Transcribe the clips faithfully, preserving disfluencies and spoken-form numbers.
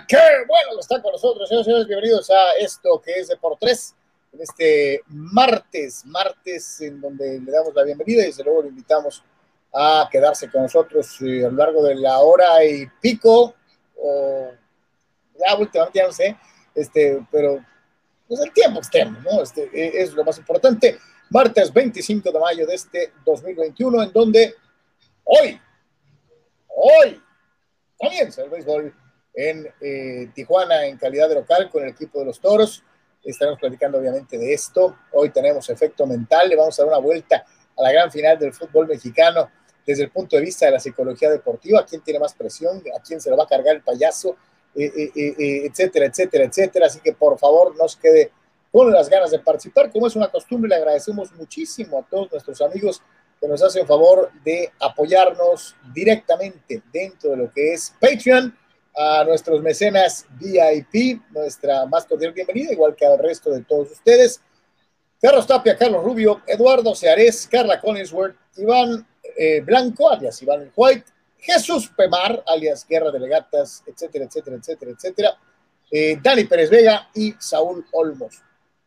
qué bueno que están con nosotros, señores y señores. Bienvenidos a esto que es de por tres, en este martes, martes en donde le damos la bienvenida y desde luego le invitamos a quedarse con nosotros eh, a lo largo de la hora y pico, o ya últimamente ya no sé, este, pero pues el tiempo extremo, ¿no? Este, es lo más importante. Martes veinticinco de mayo de este dos mil veintiuno, en donde hoy, hoy comienza el béisbol en eh, Tijuana en calidad de local con el equipo de los Toros. Estaremos platicando obviamente de esto. Hoy tenemos efecto mental, le vamos a dar una vuelta a la gran final del fútbol mexicano desde el punto de vista de la psicología deportiva, a quién tiene más presión, a quién se lo va a cargar el payaso, eh, eh, eh, etcétera, etcétera, etcétera. Así que por favor no se quede con las ganas de participar. Como es una costumbre, le agradecemos muchísimo a todos nuestros amigos que nos hacen favor de apoyarnos directamente dentro de lo que es Patreon, a nuestros mecenas V I P, nuestra más cordial bienvenida, igual que al resto de todos ustedes. Carlos Tapia, Carlos Rubio, Eduardo Seares, Carla Collinsworth, Iván eh, Blanco, alias Iván White, Jesús Pemar, alias Guerra de Legatas, etcétera, etcétera, etcétera, etcétera, eh, Dani Pérez Vega y Saúl Olmos.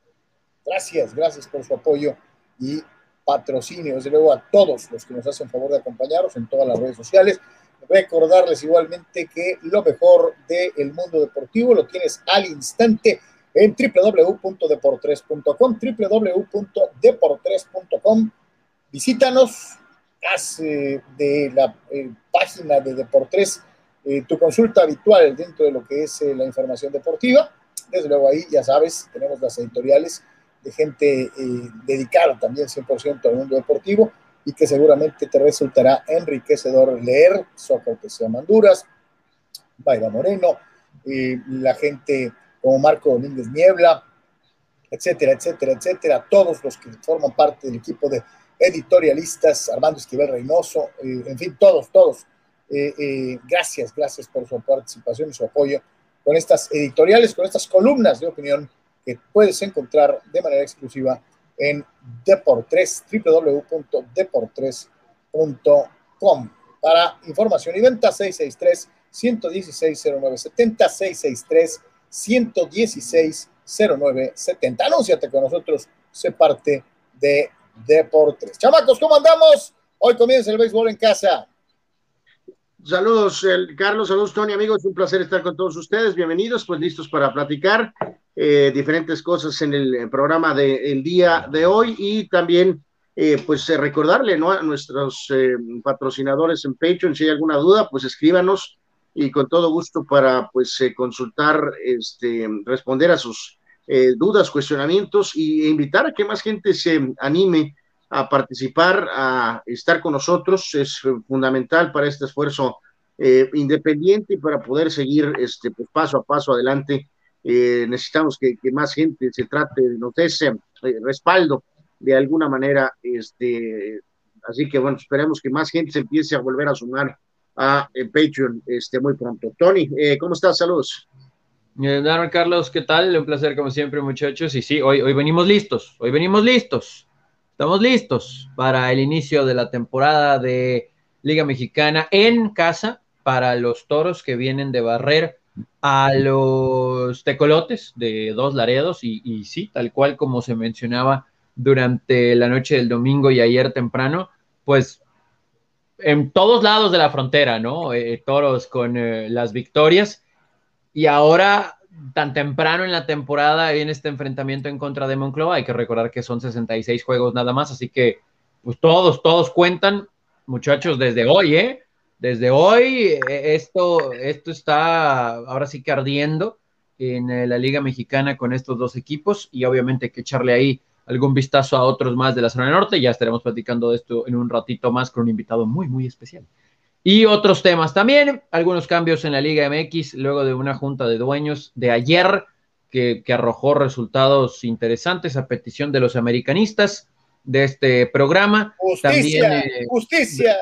Gracias, gracias por su apoyo y patrocinio, desde luego a todos los que nos hacen favor de acompañarnos en todas las redes sociales. Recordarles igualmente que lo mejor del mundo deportivo lo tienes al instante en doble u doble u doble u punto deportres punto com, doble u doble u doble u punto deportres punto com. Visítanos, haz eh, de la eh, página de Deportres eh, tu consulta habitual dentro de lo que es eh, la información deportiva. Desde luego ahí, ya sabes, tenemos las editoriales de gente eh, dedicada también cien por ciento al mundo deportivo y que seguramente te resultará enriquecedor leer. Sócrates Honduras, Bayra Moreno, eh, la gente como Marco Domínguez Niebla, etcétera, etcétera, etcétera, todos los que forman parte del equipo de editorialistas, Armando Esquivel Reynoso, eh, en fin, todos, todos. Eh, eh, gracias, gracias por su participación y su apoyo con estas editoriales, con estas columnas de opinión que puedes encontrar de manera exclusiva en Deportres, doble u doble u doble u punto deportres punto com. Para información y venta, seis seis tres, uno uno seis, cero nueve siete cero, seis seis tres, uno uno seis, cero nueve siete cero. Anúnciate con nosotros, sé parte de Deportres. Chamacos, ¿cómo andamos? Hoy comienza el béisbol en casa. Saludos, el, Carlos, saludos, Tony, amigos, un placer estar con todos ustedes, bienvenidos, pues listos para platicar eh, diferentes cosas en el, el programa del de, día de hoy y también, eh, pues, eh, recordarle, ¿no?, a nuestros eh, patrocinadores en Patreon, si hay alguna duda, pues escríbanos y con todo gusto para, pues, eh, consultar, este, responder a sus eh, dudas, cuestionamientos y, e invitar a que más gente se anime a participar, a estar con nosotros. Es fundamental para este esfuerzo eh, independiente y para poder seguir este, pues, paso a paso adelante. Eh, necesitamos que, que más gente se trate, nos dé ese eh, respaldo de alguna manera. Este, así que bueno, esperemos que más gente se empiece a volver a sumar a eh, Patreon este, muy pronto. Tony, eh, ¿cómo estás? Saludos. Eh, Carlos, ¿qué tal? Un placer como siempre, muchachos. Y sí, hoy, hoy venimos listos, hoy venimos listos. Estamos listos para el inicio de la temporada de Liga Mexicana en casa para los Toros que vienen de barrer a los Tecolotes de Dos Laredos y, y sí, tal cual como se mencionaba durante la noche del domingo y ayer temprano, pues en todos lados de la frontera, ¿no? Eh, Toros con eh, las victorias y ahora tan temprano en la temporada en este enfrentamiento en contra de Monclova. Hay que recordar que son sesenta y seis juegos nada más, así que pues todos, todos cuentan, muchachos, desde hoy, ¿eh? Desde hoy esto, esto está ahora sí que ardiendo en la Liga Mexicana con estos dos equipos y obviamente hay que echarle ahí algún vistazo a otros más de la zona norte. Ya estaremos platicando de esto en un ratito más con un invitado muy, muy especial. Y otros temas también, algunos cambios en la Liga M X luego de una junta de dueños de ayer que, que arrojó resultados interesantes a petición de los americanistas de este programa. Justicia, también, eh, justicia.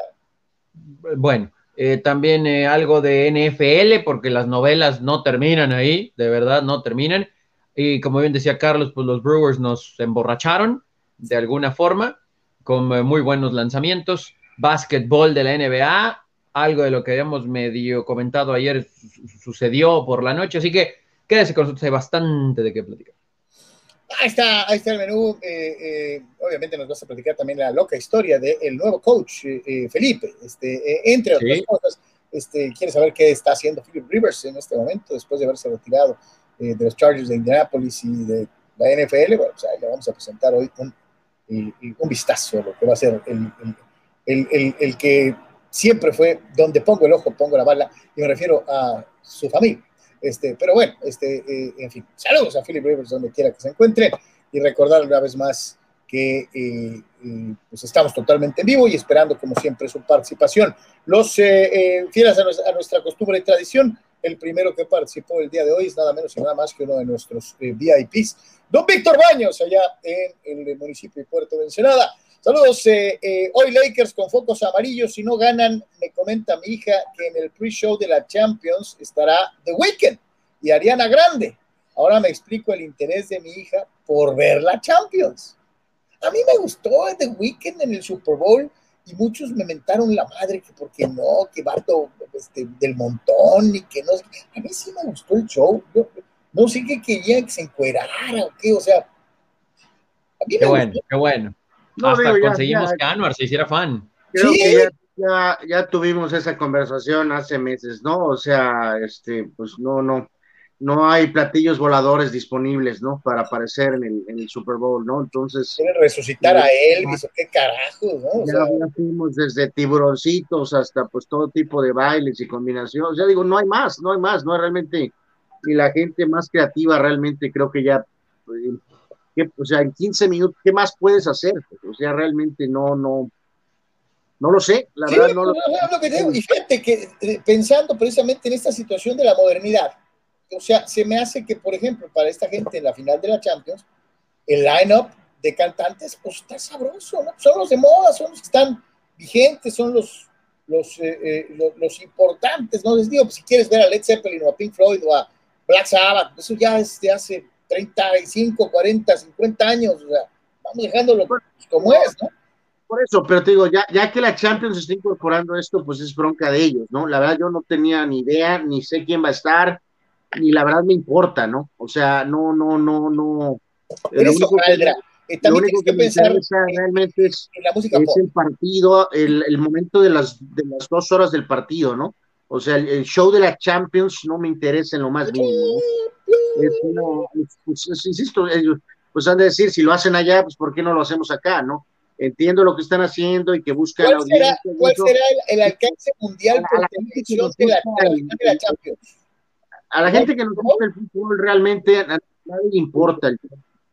Bueno, eh, también eh, algo de N F L porque las novelas no terminan ahí, de verdad no terminan. Y como bien decía Carlos, pues los Brewers nos emborracharon de alguna forma con eh, muy buenos lanzamientos. Básquetbol de la N B A. algo de lo que habíamos medio comentado ayer sucedió por la noche, así que quédese con nosotros, hay bastante de qué platicar. Ahí está, ahí está el menú. Eh, eh, obviamente nos vas a platicar también la loca historia del nuevo coach, eh, Felipe. Este, eh, entre otras sí. cosas, este, quiere saber qué está haciendo Philip Rivers en este momento, después de haberse retirado eh, de los Chargers de Indianapolis y de la N F L. Bueno, pues ahí le vamos a presentar hoy un, un, un vistazo a lo que va a ser el, el, el, el, el que siempre fue donde pongo el ojo, pongo la bala, y me refiero a su familia. Este, pero bueno, este, eh, en fin, saludos a Philip Rivers donde quiera que se encuentre y recordar una vez más que eh, eh, pues estamos totalmente en vivo y esperando como siempre su participación. Los eh, eh, fieles a nuestra, a nuestra costumbre y tradición, el primero que participó el día de hoy es nada menos y nada más que uno de nuestros eh, V I Ps, don Víctor Baños, allá en el municipio de Puerto de Ensenada. Saludos, eh, eh, hoy Lakers con focos amarillos, si no ganan, me comenta mi hija que en el pre-show de la Champions estará The Weeknd y Ariana Grande. Ahora me explico el interés de mi hija por ver la Champions. A mí me gustó The Weeknd en el Super Bowl y muchos me mentaron la madre que porque no, que vato este, del montón y que no. A mí sí me gustó el show. Yo, no sé qué quería que se encuerara o qué, o sea. A mí qué me bueno, gustó. qué bueno. No, Hasta digo, ya, conseguimos ya, que Anwar se hiciera fan. Creo ¿Sí? que ya, ya, ya tuvimos esa conversación hace meses, ¿no? O sea, este, pues no, no, no hay platillos voladores disponibles, ¿no? Para aparecer en el, en el Super Bowl, ¿no? Entonces. Quieren resucitar a Elvis, o qué carajos, ¿no? O Ya, sea, ya fuimos desde tiburoncitos hasta pues todo tipo de bailes y combinaciones. Ya digo, no hay más, no hay más, no hay realmente, y la gente más creativa realmente creo que ya, eh, que, o sea, en quince minutos, ¿qué más puedes hacer? O sea, realmente no, no, no lo sé, la sí, verdad no lo no, no, lo que digo. Y fíjate que eh, pensando precisamente en esta situación de la modernidad, o sea, se me hace que, por ejemplo, para esta gente en la final de la Champions, el line-up de cantantes, pues está sabroso, ¿no? Son los de moda, son los que están vigentes, son los, los, eh, eh, los, los importantes, ¿no? Les digo, pues si quieres ver a Led Zeppelin o a Pink Floyd o a Black Sabbath, eso ya es de hace treinta y cinco, cuarenta, cincuenta años, o sea, vamos dejándolo pues, como es, ¿no? Por eso, pero te digo, ya, ya que la Champions está incorporando esto, pues es bronca de ellos, ¿no? La verdad yo no tenía ni idea, ni sé quién va a estar, ni la verdad me importa, ¿no? O sea, no, no, no, no. Pero Lo eso único valdrá. que, Eh, también lo único tienes que, que me pensar interesa en, realmente es, en la música es pop. el partido, el, el momento de las, de las dos horas del partido, ¿no? O sea, el, el show de la Champions no me interesa en lo más mínimo, ¿no? Es una, es, pues, es, insisto, ellos pues han de decir, si lo hacen allá, pues ¿por qué no lo hacemos acá, no? Entiendo lo que están haciendo y que buscan ¿Cuál la será, audiencia. cuál Eso, será el, el alcance mundial a, la, por a la gente que televisión nos de la, gusta de la, el, de la Champions? a la gente que nos gusta el fútbol realmente a nadie le importa el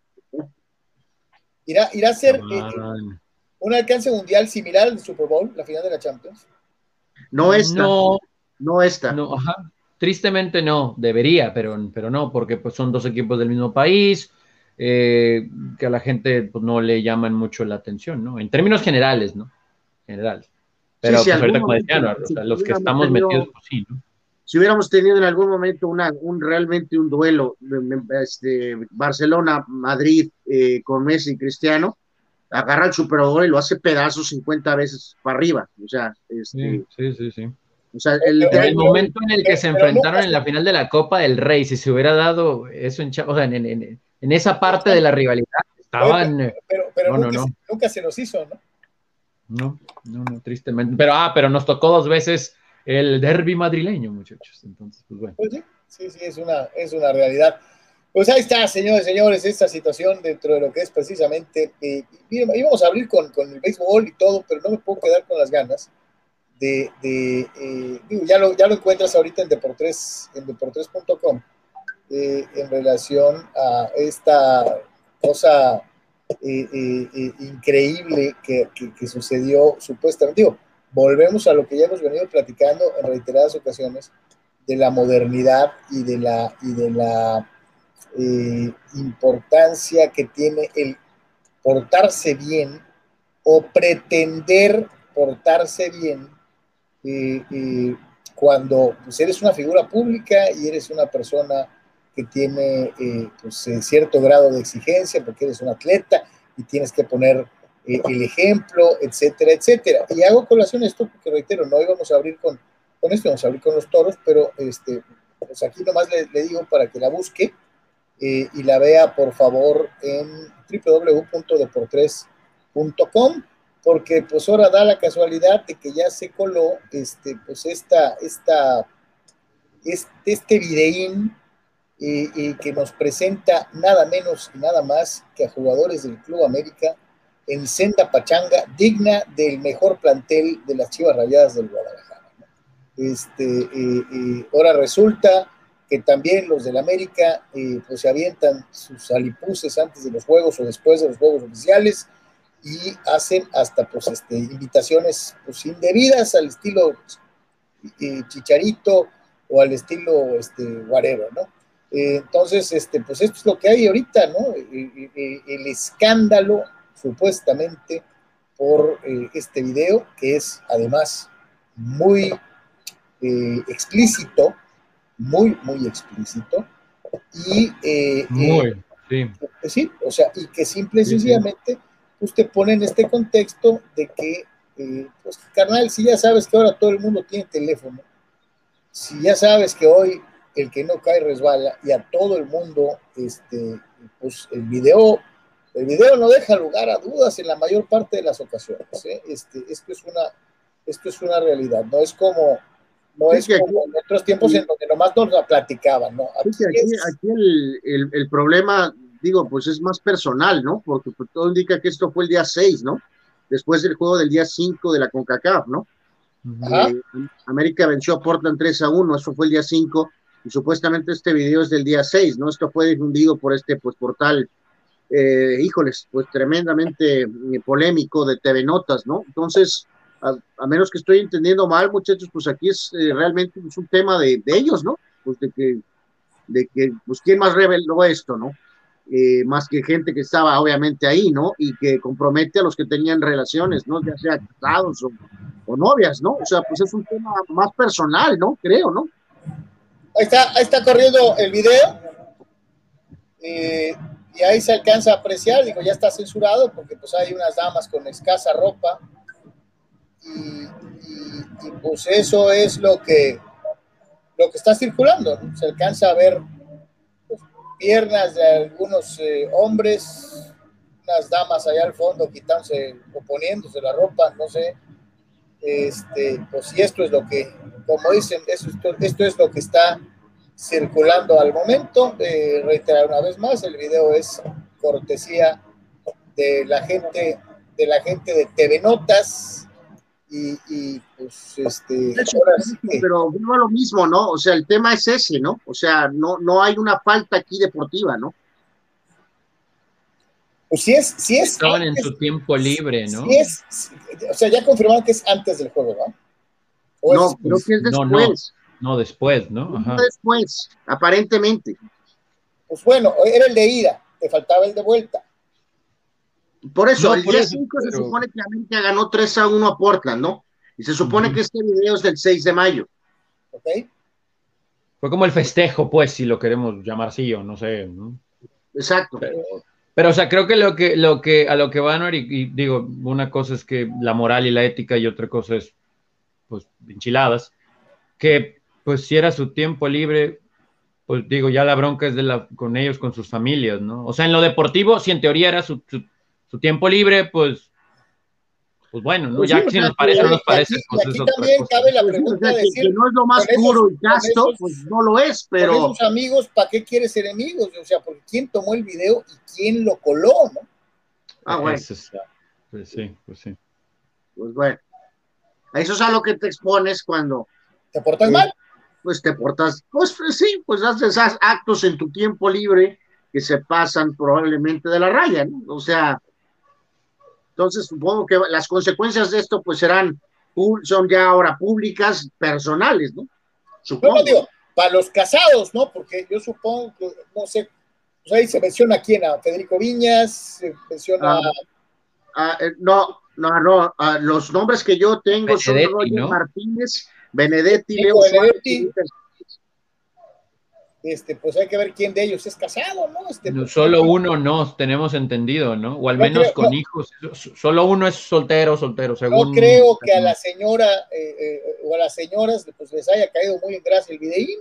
¿Irá, irá a ser eh, un alcance mundial similar al Super Bowl, la final de la Champions? No esta. No, no esta. No, ajá. Tristemente no, debería, pero, pero no, porque pues son dos equipos del mismo país, eh, que a la gente pues, no le llaman mucho la atención, ¿no? En términos generales, ¿no? General. Pero sí, sí, pues ahorita como momento, decía, ¿no? si O sea, los que hubiéramos estamos tenido, metidos, pues sí, ¿no? Si hubiéramos tenido en algún momento una, un realmente un duelo, este, Barcelona-Madrid eh, con Messi y Cristiano, agarra el Super Bowl y lo hace pedazos cincuenta veces para arriba. O sea, este, sí, sí, sí, sí. O sea, el, en el el, momento en el que pero, se enfrentaron en la final de la Copa del Rey, si se hubiera dado eso en, o sea, en, en, en esa parte de la rivalidad, estaban. Pero, pero, pero no, nunca, no, no. Se, nunca se nos hizo, ¿no? No, no, no, tristemente. Pero, ah, pero nos tocó dos veces el derbi madrileño, muchachos. Entonces, pues bueno. Pues sí, sí, sí, es una, es una realidad. Pues ahí está, señores, señores, esta situación dentro de lo que es precisamente, eh, íbamos a abrir con, con el béisbol y todo, pero no me puedo quedar con las ganas de, de eh, digo, ya lo, ya lo encuentras ahorita en Deportes, en deportes punto com, eh, en relación a esta cosa eh, eh, eh, increíble que, que, que sucedió supuestamente. Digo, volvemos a lo que ya hemos venido platicando en reiteradas ocasiones, de la modernidad y de la, y de la eh, importancia que tiene el portarse bien o pretender portarse bien eh, eh, cuando pues, eres una figura pública y eres una persona que tiene eh, pues, cierto grado de exigencia porque eres un atleta y tienes que poner eh, el ejemplo, etcétera, etcétera. Y hago colación esto porque, reitero, no íbamos a abrir con, con esto, vamos a abrir con los toros, pero este, pues aquí nomás le, le digo para que la busque eh, y la vea, por favor, en doble u doble u doble u punto deportres punto com, porque pues ahora da la casualidad de que ya se coló este, pues esta, esta, este, este videín eh, eh, que nos presenta nada menos y nada más que a jugadores del Club América en senda pachanga digna del mejor plantel de las Chivas Rayadas del Guadalajara, ¿no? Este, eh, eh, ahora resulta que también los del América eh, pues se avientan sus alipuses antes de los juegos o después de los juegos oficiales y hacen hasta pues este, invitaciones pues indebidas al estilo eh, Chicharito o al estilo este, whatever, ¿no? Eh, entonces, este, pues esto es lo que hay ahorita, ¿no? Eh, eh, el escándalo supuestamente por eh, este video, que es además muy eh, explícito, muy, muy explícito, y eh, muy, eh, sí. Pues sí, o sea, y que simple y Sí, sencillamente sí. Usted pone en este contexto de que, eh, pues, carnal, si ya sabes que ahora todo el mundo tiene teléfono, si ya sabes que hoy el que no cae resbala y a todo el mundo, este, pues el video, el video no deja lugar a dudas en la mayor parte de las ocasiones, ¿eh? Este, esto es una, esto es una realidad, no es como, no sí, es como aquí, en otros tiempos sí. En donde nomás nos la platicaban, ¿no? Aquí, sí, aquí, es... aquí el, el, el problema, digo, pues es más personal, ¿no? Porque pues, todo indica que esto fue el día seis, ¿no? Después del juego del día cinco de la CONCACAF, ¿no? Eh, América venció a Portland tres a uno, eso fue el día cinco, y supuestamente este video es del día seis, ¿no? Esto fue difundido por este pues portal, eh, híjoles, pues tremendamente eh, polémico de T V Notas, ¿no? Entonces, a, a menos que estoy entendiendo mal, muchachos, pues aquí es eh, realmente pues, un tema de, de ellos, ¿no? Pues de que, de que, pues quién más reveló esto, ¿no? Eh, más que gente que estaba obviamente ahí, ¿no? Y que compromete a los que tenían relaciones, ¿no? Ya sea casados o, o novias, ¿no? O sea, pues es un tema más personal, ¿no? Creo, ¿no? Ahí está, ahí está corriendo el video. Eh, y ahí se alcanza a apreciar, digo, ya está censurado porque pues hay unas damas con escasa ropa y, y, y pues eso es lo que lo que está circulando, ¿no? Se alcanza a ver pues, piernas de algunos eh, hombres, unas damas allá al fondo quitándose o poniéndose la ropa, no sé, este, pues si esto es lo que, como dicen, esto, esto es lo que está circulando al momento. Eh, reiterar una vez más, el video es cortesía de la gente de la gente de T V Notas y, y pues este Eso, ahora sí que... pero no es lo mismo, ¿no? O sea, el tema es ese, ¿no? O sea, no, no hay una falta aquí deportiva, ¿no? Pues si es, si es estaban antes, en su tiempo libre, ¿no? Si es, si, o sea, ya confirmaron que es antes del juego, ¿no? ¿O no, es, creo que es después. No, no, no después, ¿no? Ajá. Después, aparentemente. Pues bueno, era el de ida, te faltaba el de vuelta. Por eso, no, el por día eso, cinco pero... se supone que América ganó tres a uno a Portland, ¿no? Y se supone uh-huh. que este video es del seis de mayo. ¿Ok? Fue como el festejo, pues, si lo queremos llamar así o no sé, ¿no? Exacto. Pero, pero, o sea, creo que lo que, lo que a lo que van, y, y digo, una cosa es que la moral y la ética y otra cosa es, pues, enchiladas, que, pues, si era su tiempo libre, pues, digo, ya la bronca es de la, con ellos, con sus familias, ¿no? O sea, en lo deportivo, si en teoría era su, su, su tiempo libre, pues, pues bueno, ¿no? Pues ya sí, que si o sea, nos parece o no nos parece, aquí, pues y aquí es también otra cabe cosa. la pregunta o sea, de decir, que no es lo más puro esos, y casto, esos, pues no lo es, pero... Con esos amigos, ¿para qué quieres enemigos? O sea, porque quién tomó el video y quién lo coló, ¿no? Ah, bueno. Eso es, pues sí, pues sí. Pues bueno. Eso es a lo que te expones cuando... ¿Te portas eh, mal? Pues te portas, pues sí, pues haces actos en tu tiempo libre que se pasan probablemente de la raya, ¿no? O sea, entonces supongo que las consecuencias de esto pues serán, son ya ahora públicas, personales, ¿no? Supongo. No, no digo, para los casados, ¿no? Porque yo supongo que, no sé, pues ahí se menciona a quién, a Federico Viñas, se menciona... Uh, uh, no, no, no, uh, los nombres que yo tengo Benedetti, son Roger, ¿no? Martínez, Benedetti, Leo Benedetti. Suárez. este, pues hay que ver quién de ellos es casado, ¿no? Este, No, pues, solo uno no, tenemos entendido, ¿no? O al no menos creo, con no, hijos. Solo uno es soltero, soltero, no según. creo que a la señora eh, eh, o a las señoras pues les haya caído muy en gracia el videín.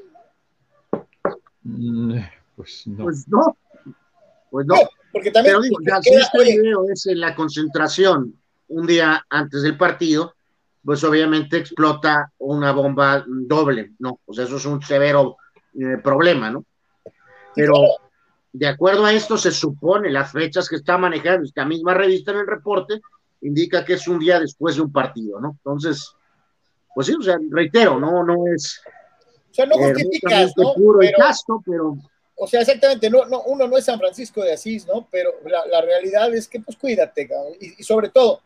Mm, Pues no. Pues no, pues No, no. porque también Pero digo, pues, ya si queda, este oye, video es en la concentración un día antes del partido, pues obviamente explota una bomba doble, ¿no? O sea, eso es un severo eh, problema, ¿no? sí, claro. Pero de acuerdo a esto se supone, las fechas que está manejando esta misma revista en el reporte, indica que es un día después de un partido, ¿no? Entonces, pues sí, o sea, reitero, no, no es O sea, no eh, justificas, hermosamente ¿no? puro y Pero, casto, pero o sea, exactamente, no, no, uno no es San Francisco de Asís, ¿no? Pero la, la realidad es que, pues, cuídate, cabrón. Y, y sobre todo,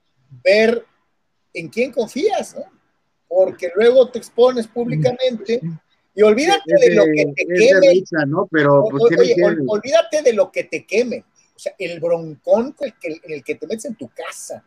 ver en quién confías, ¿no? Porque luego te expones Pues públicamente sí. y olvídate es de lo que de, te es de quemen. risa, ¿no? Pero O, pues o, tiene oye, que, ol, olvídate de lo que te quemen. O sea, el broncón el que, en el que te metes en tu casa.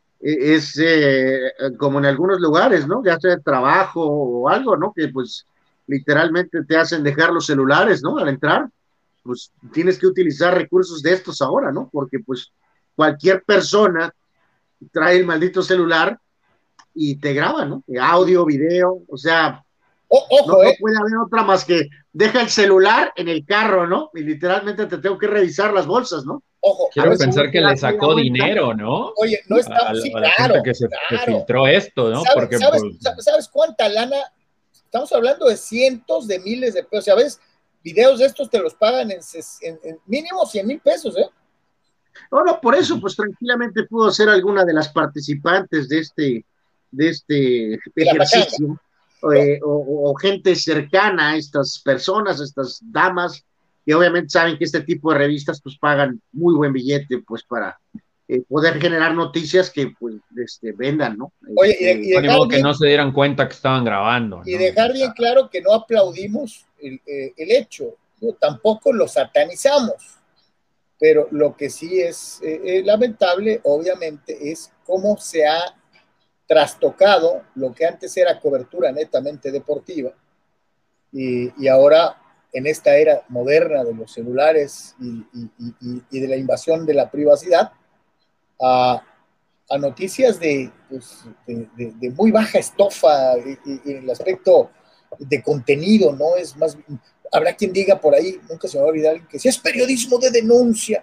es eh, como en algunos lugares, ¿no? Ya sea de trabajo o algo, ¿no? Que pues literalmente te hacen dejar los celulares, ¿no? Al entrar, pues tienes que utilizar recursos de estos ahora, ¿no? Porque pues cualquier persona trae el maldito celular y te graba, ¿no? Audio, video, o sea, O, no, ojo, no ¿eh? puede haber otra más que deja el celular en el carro, ¿no? Y literalmente te tengo que revisar las bolsas, ¿no? Ojo, A Quiero ver no, si no pensar te que le das media sacó vuelta. dinero, ¿no? oye, no Sí, A, a estamos, la, sí, a la gente claro, que se que claro. filtró esto, ¿no? ¿Sabes, Porque, sabes, pues, ¿Sabes cuánta lana? Estamos hablando de cientos de miles de pesos. O sea, ves, videos de estos te los pagan en, en, en mínimo cien mil pesos, ¿eh? no, no, por eso, pues tranquilamente pudo ser alguna de las participantes de este, de este De la pachanga. ejercicio, No, eh, o, o gente cercana a estas personas, a estas damas, que obviamente saben que este tipo de revistas pues pagan muy buen billete pues para eh, poder generar noticias que pues este, vendan, ¿no? oye, y, de, Este, y no, ni dejar modo que bien, no se dieran cuenta que estaban grabando, y ¿no? dejar O sea, bien claro que no aplaudimos el, eh, el hecho, ¿no? Tampoco lo satanizamos, pero lo que sí es eh, eh, lamentable, obviamente, es cómo se ha trastocado lo que antes era cobertura netamente deportiva y, y ahora en esta era moderna de los celulares y, y, y, y de la invasión de la privacidad a, a noticias de, pues, de, de, de, muy baja estofa en el aspecto de contenido, ¿no? Es más, habrá quien diga por ahí, nunca se me va a olvidar, que si es periodismo de denuncia.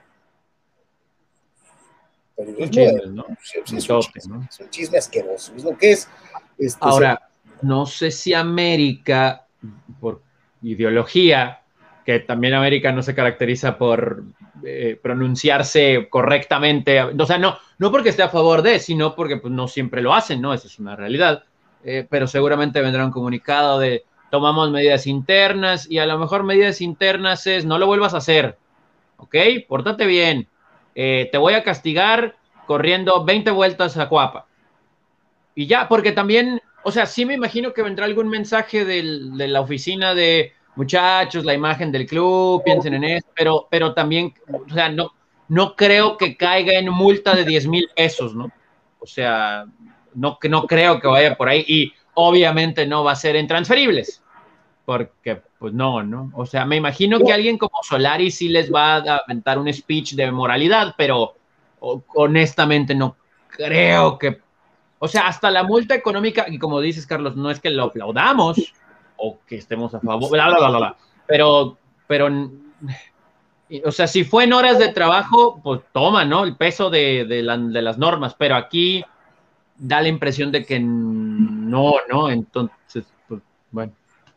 son Periodismo de chismes, ¿no? denuncia, es, Un es, un tope, chisme, ¿no? es un chisme asqueroso, es lo que es. Este, se, Ahora, no sé si América, por ideología, que también América no se caracteriza por eh, pronunciarse correctamente, o sea, no, no porque esté a favor de, sino porque pues, no siempre lo hacen, ¿no? Esa es una realidad. Eh, pero seguramente vendrá un comunicado de tomamos medidas internas y a lo mejor medidas internas es no lo vuelvas a hacer, ¿ok? Pórtate bien. Eh, te voy a castigar corriendo veinte vueltas a Cuapa. Y ya, porque también, o sea, sí me imagino que vendrá algún mensaje del, de la oficina de muchachos, la imagen del club, piensen en esto, pero, pero también, o sea, no, no creo que caiga en multa de diez mil pesos, ¿no? O sea, no, no creo que vaya por ahí y obviamente no va a ser en transferibles, porque pues no, ¿no? O sea, me imagino que alguien como Solari sí les va a aventar un speech de moralidad, pero honestamente no creo que o sea, hasta la multa económica, y como dices, Carlos, no es que lo aplaudamos o que estemos a favor, bla, bla, bla, bla, bla, pero, pero, o sea, si fue en horas de trabajo, pues toma, ¿no? El peso de, de, la, de las normas, pero aquí da la impresión de que no, ¿no? Entonces, pues, bueno.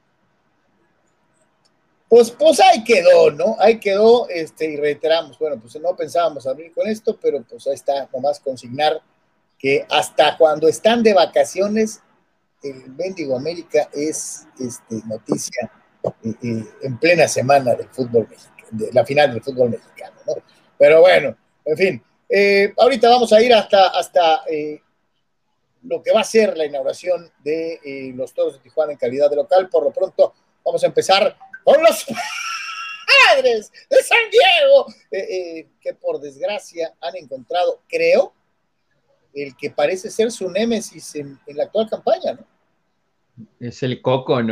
Pues, pues ahí quedó, ¿no? Ahí quedó, este, y reiteramos, bueno, pues no pensábamos abrir con esto, pero pues ahí está, nomás consignar que hasta cuando están de vacaciones, el Mendigo América es este, noticia eh, eh, en plena semana del fútbol mexicano, de la final del fútbol mexicano, ¿no? Pero bueno, en fin, eh, ahorita vamos a ir hasta, hasta eh, lo que va a ser la inauguración de eh, los Toros de Tijuana en calidad de local. Por lo pronto, vamos a empezar con los Padres de San Diego, eh, eh, que por desgracia han encontrado, creo, el que parece ser su némesis en, en la actual campaña, ¿no? Es el coco, ¿no?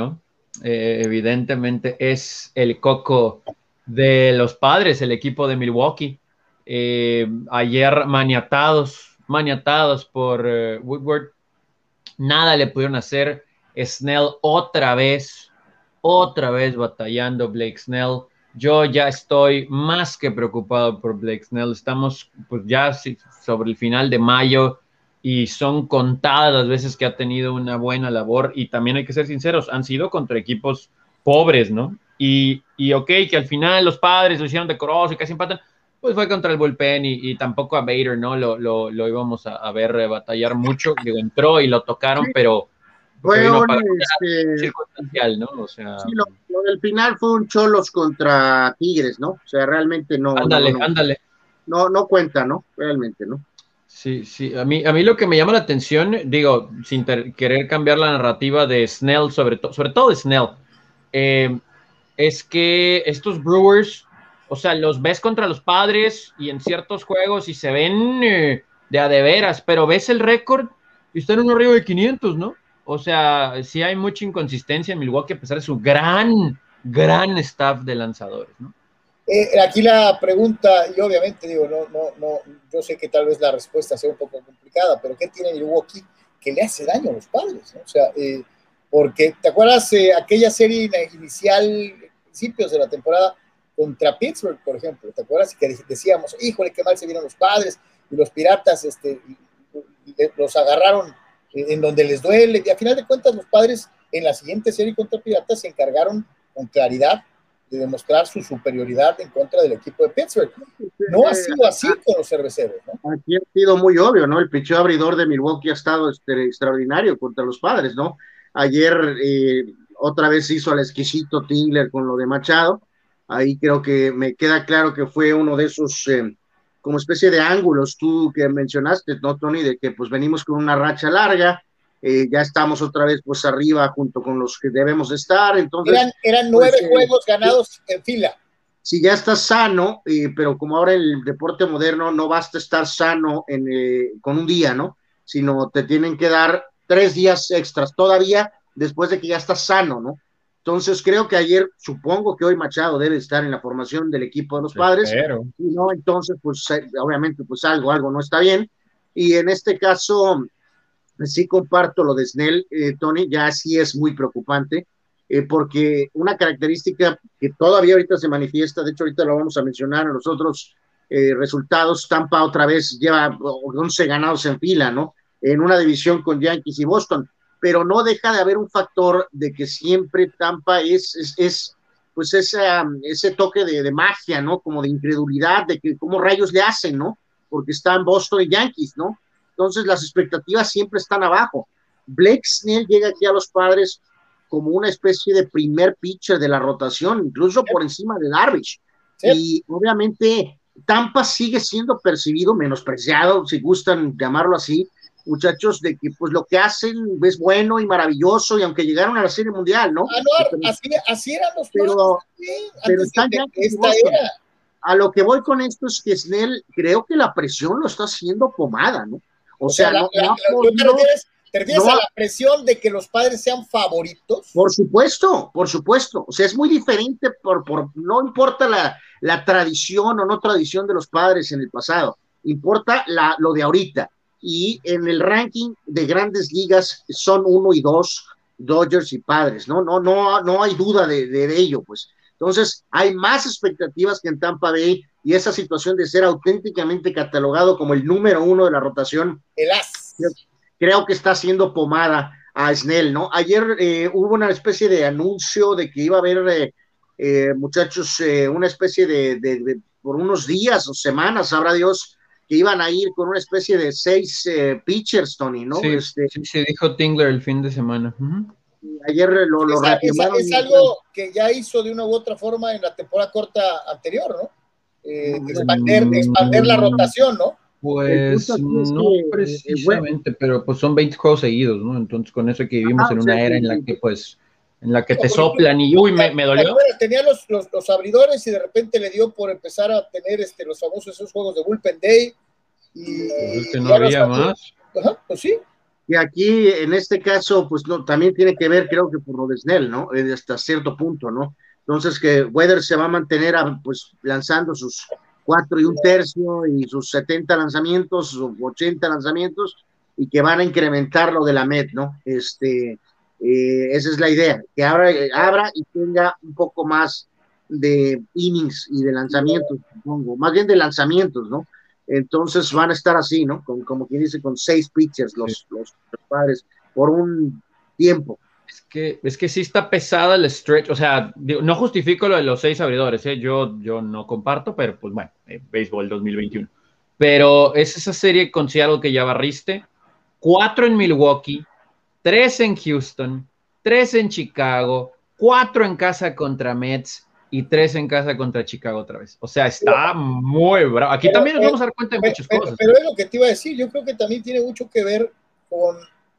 eh, evidentemente es el coco de los Padres, el equipo de Milwaukee. Eh, ayer maniatados, maniatados por eh, Woodward, nada le pudieron hacer. Snell otra vez, otra vez batallando Blake Snell. Yo ya estoy más que preocupado por Blake Snell. Estamos pues ya sobre el final de mayo y son contadas las veces que ha tenido una buena labor, y también hay que ser sinceros, han sido contra equipos pobres, ¿no? Y, y ok, que al final los Padres lo hicieron decoroso y casi empatan, pues fue contra el bullpen y, y tampoco a Bader, ¿no? Lo, lo, lo íbamos a, a ver eh, batallar mucho. Digo, entró y lo tocaron, pero fue un, para este, circunstancial, ¿no? O sea, sí, lo, lo del final fue un Cholos contra Tigres, ¿no? O sea, realmente no. Ándale, no, no, ándale. No, no cuenta, ¿no? Realmente, ¿no? Sí, sí. A mí, a mí lo que me llama la atención, digo, sin querer cambiar la narrativa de Snell, sobre, to sobre todo de Snell, eh, es que estos Brewers, o sea, los ves contra los Padres y en ciertos juegos y se ven eh, de a de veras, pero ves el récord y están en un arriba de quinientos, ¿no? O sea, sí hay mucha inconsistencia en Milwaukee a pesar de su gran, gran staff de lanzadores, ¿no? Eh, aquí la pregunta, y obviamente digo, no, no, no, yo sé que tal vez la respuesta sea un poco complicada, pero ¿qué tiene Milwaukee que le hace daño a los Padres, ¿no? O sea, eh, porque, ¿te acuerdas eh, aquella serie inicial, principios de la temporada, contra Pittsburgh, por ejemplo? ¿Te acuerdas que decíamos, híjole, qué mal se vieron los Padres, y los Piratas este, los agarraron en donde les duele, y a final de cuentas los Padres en la siguiente serie contra Piratas se encargaron con claridad de demostrar su superioridad en contra del equipo de Pittsburgh. No ha sido así con los cerveceros, ¿no? Aquí ha sido muy obvio, ¿no? El picheo abridor de Milwaukee ha estado este, extraordinario contra los Padres, ¿no? Ayer eh, otra vez hizo al exquisito Tingler con lo de Machado. Ahí creo que me queda claro que fue uno de esos eh, como especie de ángulos tú que mencionaste, ¿no, Tony? De que pues venimos con una racha larga, eh, ya estamos otra vez pues arriba junto con los que debemos de estar, entonces... Eran, eran nueve pues, eh, juegos ganados en fila. Si ya estás sano, eh, pero como ahora el deporte moderno no basta estar sano en, eh, con un día, ¿no? Sino te tienen que dar tres días extras todavía después de que ya estás sano, ¿no? Entonces creo que ayer, supongo que hoy Machado debe estar en la formación del equipo de los Padres, y no, entonces pues obviamente pues algo, algo no está bien, y en este caso sí comparto lo de Snell, eh, Tony, ya sí es muy preocupante, eh, porque una característica que todavía ahorita se manifiesta, de hecho ahorita lo vamos a mencionar en los otros eh, resultados, Tampa otra vez lleva once ganados en fila, ¿no? En una división con Yankees y Boston, pero no deja de haber un factor de que siempre Tampa es, es, es pues esa, ese toque de, de magia, ¿no? Como de incredulidad, de que cómo rayos le hacen, ¿no? Porque están Boston y Yankees, ¿no? Entonces las expectativas siempre están abajo. Blake Snell llega aquí a los Padres como una especie de primer pitcher de la rotación, incluso por encima de Darvish. Sí. Y obviamente Tampa sigue siendo percibido, menospreciado, si gustan llamarlo así, muchachos, de que pues lo que hacen es bueno y maravilloso, y aunque llegaron a la Serie Mundial, ¿no? Ah, no, pero, así, así eran los pero, pero están ya esta era. A lo que voy con esto es que Snell, creo que la presión lo está haciendo pomada, ¿no? O, o sea, sea, no, la, no la, podido, ¿te refieres, te refieres no, a la presión de que los Padres sean favoritos? Por supuesto, por supuesto. O sea, es muy diferente, por, por no importa la, la tradición o no tradición de los Padres en el pasado, importa la, lo de ahorita. Y en el ranking de grandes ligas son uno y dos, Dodgers y Padres, ¿no? No, no, no hay duda de, de, de ello, pues. Entonces, hay más expectativas que en Tampa Bay, y esa situación de ser auténticamente catalogado como el número uno de la rotación, el as. Creo, creo que está haciendo pomada a Snell, ¿no? Ayer eh, hubo una especie de anuncio de que iba a haber, eh, eh, muchachos, eh, una especie de, de, de, por unos días o semanas, sabrá Dios, que iban a ir con una especie de seis eh, pitchers, Tony, ¿no? Sí, este, sí, sí, dijo Tingler el fin de semana. Uh-huh. Ayer lo, lo esa, reafirmaron. Es algo que ya hizo de una u otra forma en la temporada corta anterior, ¿no? Eh, expander, expander la rotación, ¿no? Pues no que, precisamente, eh, bueno. Pero pues son veinte juegos seguidos, ¿no? Entonces con eso que vivimos ah, en una sí, era sí, en la que pues en la que no, te soplan y uy, me, me dolió. Tenía los, los, los abridores y de repente le dio por empezar a tener este, los famosos esos juegos de Bullpen Day. Y, pues es que no había más. Ajá, pues sí. que aquí, en este caso, pues no, también tiene que ver, creo que por lo de Snell, ¿no? Eh, hasta cierto punto, ¿no? Entonces, que Weather se va a mantener, a, pues, lanzando sus cuatro y un tercio y sus setenta lanzamientos, sus ochenta lanzamientos, y que van a incrementar lo de la Met, ¿no? Este, eh, esa es la idea, que abra, abra y tenga un poco más de innings y de lanzamientos, supongo, más bien de lanzamientos, ¿no? Entonces van a estar así, ¿no? Con, como quien dice, con seis pitchers los, sí. los, los padres por un tiempo. Es que, es que sí está pesada el stretch, o sea, digo, no justifico lo de los seis abridores, ¿eh? yo, yo no comparto, pero pues bueno, eh, béisbol dos mil veintiuno. Pero es esa serie con Seattle que ya barriste, cuatro en Milwaukee, tres en Houston, tres en Chicago, cuatro en casa contra Mets y tres en casa contra Chicago otra vez. O sea, está muy bravo. Aquí pero, también nos vamos a dar cuenta de pero, muchas pero, cosas. Pero es lo que te iba a decir, yo creo que también tiene mucho que ver con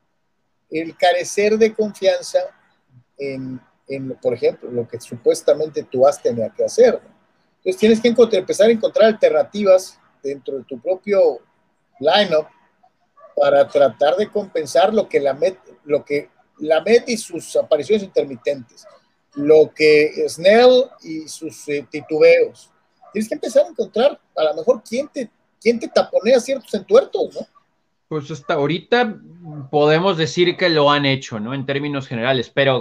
el carecer de confianza en, en, por ejemplo, lo que supuestamente tú has tenido que hacer, ¿no? Entonces tienes que encontrar, empezar a encontrar alternativas dentro de tu propio lineup para tratar de compensar lo que la Met, lo que la Met y sus apariciones intermitentes, lo que Snell y sus eh, titubeos. Tienes que empezar a encontrar a lo mejor quién te, quién te taponea ciertos entuertos, ¿no? Pues hasta ahorita podemos decir que lo han hecho, ¿no? En términos generales, pero,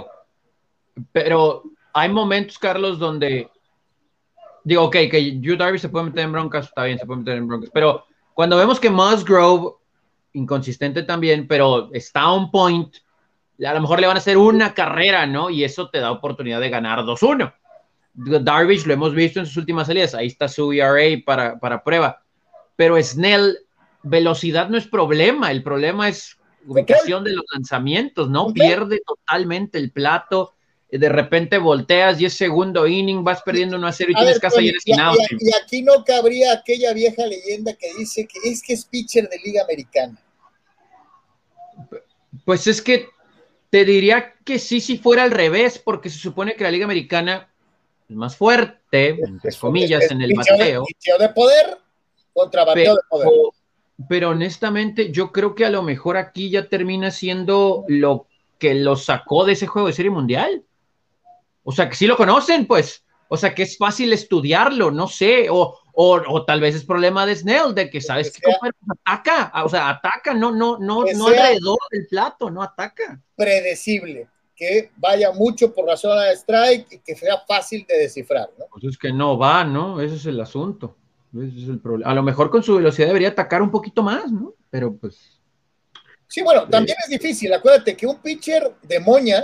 pero hay momentos, Carlos, donde digo, ok, que Yu Darvish se puede meter en broncas, está bien, se puede meter en broncas, pero cuando vemos que Musgrove, inconsistente también, pero está on point, a lo mejor le van a hacer una carrera, ¿no? Y eso te da oportunidad de ganar dos uno. Darvish lo hemos visto en sus últimas salidas, ahí está su E R A para, para prueba, pero Snell, velocidad no es problema, el problema es ubicación de los lanzamientos, ¿no? Pierde totalmente el plato, de repente volteas y es segundo inning, vas perdiendo uno a cero y a tienes ver, casa llena sin out. Y, y aquí no cabría aquella vieja leyenda que dice que es que es pitcher de Liga Americana. Pues es que te diría que sí, si fuera al revés, porque se supone que la Liga Americana es más fuerte, entre es, comillas, es, es en el bateo. Bateo de poder contra bateo de poder. Pero honestamente, yo creo que a lo mejor aquí ya termina siendo lo que lo sacó de ese juego de Serie Mundial. O sea, que sí lo conocen, pues. O sea, que es fácil estudiarlo, no sé. O, o, o tal vez es problema de Snell, de que sabes que, que sea, ataca. O sea, ataca, no, no, no, no alrededor del plato, no ataca. Predecible. Que vaya mucho por la zona de strike y que sea fácil de descifrar, ¿no? Pues es que no va, ¿no? Ese es el asunto. Ese es el problema. A lo mejor con su velocidad debería atacar un poquito más, ¿no? Pero pues. Sí, bueno, también eh, es difícil. Acuérdate que un pitcher de moña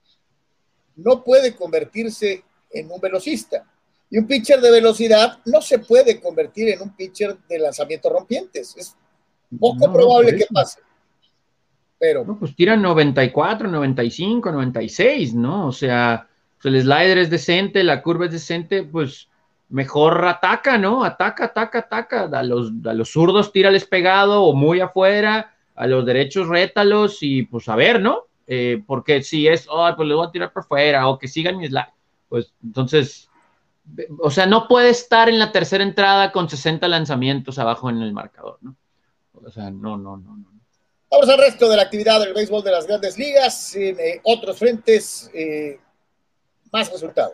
no puede convertirse en un velocista. Y un pitcher de velocidad no se puede convertir en un pitcher de lanzamientos rompientes. Es poco no, probable no que pase. Pero. No, pues tiran noventa y cuatro, noventa y cinco, noventa y seis, ¿no? O sea, pues el slider es decente, la curva es decente, pues mejor ataca, ¿no? Ataca, ataca, ataca. A los, a los zurdos tírales pegado o muy afuera, a los derechos rétalos y pues a ver, ¿no? Eh, porque si es, oh, pues le voy a tirar por fuera o que sigan mis slide, pues entonces, o sea, no puede estar en la tercera entrada con sesenta lanzamientos abajo en el marcador, ¿no? O sea, no, no, no, no. Vamos al resto de la actividad del béisbol de las grandes ligas, en eh, otros frentes, eh, más resultados.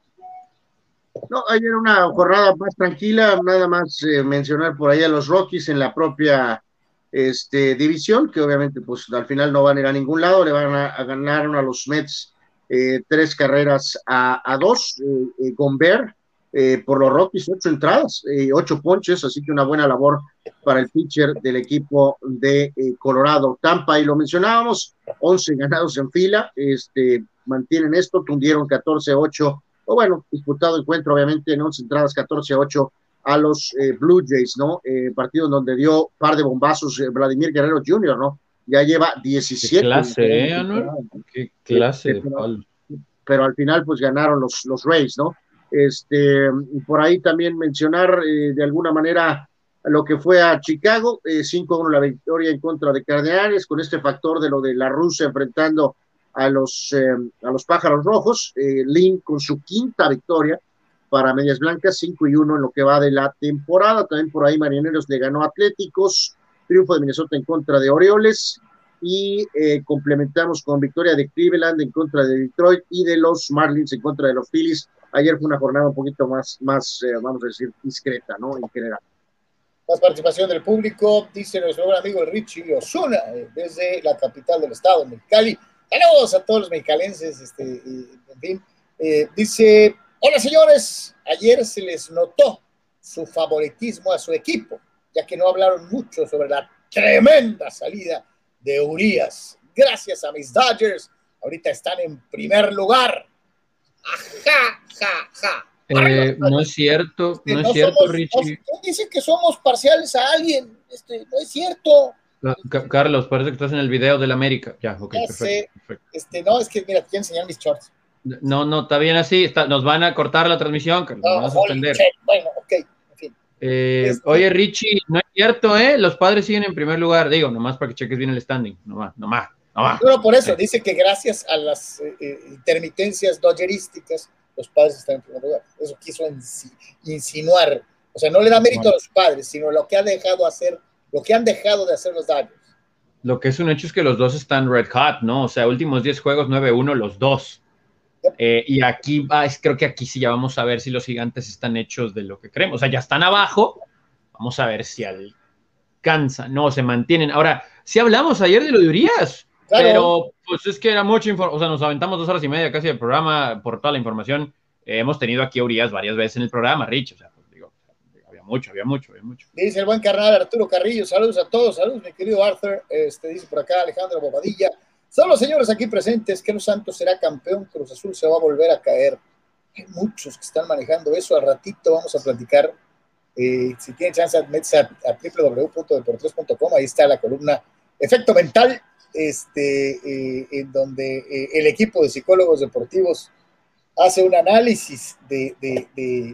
No, ayer una jornada más tranquila, nada más eh, mencionar por ahí a los Rockies en la propia este, división, que obviamente pues al final no van a ir a ningún lado, le van a, a ganar a los Mets eh, tres carreras a, a dos, eh, eh, Gomber eh, por los Rockies, ocho entradas, eh, ocho ponches, así que una buena labor para el pitcher del equipo de eh, Colorado. Tampa, y lo mencionábamos, once ganados en fila, este, mantienen esto, tundieron catorce a ocho, o bueno, disputado encuentro obviamente en once entradas, catorce a ocho a los eh, Blue Jays, ¿no? Eh, partido en donde dio un par de bombazos eh, Vladimir Guerrero junior, ¿no? Ya lleva diecisiete. ¿Qué clase, eh, Anuel? ¿Qué clase de pero, pero al final pues ganaron los, los Rays, ¿no? Este, por ahí también mencionar eh, de alguna manera lo que fue a Chicago, eh, cinco a uno la victoria en contra de Cardenales, con este factor de lo de la Rusia enfrentando a los, eh, a los Pájaros Rojos, eh, Lynn con su quinta victoria para Medias Blancas, cinco y uno en lo que va de la temporada. También por ahí Marineros le ganó a Atléticos, triunfo de Minnesota en contra de Orioles, y eh, complementamos con victoria de Cleveland en contra de Detroit y de los Marlins en contra de los Phillies. Ayer fue una jornada un poquito más, más eh, vamos a decir, discreta, ¿no? En general. Más participación del público, dice nuestro buen amigo Richie Osuna, eh, desde la capital del estado, Mexicali. Saludos a todos los mexicalenses, este, eh, en fin. Eh, dice, hola señores, ayer se les notó su favoritismo a su equipo, ya que no hablaron mucho sobre la tremenda salida de Urias. Gracias a mis Dodgers, ahorita están en primer lugar. Ajá, ja, ja. Eh, no es cierto, este, no es no cierto, somos, Richie. No, dicen que somos parciales a alguien, este, no es cierto. No, Carlos, parece que estás en el video del América. Ya, ok, Ya perfecto, sé. perfecto. Este, no, es que mira, te quiero enseñar mis shorts. No, no, está bien así, está, nos van a cortar la transmisión, Carlos, nos No, van a suspender. Bueno, ok, en fin. Eh, Este- Oye, Richie, no es cierto, ¿eh? Los Padres siguen en primer lugar, digo, nomás para que cheques bien el standing, nomás, nomás, nomás. No, no, por eso, dice que gracias a las eh, eh, intermitencias dodgerísticas, los Padres están en primer lugar. Eso quiso insi- insinuar. O sea, no le da mérito a los Padres, sino lo que ha dejado hacer, lo que han dejado de hacer los Dodgers. Lo que es un hecho es que los dos están red hot, ¿no? O sea, últimos diez juegos, nueve uno, los dos. Yep. Eh, y aquí, ah, es, creo que aquí sí ya vamos a ver si los Gigantes están hechos de lo que creemos. O sea, ya están abajo, vamos a ver si alcanzan, no, se mantienen. Ahora, sí hablamos ayer de lo de Urias, Claro. pero pues es que era mucha información, o sea, nos aventamos dos horas y media casi del programa por toda la información. Eh, hemos tenido aquí a Urias varias veces en el programa, Rich, o sea, pues digo, había mucho, había mucho, había mucho. Dice el buen carnal Arturo Carrillo, saludos a todos, saludos mi querido Arthur, este, dice por acá Alejandro Bobadilla, son los señores aquí presentes, que los Santos será campeón, Cruz Azul se va a volver a caer. Hay muchos que están manejando eso, al ratito vamos a platicar, eh, si tienen chance, métese a, a doble u doble u doble u punto deportes punto com, ahí está la columna Efecto Mental, este, eh, en donde eh, el equipo de psicólogos deportivos hace un análisis de, de, de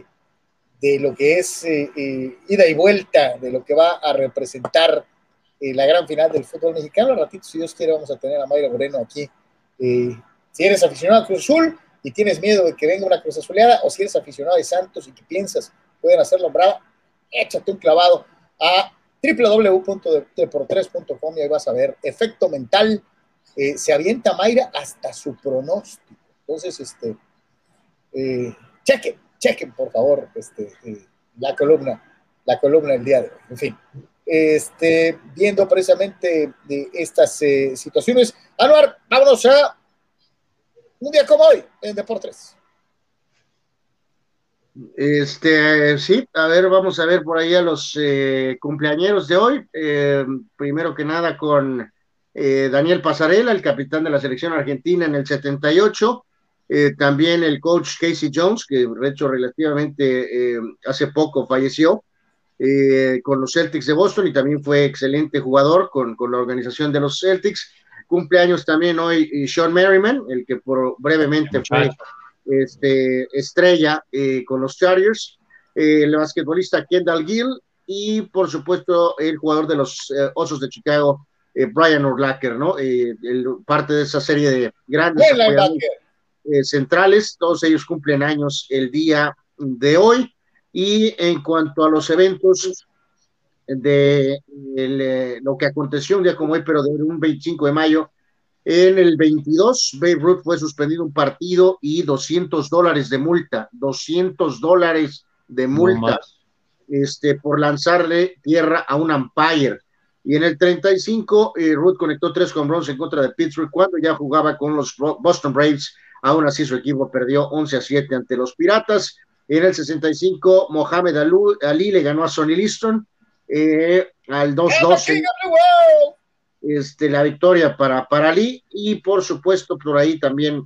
de lo que es eh, eh, ida y vuelta, de lo que va a representar eh, la gran final del fútbol mexicano. Al ratito, si Dios quiere, vamos a tener a Mayra Moreno aquí. Eh, si eres aficionado a Cruz Azul y tienes miedo de que venga una Cruz Azuleada, o si eres aficionado de Santos y que piensas pueden hacerlo brava, échate un clavado a doble u doble u doble u punto deportes punto com y ahí vas a ver Efecto Mental. Eh, se avienta Mayra hasta su pronóstico. Entonces, este, eh, chequen. Chequen, por favor, este, eh, la columna, la columna del día de hoy. En fin, este, viendo precisamente de estas eh, situaciones. Anuar, vámonos a un día como hoy en Deportes. Este, sí, a ver, vamos a ver por ahí a los eh, cumpleañeros de hoy. Eh, primero que nada con eh, Daniel Pasarela, el capitán de la selección argentina en el setenta y ocho. Eh, también el coach Casey Jones, que de hecho relativamente eh, hace poco falleció eh, con los Celtics de Boston y también fue excelente jugador con, con la organización de los Celtics. Cumpleaños también hoy Sean Merriman, el que por, brevemente fue este, estrella eh, con los Chargers, eh, el basquetbolista Kendall Gill y por supuesto el jugador de los eh, Osos de Chicago, eh, Brian Urlacher, ¿no? Eh, el, parte de esa serie de grandes Eh, centrales, todos ellos cumplen años el día de hoy. Y en cuanto a los eventos de el, eh, lo que aconteció un día como hoy, pero de un veinticinco de mayo, en el veintidós, Babe Ruth fue suspendido un partido y doscientos dólares de multa, doscientos dólares de multa, no este, por lanzarle tierra a un umpire. Y en el treinta y cinco, eh, Ruth conectó tres home runs en contra de Pittsburgh cuando ya jugaba con los Boston Braves. Aún así su equipo perdió once a siete ante los Piratas. En el sesenta y cinco, Mohamed Ali le ganó a Sonny Liston eh, al dos dos. Este, la victoria para, para Ali. Y por supuesto, por ahí también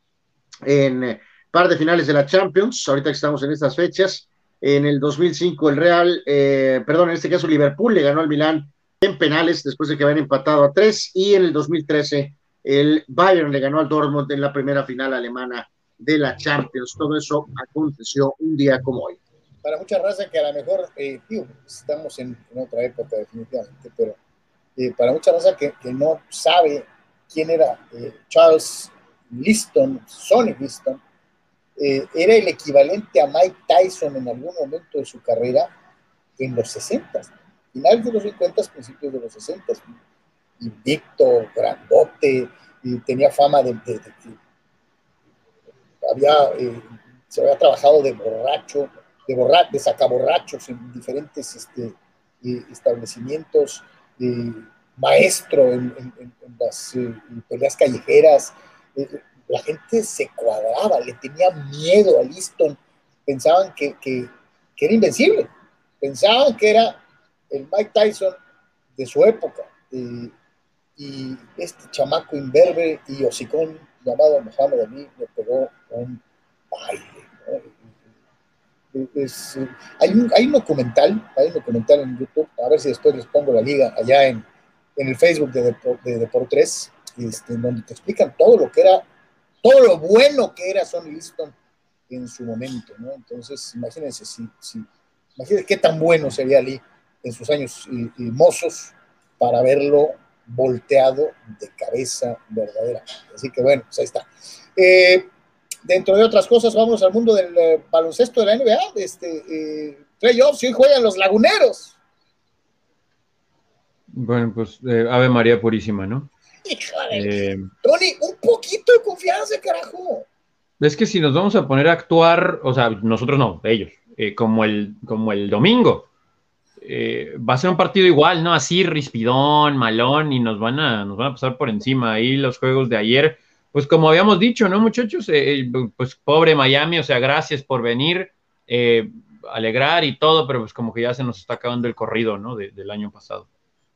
en eh, par de finales de la Champions, ahorita que estamos en estas fechas, en el dos mil cinco el Real, eh, perdón, en este caso Liverpool le ganó al Milán en penales después de que habían empatado a tres, y en el dos mil trece el Bayern le ganó al Dortmund en la primera final alemana de la Champions. Todo eso aconteció un día como hoy. Para mucha raza que a lo mejor, eh, tío, estamos en, en otra época definitivamente, pero eh, para mucha raza que, que no sabe quién era eh, Charles Liston, Sonny Liston, eh, era el equivalente a Mike Tyson en algún momento de su carrera en los sesentas, finales de los cincuentas, principios de los sesentas. invicto, grandote, y tenía fama de, de, de que había, eh, se había trabajado de borracho, de, borra, de sacaborrachos en diferentes este, eh, establecimientos, eh, maestro en, en, en las eh, peleas callejeras. Eh, la gente se cuadraba, le tenía miedo a Liston, pensaban que, que, que era invencible, pensaban que era el Mike Tyson de su época, eh, y este chamaco imberbe y hocicón llamado Muhammad Ali le pegó un baile, ¿no? Es, hay, un, hay un documental, hay un documental en YouTube, a ver si después les pongo la liga allá en, en el Facebook de Depor, de Depor tres, este, donde te explican todo lo que era, todo lo bueno que era Sonny Liston en su momento, ¿no? Entonces, imagínense si, si imagínense qué tan bueno sería Ali en sus años y, y mozos para verlo volteado de cabeza verdaderamente. Así que bueno, pues ahí está. Eh, dentro de otras cosas, vamos al mundo del eh, baloncesto de la N B A, este, eh, playoffs, y hoy juegan los Laguneros. Bueno, pues eh, Ave María Purísima, ¿no? Híjole, eh, Tony, un poquito de confianza, carajo. Es que si nos vamos a poner a actuar, o sea, nosotros no, ellos, eh, como, el, como el domingo, eh, va a ser un partido igual, ¿no? Así, rispidón, malón, y nos van a, nos van a pasar por encima. Ahí los juegos de ayer, pues como habíamos dicho, ¿no, muchachos? Eh, pues pobre Miami, o sea, gracias por venir, eh, alegrar y todo, pero pues como que ya se nos está acabando el corrido, ¿no? De, del año pasado.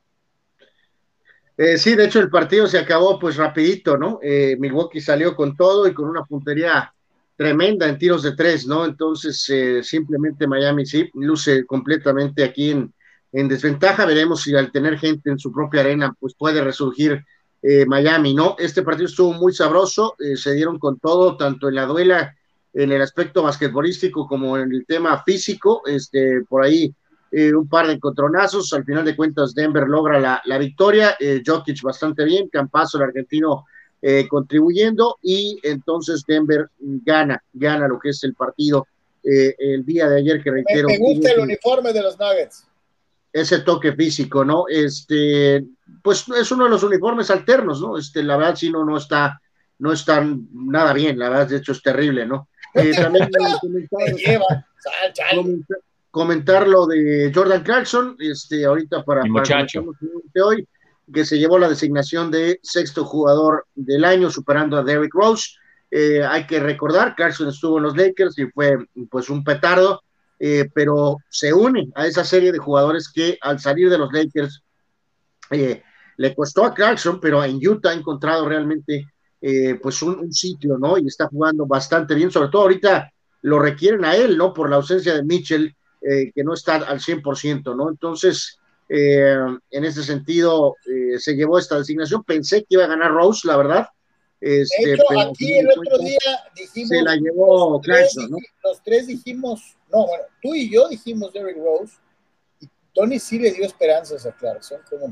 Eh, sí, de hecho el partido se acabó pues rapidito, ¿no? Eh, Milwaukee salió con todo y con una puntería tremenda en tiros de tres, ¿no? Entonces eh, simplemente Miami sí luce completamente aquí en, en desventaja. Veremos si al tener gente en su propia arena pues puede resurgir eh, Miami, ¿no? Este partido estuvo muy sabroso, eh, se dieron con todo, tanto en la duela, en el aspecto basquetbolístico como en el tema físico, este, por ahí Eh, un par de encontronazos, al final de cuentas Denver logra la, la victoria, eh, Jokic bastante bien, Campazzo, el argentino, eh, contribuyendo, y entonces Denver gana, gana lo que es el partido eh, el día de ayer, que reitero. Me, me gusta el uniforme de los Nuggets. Ese toque físico, ¿no? Este, pues es uno de los uniformes alternos, ¿no? Este, la verdad, sí, no, no está, no está nada bien, la verdad, de hecho es terrible, ¿no? Eh, también me lleva, sal, sal. Comentar lo de Jordan Clarkson, este, ahorita para, Mi para de hoy, que se llevó la designación de sexto jugador del año, superando a Derrick Rose. Eh, hay que recordar, Clarkson estuvo en los Lakers y fue pues un petardo, eh, pero se une a esa serie de jugadores que al salir de los Lakers eh, le costó a Clarkson, pero en Utah ha encontrado realmente eh, pues un, un sitio, ¿no? Y está jugando bastante bien, sobre todo ahorita lo requieren a él, ¿no? Por la ausencia de Mitchell, Eh, que no está al cien por ciento, ¿no? Entonces, eh, en ese sentido, eh, se llevó esta designación. Pensé que iba a ganar Rose, la verdad. Este, de hecho, pero aquí el otro cuenta, día dijimos... Se la llevó los, Clarkson, tres, ¿no? Los tres dijimos... No, bueno, tú y yo dijimos Derrick Rose, y Tony sí le dio esperanzas a Clarkson, ¿cómo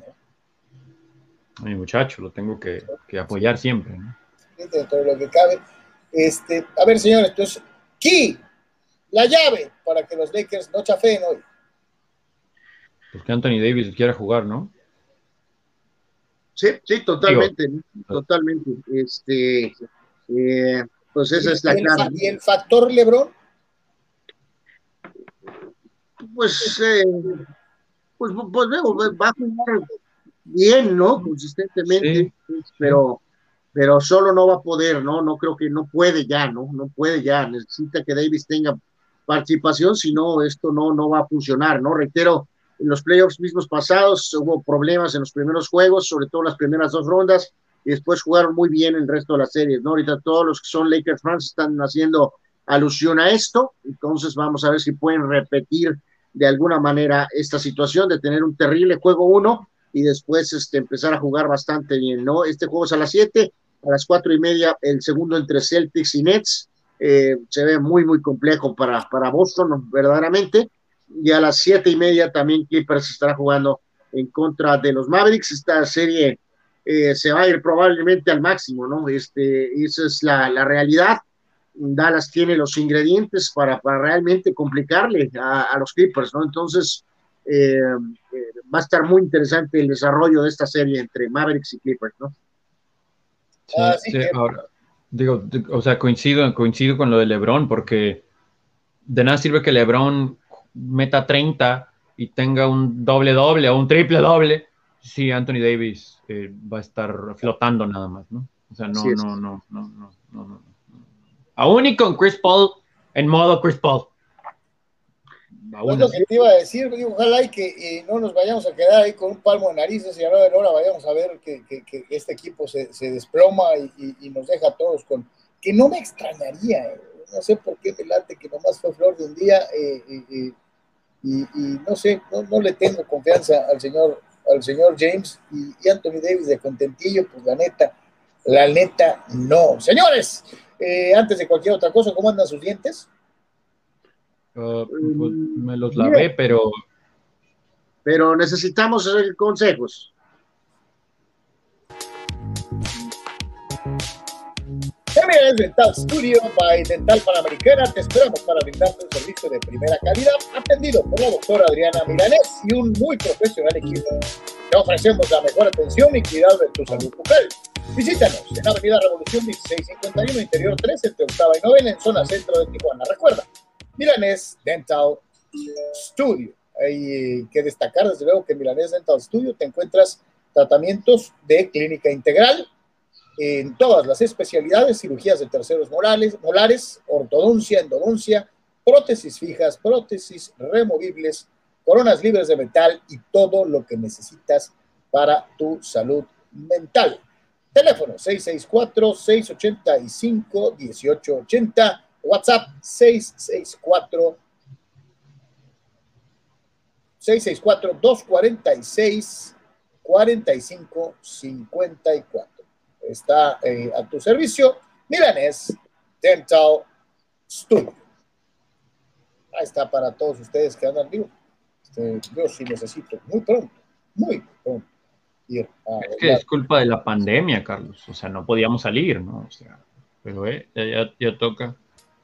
no? Mi muchacho, lo tengo que, que apoyar siempre, ¿no? Dentro de lo que cabe. Este, a ver, señores, entonces, Key, la llave para que los Lakers no chafeen hoy. Pues que Anthony Davis quiera jugar, ¿no? Sí, sí, totalmente, Digo, totalmente. Este, eh, pues esa ¿Y, es la y el, clave. ¿Y el factor LeBron? Pues, eh, pues, pues va a jugar bien, ¿no? Consistentemente, sí, pero, pero solo no va a poder, ¿no? No creo que no puede ya, ¿no? No puede ya. Necesita que Davis tenga participación, si no, esto no, no va a funcionar, ¿no? Reitero, en los playoffs mismos pasados hubo problemas en los primeros juegos, sobre todo las primeras dos rondas, y después jugaron muy bien el resto de las series, ¿no? Ahorita todos los que son Lakers fans están haciendo alusión a esto, entonces vamos a ver si pueden repetir de alguna manera esta situación de tener un terrible juego uno y después este, empezar a jugar bastante bien, ¿no? Este juego es a las siete, a las cuatro y media el segundo entre Celtics y Nets. Eh, se ve muy, muy complejo para, para Boston, verdaderamente, y a las siete y media también Clippers estará jugando en contra de los Mavericks. Esta serie eh, se va a ir probablemente al máximo, ¿no? Este, esa es la, la realidad. Dallas tiene los ingredientes para, para realmente complicarle a, a los Clippers, ¿no? Entonces, eh, eh, va a estar muy interesante el desarrollo de esta serie entre Mavericks y Clippers, ¿no? Sí, Así sí, que, ahora, digo, di- o sea, coincido, coincido con lo de LeBron, porque de nada sirve que LeBron meta treinta y tenga un doble doble o un triple doble si Anthony Davis eh, va a estar flotando nada más, ¿no? O sea, Así no, es. no, no, no, no, no, no. Aún y con Chris Paul en modo Chris Paul. es Aún lo que así. te iba a decir, digo, ojalá y que eh, no nos vayamos a quedar ahí con un palmo de narices y a la hora de la hora vayamos a ver que, que, que este equipo se, se desploma y, y, y, nos deja a todos con, que no me extrañaría, eh, no sé por qué delante que nomás fue flor de un día eh, eh, eh, y, y, no sé, no, no le tengo confianza al señor, al señor James y, y Anthony Davis de contentillo, pues la neta, la neta no. Señores, eh, antes de cualquier otra cosa, ¿cómo andan sus dientes? Uh, pues Mm, me los lavé, bien, pero pero necesitamos eh, consejos. Milanes Dental Studio by Dental Panamericana, te esperamos para brindarte un servicio de primera calidad, atendido por la doctora Adriana Milanés y un muy profesional equipo. Te ofrecemos la mejor atención y cuidado de tu salud bucal. Visítanos en Avenida Revolución dieciséis cincuenta y uno, Interior tres, entre octava y novena, en zona centro de Tijuana. Recuerda, Milanés Dental Studio. Hay que destacar, desde luego, que en Milanés Dental Studio te encuentras tratamientos de clínica integral, en todas las especialidades, cirugías de terceros molares, molares, ortodoncia, endodoncia, prótesis fijas, prótesis removibles, coronas libres de metal y todo lo que necesitas para tu salud mental. Teléfono seis seis cuatro, seis ocho cinco, uno ocho ocho cero, WhatsApp seis seis cuatro, dos cuatro seis, cuatro cinco cinco cuatro. Está eh, a tu servicio, Milanés Dental Studio. Ahí está para todos ustedes que andan vivos. Este, yo sí necesito muy pronto, muy pronto ir a es que es culpa de la pandemia, Carlos. O sea, no podíamos salir, ¿no? O sea, pero eh, ya, ya toca.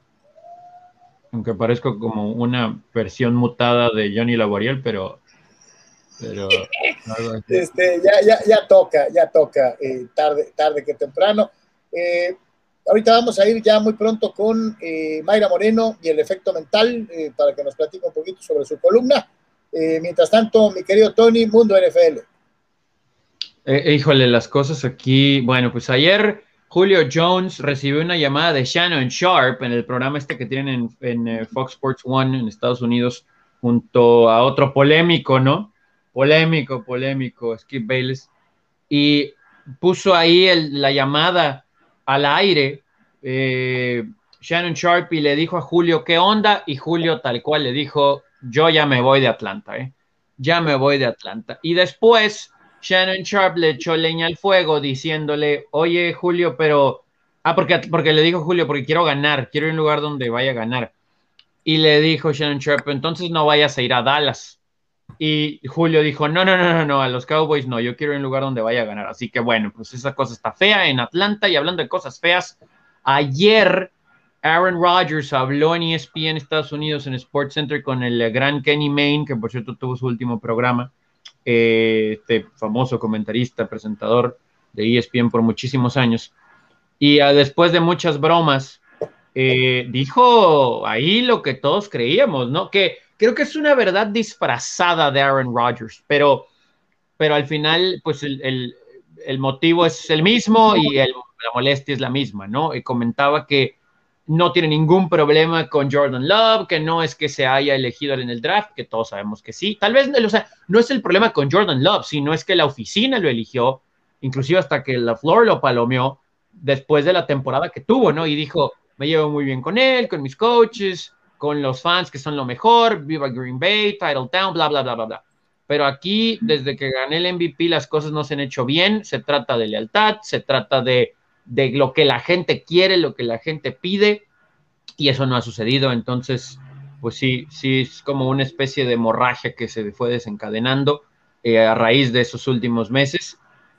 Aunque parezco como una versión mutada de Johnny Laboriel, pero pero este, ya, ya, ya toca, ya toca, eh, tarde, tarde que temprano. Eh, ahorita vamos a ir ya muy pronto con eh, Mayra Moreno y el efecto mental, eh, para que nos platique un poquito sobre su columna. Eh, mientras tanto, mi querido Tony, Mundo N F L. Eh, híjole, las cosas aquí. Bueno, pues ayer Julio Jones recibió una llamada de Shannon Sharp en el programa este que tienen en, en Fox Sports One en Estados Unidos, junto a otro polémico, ¿no? Polémico, polémico, Skip Bayless. Y puso ahí el, la llamada al aire. Eh, Shannon Sharp y le dijo a Julio, ¿qué onda? Y Julio tal cual le dijo, yo ya me voy de Atlanta, ¿eh? Ya me voy de Atlanta. Y después Shannon Sharp le echó leña al fuego diciéndole, oye Julio, pero... Ah, porque, porque le dijo Julio, porque quiero ganar, quiero ir a un lugar donde vaya a ganar. Y le dijo Shannon Sharp, entonces no vayas a ir a Dallas. Y Julio dijo, no, no, no, no, no, a los Cowboys no, yo quiero ir a un lugar donde vaya a ganar. Así que bueno, pues esa cosa está fea en Atlanta. Y hablando de cosas feas, ayer Aaron Rodgers habló en E S P N Estados Unidos en SportsCenter con el gran Kenny Mayne, que por cierto tuvo su último programa, eh, este famoso comentarista, presentador de E S P N por muchísimos años. Y uh, después de muchas bromas, eh, dijo ahí lo que todos creíamos, ¿no? Que creo que es una verdad disfrazada de Aaron Rodgers, pero, pero al final, pues el, el, el motivo es el mismo y el, la molestia es la misma, ¿no? Y comentaba que no tiene ningún problema con Jordan Love, que no es que se haya elegido en el draft, que todos sabemos que sí. Tal vez, o sea, no es el problema con Jordan Love, sino es que la oficina lo eligió, inclusive hasta que LaFleur lo palomeó después de la temporada que tuvo, ¿no? Y dijo, me llevo muy bien con él, con mis coaches, con los fans que son lo mejor, viva Green Bay, Title Town, bla, bla, bla, bla, bla. Pero aquí, desde que gané el M V P, las cosas no se han hecho bien, se trata de lealtad, se trata de, de lo que la gente quiere, lo que la gente pide, y eso no ha sucedido, entonces, pues sí, sí, es como una especie de hemorragia que se fue desencadenando eh, a raíz de esos últimos meses,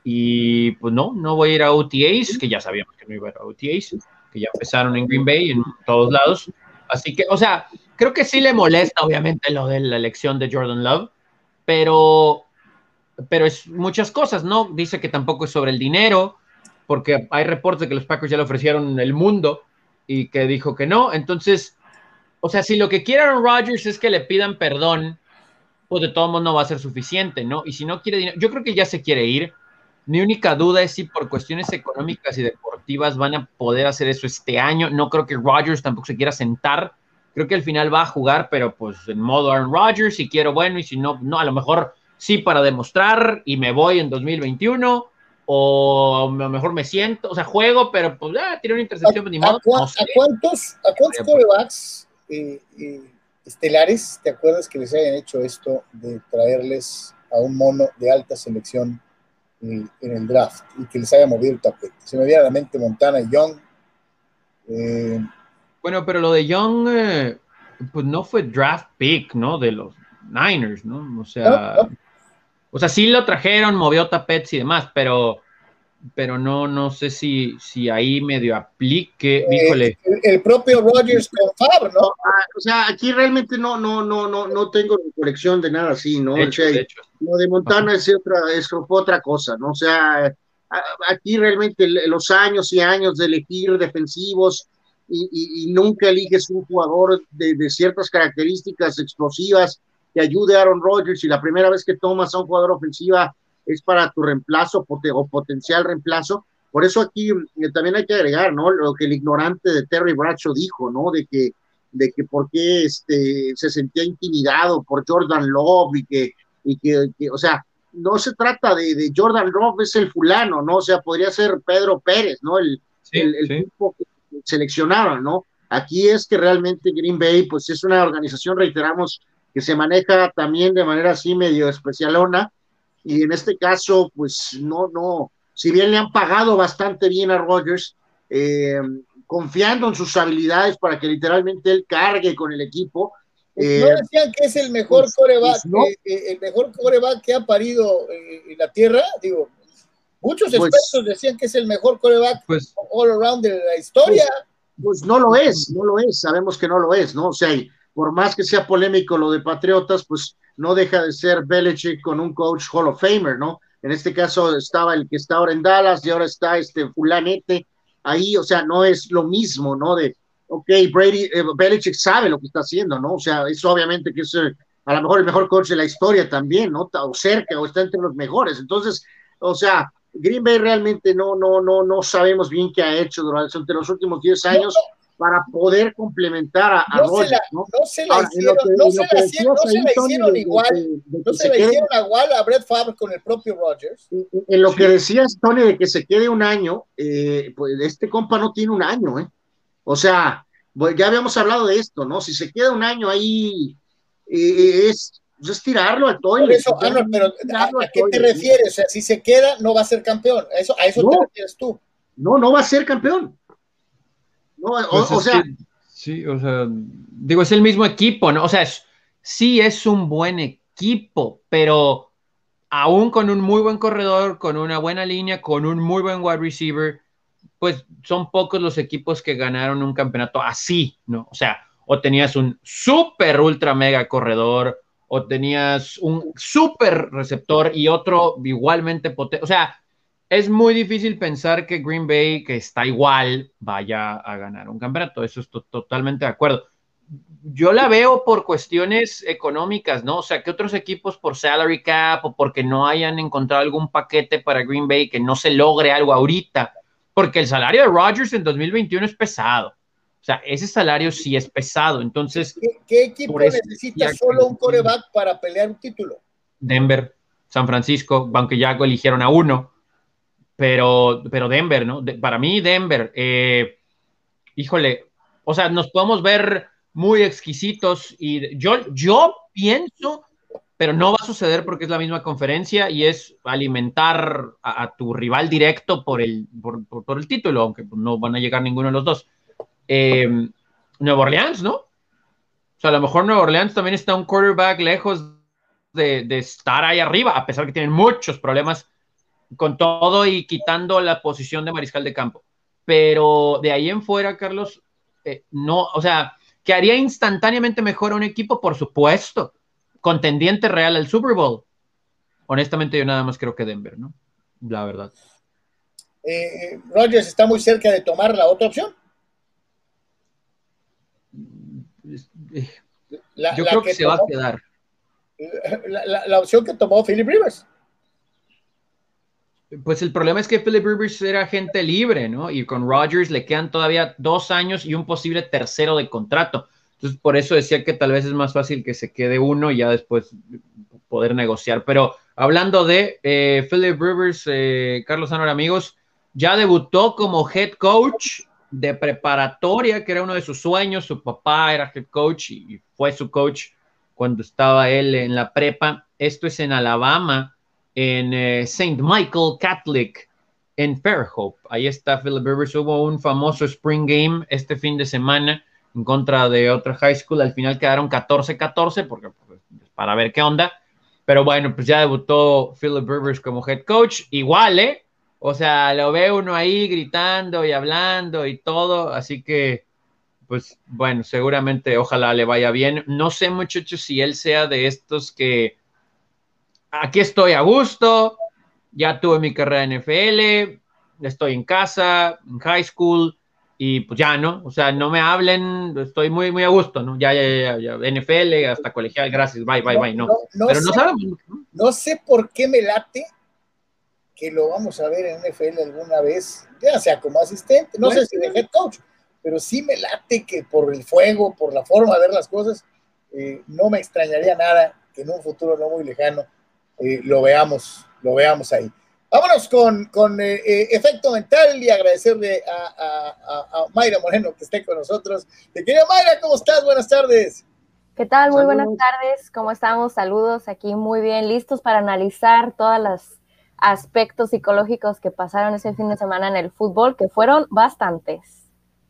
y pues no, no voy a ir a O T As, que ya sabíamos que no iba a ir a O T As, que ya empezaron en Green Bay, en todos lados. Así que, o sea, creo que sí le molesta, obviamente, lo de la elección de Jordan Love, pero, pero es muchas cosas, ¿no? Dice que tampoco es sobre el dinero, porque hay reportes de que los Packers ya le ofrecieron el mundo y que dijo que no. Entonces, o sea, si lo que quiere Aaron Rodgers es que le pidan perdón, pues de todos modos no va a ser suficiente, ¿no? Y si no quiere dinero, yo creo que ya se quiere ir. Mi única duda es si por cuestiones económicas y deportivas van a poder hacer eso este año. No creo que Rodgers tampoco se quiera sentar. Creo que al final va a jugar, pero pues en modo Aaron Rodgers, si quiero, bueno, y si no, no, a lo mejor sí para demostrar y me voy en dos mil veintiuno, o a lo mejor me siento, o sea, juego, pero pues ah, tiene una intercepción, ¿A, ni modo, a, no sé. ¿A cuántos, a cuántos quarterbacks eh, eh, estelares te acuerdas que les hayan hecho esto de traerles a un mono de alta selección eh, en el draft y que les haya movido el tapete? Se me viene a la mente Montana y Young. Eh, Bueno, pero lo de Young, eh, pues no fue draft pick, ¿no? De los Niners, ¿no? O sea, no, no. o sea, sí lo trajeron, movió tapetes y demás, pero, pero no, no sé si, si ahí medio aplique, Eh, híjole. el, el propio Rodgers con Favre, ¿no? Ah, o sea, aquí realmente no, no, no, no, no tengo recolección de nada así, ¿no? De O hecho, sea, de hecho. lo de Montana es otra, es otra cosa, ¿no? O sea, aquí realmente los años y años de elegir defensivos y, y, y nunca eliges un jugador de, de ciertas características explosivas que ayude a Aaron Rodgers, y la primera vez que tomas a un jugador ofensiva es para tu reemplazo o potencial reemplazo. Por eso aquí eh, también hay que agregar, ¿no? Lo que el ignorante de Terry Bradshaw dijo, ¿no? De que, de que por qué este, se sentía intimidado por Jordan Love y que, y que, que o sea, no se trata de, de Jordan Love, es el fulano, ¿no? O sea, podría ser Pedro Pérez, ¿no? El, Sí, el, el sí. tipo que seleccionaron, ¿no? Aquí es que realmente Green Bay, pues es una organización, reiteramos, que se maneja también de manera así medio especialona, y en este caso, pues no, no, si bien le han pagado bastante bien a Rodgers, eh, confiando en sus habilidades para que literalmente él cargue con el equipo. Pues Eh, no decían que es el mejor pues, coreback, pues no, eh, eh, el mejor coreback que ha parido eh, en la tierra. Digo, muchos pues, expertos decían que es el mejor coreback Pues, all around de la historia. pues, pues no lo es, no lo es, sabemos que no lo es, ¿no? O sea, y por más que sea polémico lo de Patriotas, pues no deja de ser Belichick con un coach Hall of Famer, ¿no? En este caso estaba el que está ahora en Dallas y ahora está este fulanete ahí, o sea, no es lo mismo, ¿no? De, ok, Brady, eh, Belichick sabe lo que está haciendo, ¿no? O sea, es obviamente que es eh, a lo mejor el mejor coach de la historia también, ¿no? O cerca, o está entre los mejores. Entonces, o sea, Green Bay realmente no, no, no, no sabemos bien qué ha hecho durante los últimos diez años. No, no. Para poder complementar a, a no Rodgers, se la, ¿no? No se la Ahora, hicieron, que, no se la, que hicieron, no se la hicieron de, igual, de, de, de no se, se la quede, hicieron igual a Brett Favre con el propio Rodgers. En, en lo sí. que decías, Tony, de que se quede un año, eh, pues este compa no tiene un año, ¿eh? O sea, pues ya habíamos hablado de esto, ¿no? Si se queda un año ahí, eh, es, es tirarlo al toile. Por eso, Arnold, pero ¿a, a qué te refieres? O sea, si se queda, no va a ser campeón. ¿A eso, a eso no, te refieres tú? No, no va a ser campeón. No, pues o, o sea... Que, sí, o sea, digo, es el mismo equipo, ¿no? O sea, es, sí es un buen equipo, pero aún con un muy buen corredor, con una buena línea, con un muy buen wide receiver, pues son pocos los equipos que ganaron un campeonato así, ¿no? O sea, o tenías un súper ultra mega corredor, o tenías un súper receptor y otro igualmente potente. O sea, es muy difícil pensar que Green Bay, que está igual, vaya a ganar un campeonato. Eso estoy totalmente de acuerdo. Yo la veo por cuestiones económicas, ¿no? O sea, que otros equipos por salary cap o porque no hayan encontrado algún paquete para Green Bay que no se logre algo ahorita, porque el salario de Rodgers en dos mil veintiuno es pesado. O sea, ese salario sí es pesado. Entonces, ¿qué, qué equipo necesita solo un quarterback para pelear un título? Denver, San Francisco, aunque ya eligieron a uno, pero, pero Denver, ¿no? De, para mí, Denver, eh, híjole, o sea, nos podemos ver muy exquisitos y yo, yo pienso, pero no va a suceder porque es la misma conferencia y es alimentar a, a tu rival directo por el, por, por, por el título, aunque no van a llegar ninguno de los dos. Eh, Nueva Orleans, ¿no? O sea, a lo mejor Nueva Orleans también está un quarterback lejos de, de estar ahí arriba, a pesar que tienen muchos problemas con todo y quitando la posición de mariscal de campo. Pero de ahí en fuera, Carlos, eh, no, o sea, que haría instantáneamente mejor a un equipo, por supuesto, contendiente real al Super Bowl. Honestamente, yo nada más creo que Denver, ¿no? La verdad. Eh, Rodgers está muy cerca de tomar la otra opción. La, yo la creo que, que se tomó, va a quedar. La, la, la opción que tomó Philip Rivers. Pues el problema es que Philip Rivers era agente libre, ¿no? Y con Rodgers le quedan todavía dos años y un posible tercero de contrato. Entonces, por eso decía que tal vez es más fácil que se quede uno y ya después poder negociar. Pero hablando de eh, Philip Rivers, eh, Carlos Anor, amigos, ya debutó como head coach de preparatoria, que era uno de sus sueños. Su papá era head coach y fue su coach cuando estaba él en la prepa. Esto es en Alabama, en eh, Saint Michael Catholic, en Fairhope. Ahí está Philip Rivers. Hubo un famoso Spring Game este fin de semana en contra de otra high school. Al final quedaron catorce catorce, porque pues, para ver qué onda. Pero bueno, pues ya debutó Philip Rivers como head coach. Igual, ¿eh? O sea, lo ve uno ahí gritando y hablando y todo. Así que, pues bueno, seguramente ojalá le vaya bien. No sé, muchachos, si él sea de estos que aquí estoy a gusto, ya tuve mi carrera en N F L, estoy en casa, en high school, y pues ya, ¿no? O sea, no me hablen, estoy muy, muy a gusto, ¿no? Ya, ya, ya, ya, N F L, hasta colegial, gracias, bye, bye, no, bye, no. no, no Pero sé, no sabemos. ¿no? No sé por qué me late que lo vamos a ver en N F L alguna vez, ya sea como asistente, no sé si de head coach, pero sí me late que por el fuego, por la forma de ver las cosas, eh, no me extrañaría nada que en un futuro no muy lejano eh, lo veamos, lo veamos ahí. Vámonos con, con eh, eh, efecto mental y agradecerle a, a, a, a Mayra Moreno que esté con nosotros. Te quería Mayra, ¿cómo estás? Buenas tardes. ¿Qué tal? Muy buenas tardes. ¿Cómo estamos? Saludos aquí muy bien, listos para analizar todos los aspectos psicológicos que pasaron ese fin de semana en el fútbol, que fueron bastantes.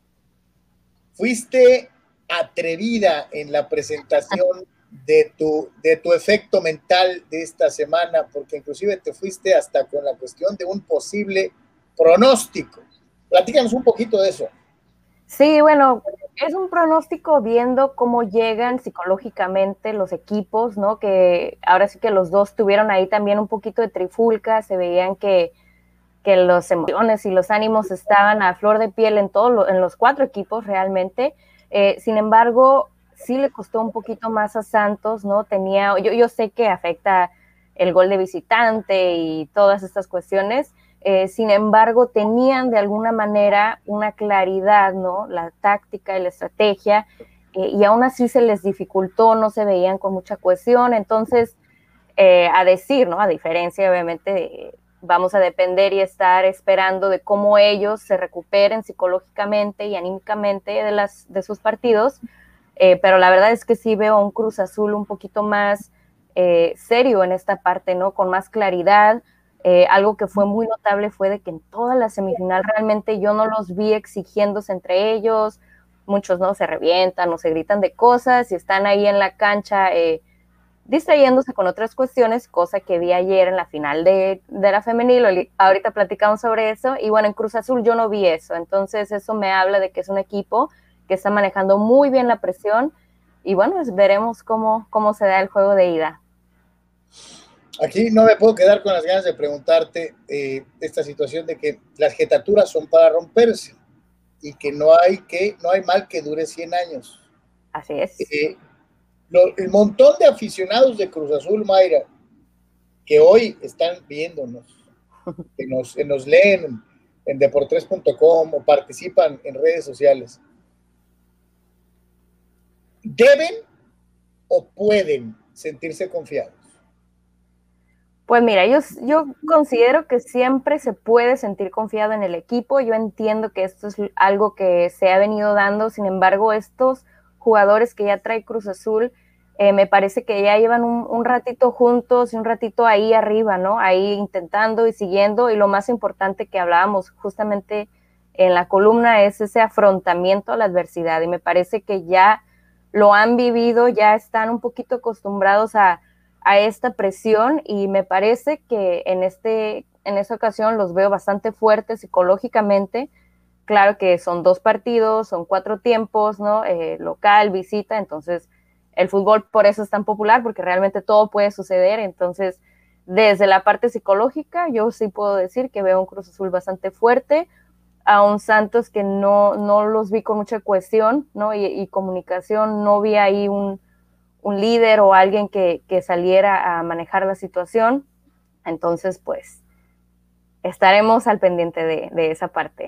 Fuiste atrevida en la presentación de tu, de tu efecto mental de esta semana, porque inclusive te fuiste hasta con la cuestión de un posible pronóstico. Platícanos un poquito de eso. Sí, bueno, es un pronóstico viendo cómo llegan psicológicamente los equipos, ¿no? Que ahora sí que los dos tuvieron ahí también un poquito de trifulca, se veían que, que las emociones y los ánimos estaban a flor de piel en, todo lo, en los cuatro equipos realmente. Eh, sin embargo, sí le costó un poquito más a Santos, ¿no? Tenía, yo, yo sé que afecta el gol de visitante y todas estas cuestiones. Eh, sin embargo, tenían de alguna manera una claridad, ¿no? La táctica y la estrategia, eh, y aún así se les dificultó, no se veían con mucha cohesión. Entonces, eh, a decir, ¿no? A diferencia, obviamente, eh, vamos a depender y estar esperando de cómo ellos se recuperen psicológicamente y anímicamente de, las, de sus partidos, eh, pero la verdad es que sí veo un Cruz Azul un poquito más eh, serio en esta parte, ¿no? Con más claridad. Eh, algo que fue muy notable fue de que en toda la semifinal realmente yo no los vi exigiéndose entre ellos, muchos no se revientan o se gritan de cosas y están ahí en la cancha eh, distrayéndose con otras cuestiones, cosa que vi ayer en la final de, de la femenil. Ahorita platicamos sobre eso, y bueno, en Cruz Azul yo no vi eso, entonces eso me habla de que es un equipo que está manejando muy bien la presión, y bueno, pues veremos cómo, cómo se da el juego de ida. Aquí no me puedo quedar con las ganas de preguntarte eh, esta situación de que las jetaturas son para romperse y que no hay, que, no hay mal que dure cien años. Así es. Eh, lo, el montón de aficionados de Cruz Azul, Mayra, que hoy están viéndonos, que nos, que nos leen en deportes punto com o participan en redes sociales, ¿deben o pueden sentirse confiados? Pues mira, yo, yo considero que siempre se puede sentir confiado en el equipo. Yo entiendo que esto es algo que se ha venido dando, sin embargo, estos jugadores que ya trae Cruz Azul, eh, me parece que ya llevan un, un ratito juntos y un ratito ahí arriba, ¿no? Ahí intentando y siguiendo, y lo más importante que hablábamos justamente en la columna es ese afrontamiento a la adversidad, y me parece que ya lo han vivido, ya están un poquito acostumbrados a a esta presión, y me parece que en, este, en esta ocasión los veo bastante fuertes psicológicamente. Claro que son dos partidos, son cuatro tiempos, ¿no? Eh, local, visita, entonces el fútbol por eso es tan popular, porque realmente todo puede suceder. Entonces, desde la parte psicológica, yo sí puedo decir que veo un Cruz Azul bastante fuerte, a un Santos que no, no los vi con mucha cohesión, ¿no? y, y comunicación, no vi ahí un, un líder o alguien que, que saliera a manejar la situación. Entonces, pues, estaremos al pendiente de, de esa parte.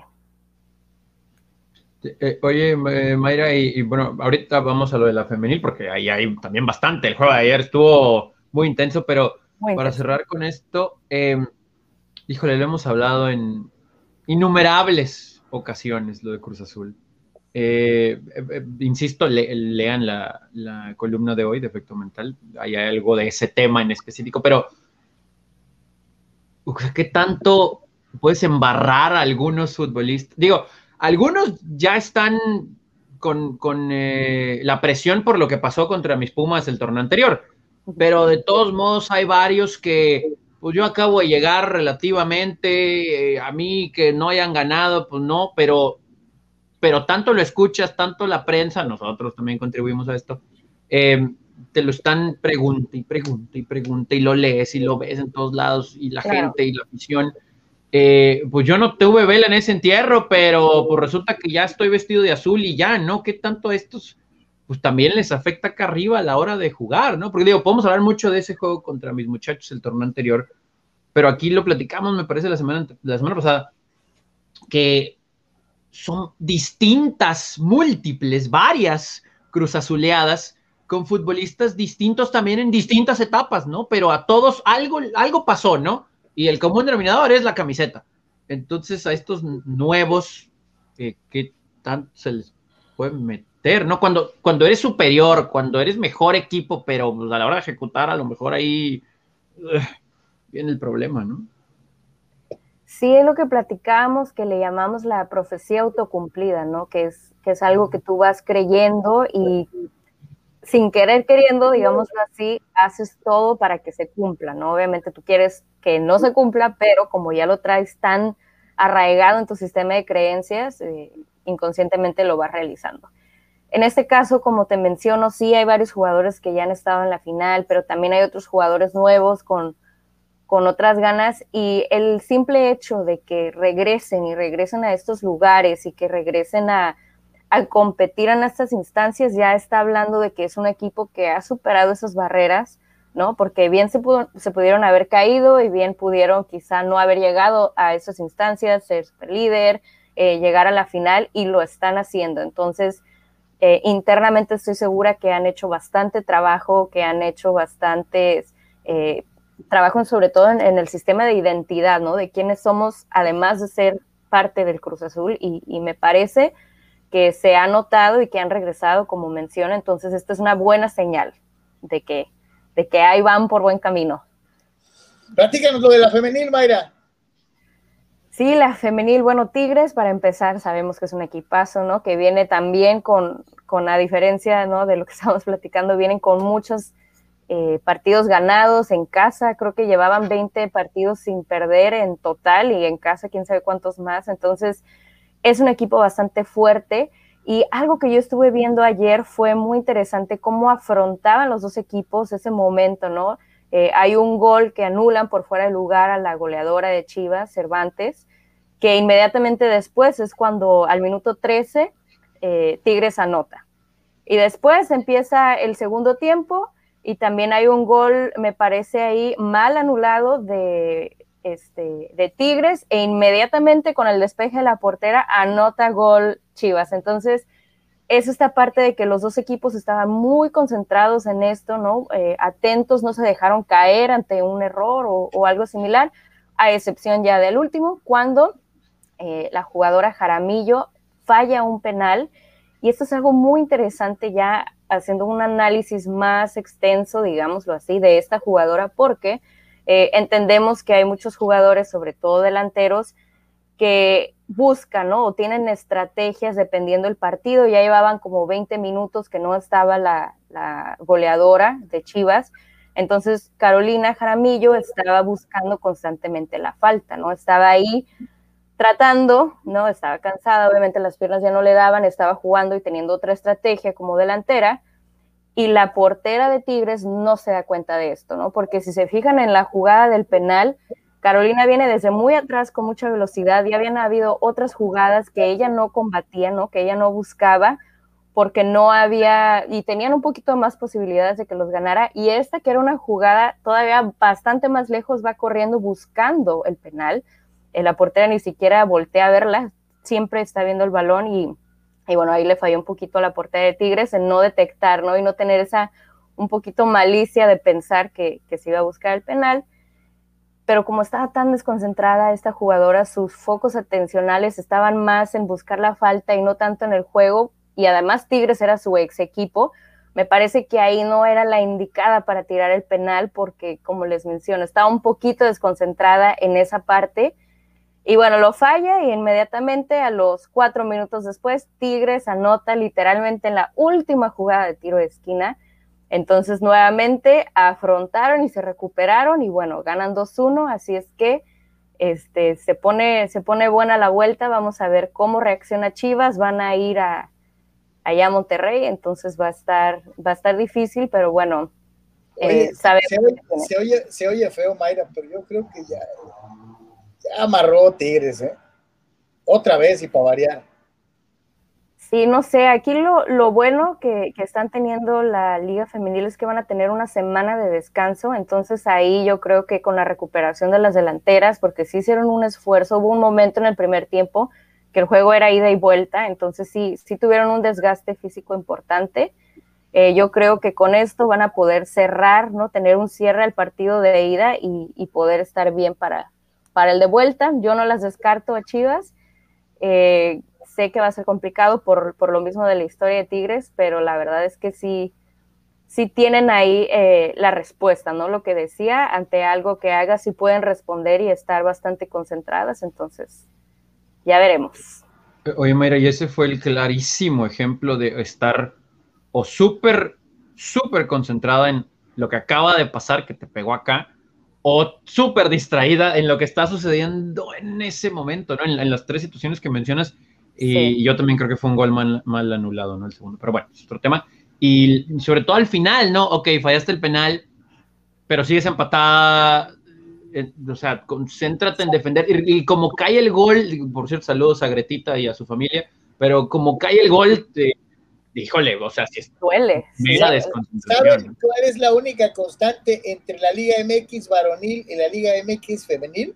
Eh, oye, eh, Mayra, y, y bueno, ahorita vamos a lo de la femenil, porque ahí hay también bastante. El juego de ayer estuvo muy intenso, pero muy para intenso. Cerrar con esto, eh, híjole, lo hemos hablado en innumerables ocasiones, lo de Cruz Azul. Eh, eh, insisto, le, lean la, la columna de hoy de Efecto Mental, hay algo de ese tema en específico, pero ¿qué tanto puedes embarrar a algunos futbolistas? Digo, algunos ya están con, con eh, la presión por lo que pasó contra mis Pumas el torneo anterior, pero de todos modos hay varios que, pues yo acabo de llegar relativamente, eh, a mí que no hayan ganado, pues no, pero, pero tanto lo escuchas, tanto la prensa, nosotros también contribuimos a esto, eh, te lo están pregunta y pregunta y pregunta y lo lees y lo ves en todos lados y la claro. gente y la afición. Eh, pues yo no tuve vela en ese entierro, pero pues resulta que ya estoy vestido de azul y ya, ¿no? ¿Qué tanto estos, pues también les afecta acá arriba a la hora de jugar, ¿no? Porque digo, podemos hablar mucho de ese juego contra mis muchachos el torneo anterior, pero aquí lo platicamos, me parece, la semana, la semana pasada, que son distintas, múltiples, varias cruzazuleadas con futbolistas distintos también en distintas etapas, ¿no? Pero a todos algo, algo pasó, ¿no? Y el común denominador es la camiseta. Entonces, a estos nuevos, eh, ¿qué tanto se les puede meter, no? Cuando, cuando eres superior, cuando eres mejor equipo, pero pues, a la hora de ejecutar, a lo mejor ahí uh, viene el problema, ¿no? Sí, es lo que platicábamos, que le llamamos la profecía autocumplida, ¿no? Que es, que es algo que tú vas creyendo y sin querer queriendo, digámoslo así, haces todo para que se cumpla, ¿no? Obviamente tú quieres que no se cumpla, pero como ya lo traes tan arraigado en tu sistema de creencias, eh, inconscientemente lo vas realizando. En este caso, como te menciono, sí hay varios jugadores que ya han estado en la final, pero también hay otros jugadores nuevos con, con otras ganas, y el simple hecho de que regresen y regresen a estos lugares y que regresen a al competir en estas instancias ya está hablando de que es un equipo que ha superado esas barreras, ¿no? Porque bien se, pudo, se pudieron haber caído y bien pudieron quizá no haber llegado a esas instancias, ser superlíder, eh, llegar a la final, y lo están haciendo. Entonces, eh, internamente estoy segura que han hecho bastante trabajo, que han hecho bastantes eh, trabajo sobre todo en, en el sistema de identidad, ¿no? De quiénes somos, además de ser parte del Cruz Azul, y, y me parece que se ha notado y que han regresado, como menciona. Entonces esta es una buena señal de que, de que ahí van por buen camino. Platícanos lo de la femenil, Mayra. Sí, la femenil, bueno, Tigres, para empezar, sabemos que es un equipazo, ¿no? Que viene también con, con la diferencia, ¿no? De lo que estamos platicando, vienen con muchos eh, partidos ganados en casa, creo que llevaban veinte partidos sin perder en total, y en casa quién sabe cuántos más. Entonces es un equipo bastante fuerte, y algo que yo estuve viendo ayer fue muy interesante cómo afrontaban los dos equipos ese momento, ¿no? Eh, hay un gol que anulan por fuera de lugar a la goleadora de Chivas, Cervantes, que inmediatamente después es cuando al minuto trece eh, Tigres anota. Y después empieza el segundo tiempo y también hay un gol, me parece ahí, mal anulado de... Este, de Tigres, e inmediatamente con el despeje de la portera anota gol Chivas. Entonces es esta parte de que los dos equipos estaban muy concentrados en esto, ¿no? Eh, atentos, no se dejaron caer ante un error o, o algo similar, a excepción ya del último, cuando eh, la jugadora Jaramillo falla un penal, y esto es algo muy interesante, ya haciendo un análisis más extenso, digámoslo así, de esta jugadora, porque Eh, entendemos que hay muchos jugadores, sobre todo delanteros, que buscan, ¿no? O tienen estrategias dependiendo del partido. Ya llevaban como veinte minutos que no estaba la, la goleadora de Chivas. Entonces, Carolina Jaramillo estaba buscando constantemente la falta, ¿no? Estaba ahí tratando, ¿no? Estaba cansada, obviamente las piernas ya no le daban, estaba jugando y teniendo otra estrategia como delantera. y la portera de Tigres no se da cuenta de esto, ¿no? Porque si se fijan en la jugada del penal, Carolina viene desde muy atrás con mucha velocidad, ya habían habido otras jugadas que ella no combatía, ¿no? Que ella no buscaba, porque no había, y tenían un poquito más posibilidades de que los ganara, y esta que era una jugada todavía bastante más lejos, va corriendo buscando el penal, eh, la portera ni siquiera voltea a verla, siempre está viendo el balón, y, y bueno, ahí le falló un poquito a la portera de Tigres en no detectar, ¿no? Y no tener esa un poquito malicia de pensar que, que se iba a buscar el penal, pero como estaba tan desconcentrada esta jugadora, sus focos atencionales estaban más en buscar la falta y no tanto en el juego, y además Tigres era su ex equipo, me parece que ahí no era la indicada para tirar el penal, porque como les menciono, estaba un poquito desconcentrada en esa parte, y bueno, lo falla, y inmediatamente a los cuatro minutos después, Tigres anota literalmente en la última jugada de tiro de esquina. Entonces nuevamente afrontaron y se recuperaron, y bueno, ganan dos uno, así es que este, se, pone, se pone buena la vuelta, vamos a ver cómo reacciona Chivas, van a ir a allá a Monterrey, entonces va a estar, va a estar difícil, pero bueno, Oye, eh, sabemos se, oye, se, oye, se oye feo, Mayra, pero yo creo que ya, ya amarró Tigres, ¿eh? Otra vez y para variar. Sí, no sé, aquí lo, lo bueno que, que están teniendo la Liga Femenil es que van a tener una semana de descanso, entonces ahí yo creo que con la recuperación de las delanteras, porque sí hicieron un esfuerzo, hubo un momento en el primer tiempo que el juego era ida y vuelta, entonces sí, sí tuvieron un desgaste físico importante. Eh, yo creo que con esto van a poder cerrar, ¿no? Tener un cierre al partido de ida y, y poder estar bien para, para el de vuelta. Yo no las descarto a Chivas, eh, sé que va a ser complicado por, por lo mismo de la historia de Tigres, pero la verdad es que sí, sí tienen ahí eh, la respuesta, ¿no? Lo que decía, ante algo que haga, sí pueden responder y estar bastante concentradas, entonces ya veremos. Oye, Mayra, y ese fue el clarísimo ejemplo de estar o súper, súper concentrada en lo que acaba de pasar, que te pegó acá, o súper distraída en lo que está sucediendo en ese momento, ¿no? En, en las tres situaciones que mencionas, y, Sí. y yo también creo que fue un gol mal, mal anulado, ¿no? El segundo, pero bueno, es otro tema. Y sobre todo al final, ¿no? Ok, fallaste el penal, pero sigues empatada, eh, o sea, concéntrate en defender, y, y como cae el gol, por cierto, saludos a Gretita y a su familia, pero como cae el gol, te, híjole, o sea, si es duele. mega Sí. desconcentración. ¿Saben cuál es la única constante entre la Liga M X varonil y la Liga M X femenil?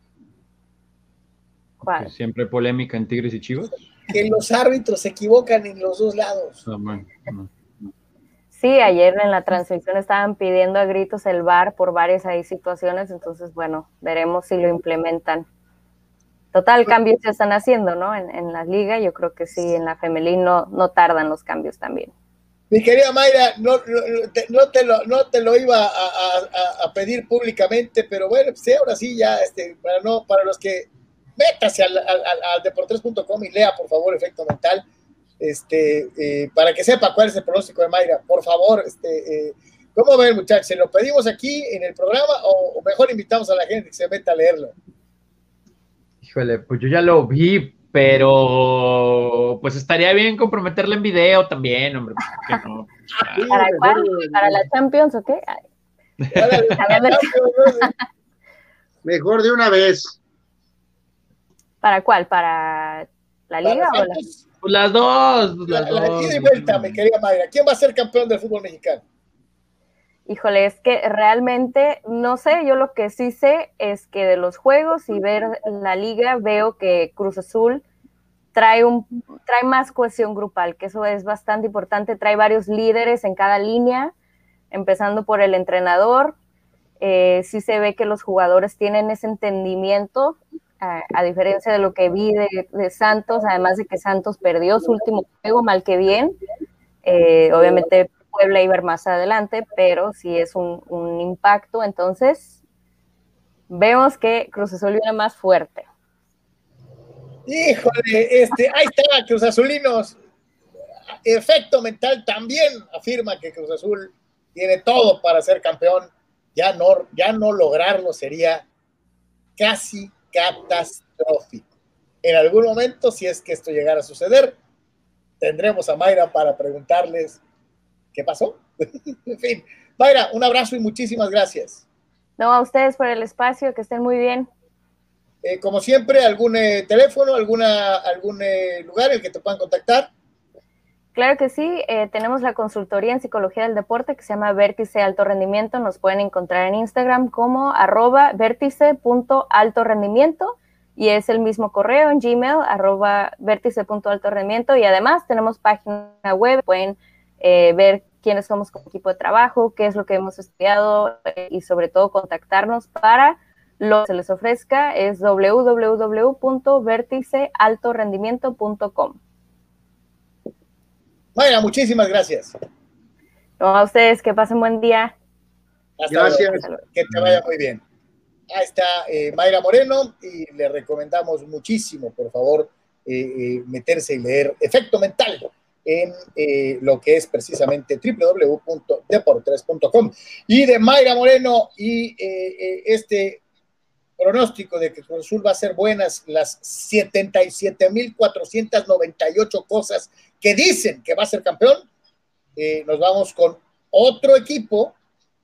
¿Cuál? Siempre polémica en Tigres y Chivas. Que los árbitros se equivocan en los dos lados. Oh, man, no. Sí, ayer en la transmisión estaban pidiendo a gritos el V A R por varias ahí situaciones, entonces bueno, veremos si lo implementan. Total, cambios se están haciendo, ¿no? En, en la liga, yo creo que sí, en la femenil no, no tardan los cambios también. Mi querida Mayra, no, no, te, no, te, lo, no te lo iba a, a, a pedir públicamente, pero bueno, sí, ahora sí, ya, este, para, no, para los que métase al, al, al deportes punto com y lea, por favor, Efecto Mental, este, eh, para que sepa cuál es el pronóstico de Mayra, por favor, este, eh, ¿cómo ven, muchachos? ¿Se lo pedimos aquí en el programa o, o mejor invitamos a la gente que se meta a leerlo? Híjole, pues yo ya lo vi, pero pues estaría bien comprometerle en video también, hombre. ¿Por qué no? ¿Para cuál? ¿Para la Champions o qué? Mejor de una vez. ¿Para cuál? ¿Para la liga ¿Para o la? Pues las dos, pues la, las la dos. ida y vuelta, mi querida Mayra. ¿Quién va a ser campeón del fútbol mexicano? Híjole, es que realmente no sé, yo lo que sí sé es que de los juegos y ver la liga veo que Cruz Azul trae, un, trae más cohesión grupal, que eso es bastante importante, trae varios líderes en cada línea, empezando por el entrenador, eh, sí se ve que los jugadores tienen ese entendimiento, a, a diferencia de lo que vi de, de Santos, además de que Santos perdió su último juego, mal que bien, eh, obviamente Puebla iba más adelante, pero sí es un, un impacto, entonces vemos que Cruz Azul viene más fuerte. Híjole, este, ahí está, Cruz Azulinos. Efecto Mental también afirma que Cruz Azul tiene todo para ser campeón. Ya no, ya no lograrlo sería casi catastrófico. En algún momento, si es que esto llegara a suceder, tendremos a Mayra para preguntarles qué pasó. En fin, Mayra, un abrazo y muchísimas gracias. No, a ustedes por el espacio, que estén muy bien. Eh, como siempre, ¿algún eh, teléfono, alguna, algún eh, lugar en el que te puedan contactar? Claro que sí, eh, tenemos la consultoría en psicología del deporte que se llama Vértice Alto Rendimiento. Nos pueden encontrar en Instagram como arroba vértice punto alto rendimiento y es el mismo correo en Gmail, arroba vértice punto alto rendimiento, y además tenemos página web, pueden eh, ver quiénes somos como equipo de trabajo, qué es lo que hemos estudiado eh, y sobre todo contactarnos para lo que se les ofrezca. Es doble u doble u doble u punto vértice alto rendimiento punto com. Mayra, muchísimas gracias. No, a ustedes, que pasen buen día. Hasta Gracias. luego. Que te vaya muy bien. Ahí está eh, Mayra Moreno y le recomendamos muchísimo, por favor, eh, eh, meterse y leer Efecto Mental en eh, lo que es precisamente doble u doble u doble u punto deportes punto com. Y de Mayra Moreno y eh, eh, este pronóstico de que Cruz Azul va a hacer buenas las setenta y siete mil cuatrocientas noventa y ocho cosas que dicen que va a ser campeón, eh, nos vamos con otro equipo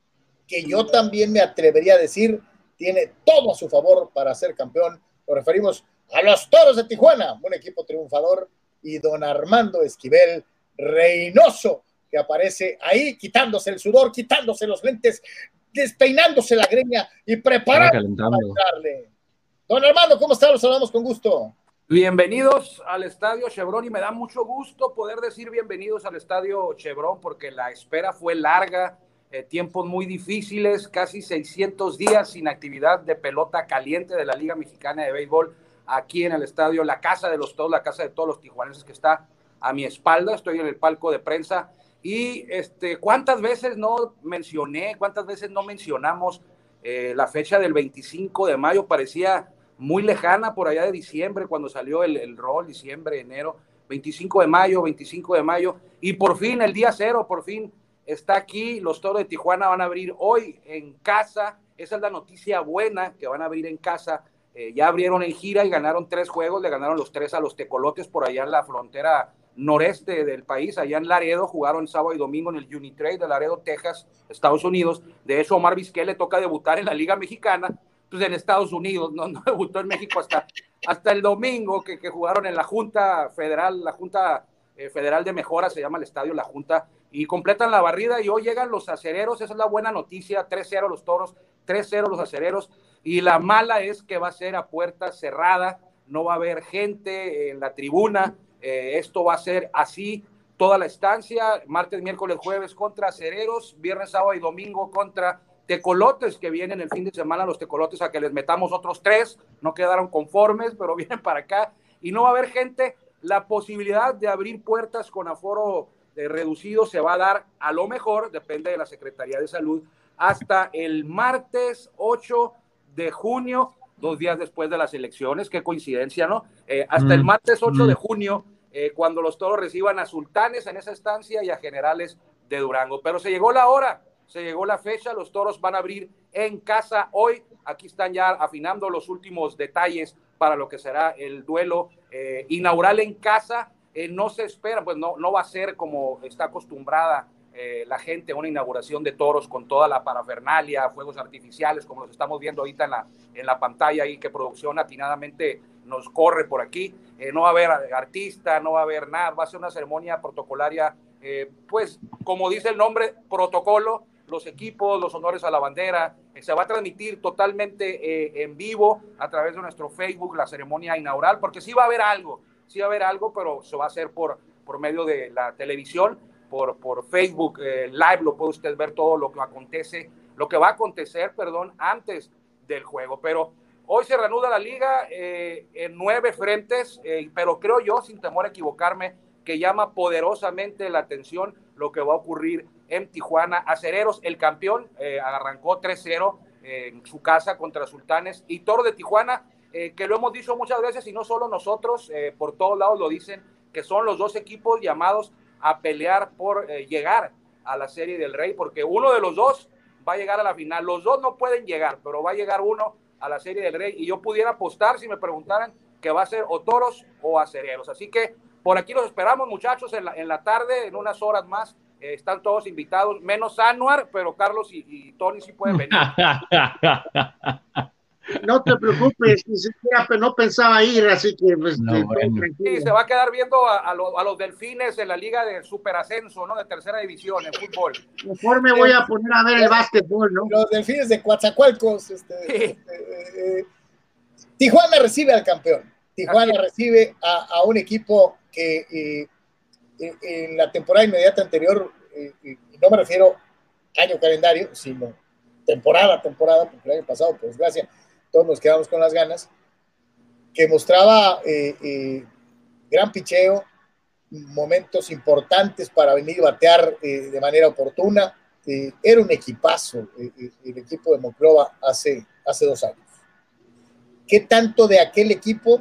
que yo también me atrevería a decir tiene todo a su favor para ser campeón. Nos referimos a los Toros de Tijuana, un equipo triunfador, y don Armando Esquivel Reynoso, que aparece ahí quitándose el sudor, quitándose los lentes, despeinándose la greña y preparándose para entrarle. Don Armando, ¿cómo está? Los saludamos con gusto. Bienvenidos al Estadio Chevron, y me da mucho gusto poder decir bienvenidos al Estadio Chevron porque la espera fue larga, eh, tiempos muy difíciles, casi seiscientos días sin actividad de pelota caliente de la Liga Mexicana de Béisbol aquí en el estadio, la casa de los todos, la casa de todos los tijuanenses que está a mi espalda. Estoy en el palco de prensa y este, ¿cuántas veces no mencioné, cuántas veces no mencionamos eh, la fecha del veinticinco de mayo? Parecía muy lejana, por allá de diciembre, cuando salió el, el rol, diciembre, enero, veinticinco de mayo, veinticinco de mayo, y por fin, el día cero, por fin está aquí. Los Toros de Tijuana van a abrir hoy en casa, esa es la noticia buena, que van a abrir en casa. Eh, ya abrieron en gira y ganaron tres juegos, le ganaron los tres a los Tecolotes por allá en la frontera noreste del país, allá en Laredo, jugaron sábado y domingo en el Unitrade de Laredo, Texas, Estados Unidos. De hecho, Omar Vizquel le toca debutar en la Liga Mexicana, pues en Estados Unidos, no, no debutó en México hasta, hasta el domingo que, que jugaron en la Junta Federal, la Junta eh, Federal de Mejora, se llama el estadio La Junta, y completan la barrida y hoy llegan los acereros. Esa es la buena noticia, tres cero los Toros, tres cero los acereros, y la mala es que va a ser a puerta cerrada, no va a haber gente en la tribuna, eh, esto va a ser así toda la estancia, martes, miércoles, jueves contra acereros, viernes, sábado y domingo contra Tecolotes, que vienen el fin de semana los Tecolotes a que les metamos otros tres, no quedaron conformes, pero vienen para acá, y no va a haber gente. La posibilidad de abrir puertas con aforo eh, reducido se va a dar, a lo mejor, depende de la Secretaría de Salud, hasta el martes ocho de junio, dos días después de las elecciones. Qué coincidencia, ¿no? Eh, hasta mm. el martes ocho mm. de junio, eh, cuando los Toros reciban a Sultanes en esa estancia y a Generales de Durango. Pero se llegó la hora, se llegó la fecha, los Toros van a abrir en casa hoy. Aquí están ya afinando los últimos detalles para lo que será el duelo eh, inaugural en casa. Eh, no se espera, pues no, no va a ser como está acostumbrada eh, la gente, una inauguración de Toros con toda la parafernalia, fuegos artificiales, como los estamos viendo ahorita en la, en la pantalla y que producción atinadamente nos corre por aquí. Eh, no va a haber artista, no va a haber nada, va a ser una ceremonia protocolaria, eh, pues como dice el nombre, protocolo, los equipos, los honores a la bandera. Eh, se va a transmitir totalmente eh, en vivo a través de nuestro Facebook la ceremonia inaugural, porque sí va a haber algo, sí va a haber algo, pero se va a hacer por, por medio de la televisión, por, por Facebook eh, Live, lo puede usted ver todo lo que acontece, lo que va a acontecer, perdón, antes del juego. Pero hoy se reanuda la liga eh, en nueve frentes, eh, pero creo yo, sin temor a equivocarme, que llama poderosamente la atención lo que va a ocurrir en Tijuana. Acereros, el campeón, eh, arrancó tres cero eh, en su casa contra Sultanes, y Toro de Tijuana, eh, que lo hemos dicho muchas veces y no solo nosotros, eh, por todos lados lo dicen, que son los dos equipos llamados a pelear por eh, llegar a la Serie del Rey, porque uno de los dos va a llegar a la final. Los dos no pueden llegar, pero va a llegar uno a la Serie del Rey, y yo pudiera apostar, si me preguntaran, que va a ser o Toros o Acereros. Así que por aquí los esperamos, muchachos, en la, en la tarde, en unas horas más Eh, están todos invitados, menos Anuar, pero Carlos y, y Tony sí pueden venir. No te preocupes, ni siquiera no pensaba ir, así que pues, No, todo bueno. tranquilo. Sí, se va a quedar viendo a, a, lo, a los Delfines en la liga de superascenso, ¿no? De tercera división en fútbol. Mejor me voy a poner a ver el básquetbol, ¿no? Los Delfines de Coatzacoalcos. Este, Sí. este, eh, eh, Tijuana recibe al campeón. Tijuana Así. recibe a, a un equipo que eh, eh, en la temporada inmediata anterior, eh, eh, no me refiero año calendario, sino temporada, temporada, porque el año pasado, por desgracia, todos nos quedamos con las ganas, que mostraba eh, eh, gran picheo, momentos importantes para venir y batear eh, de manera oportuna. Eh, era un equipazo eh, eh, el equipo de Monclova hace, hace dos años. ¿Qué tanto de aquel equipo,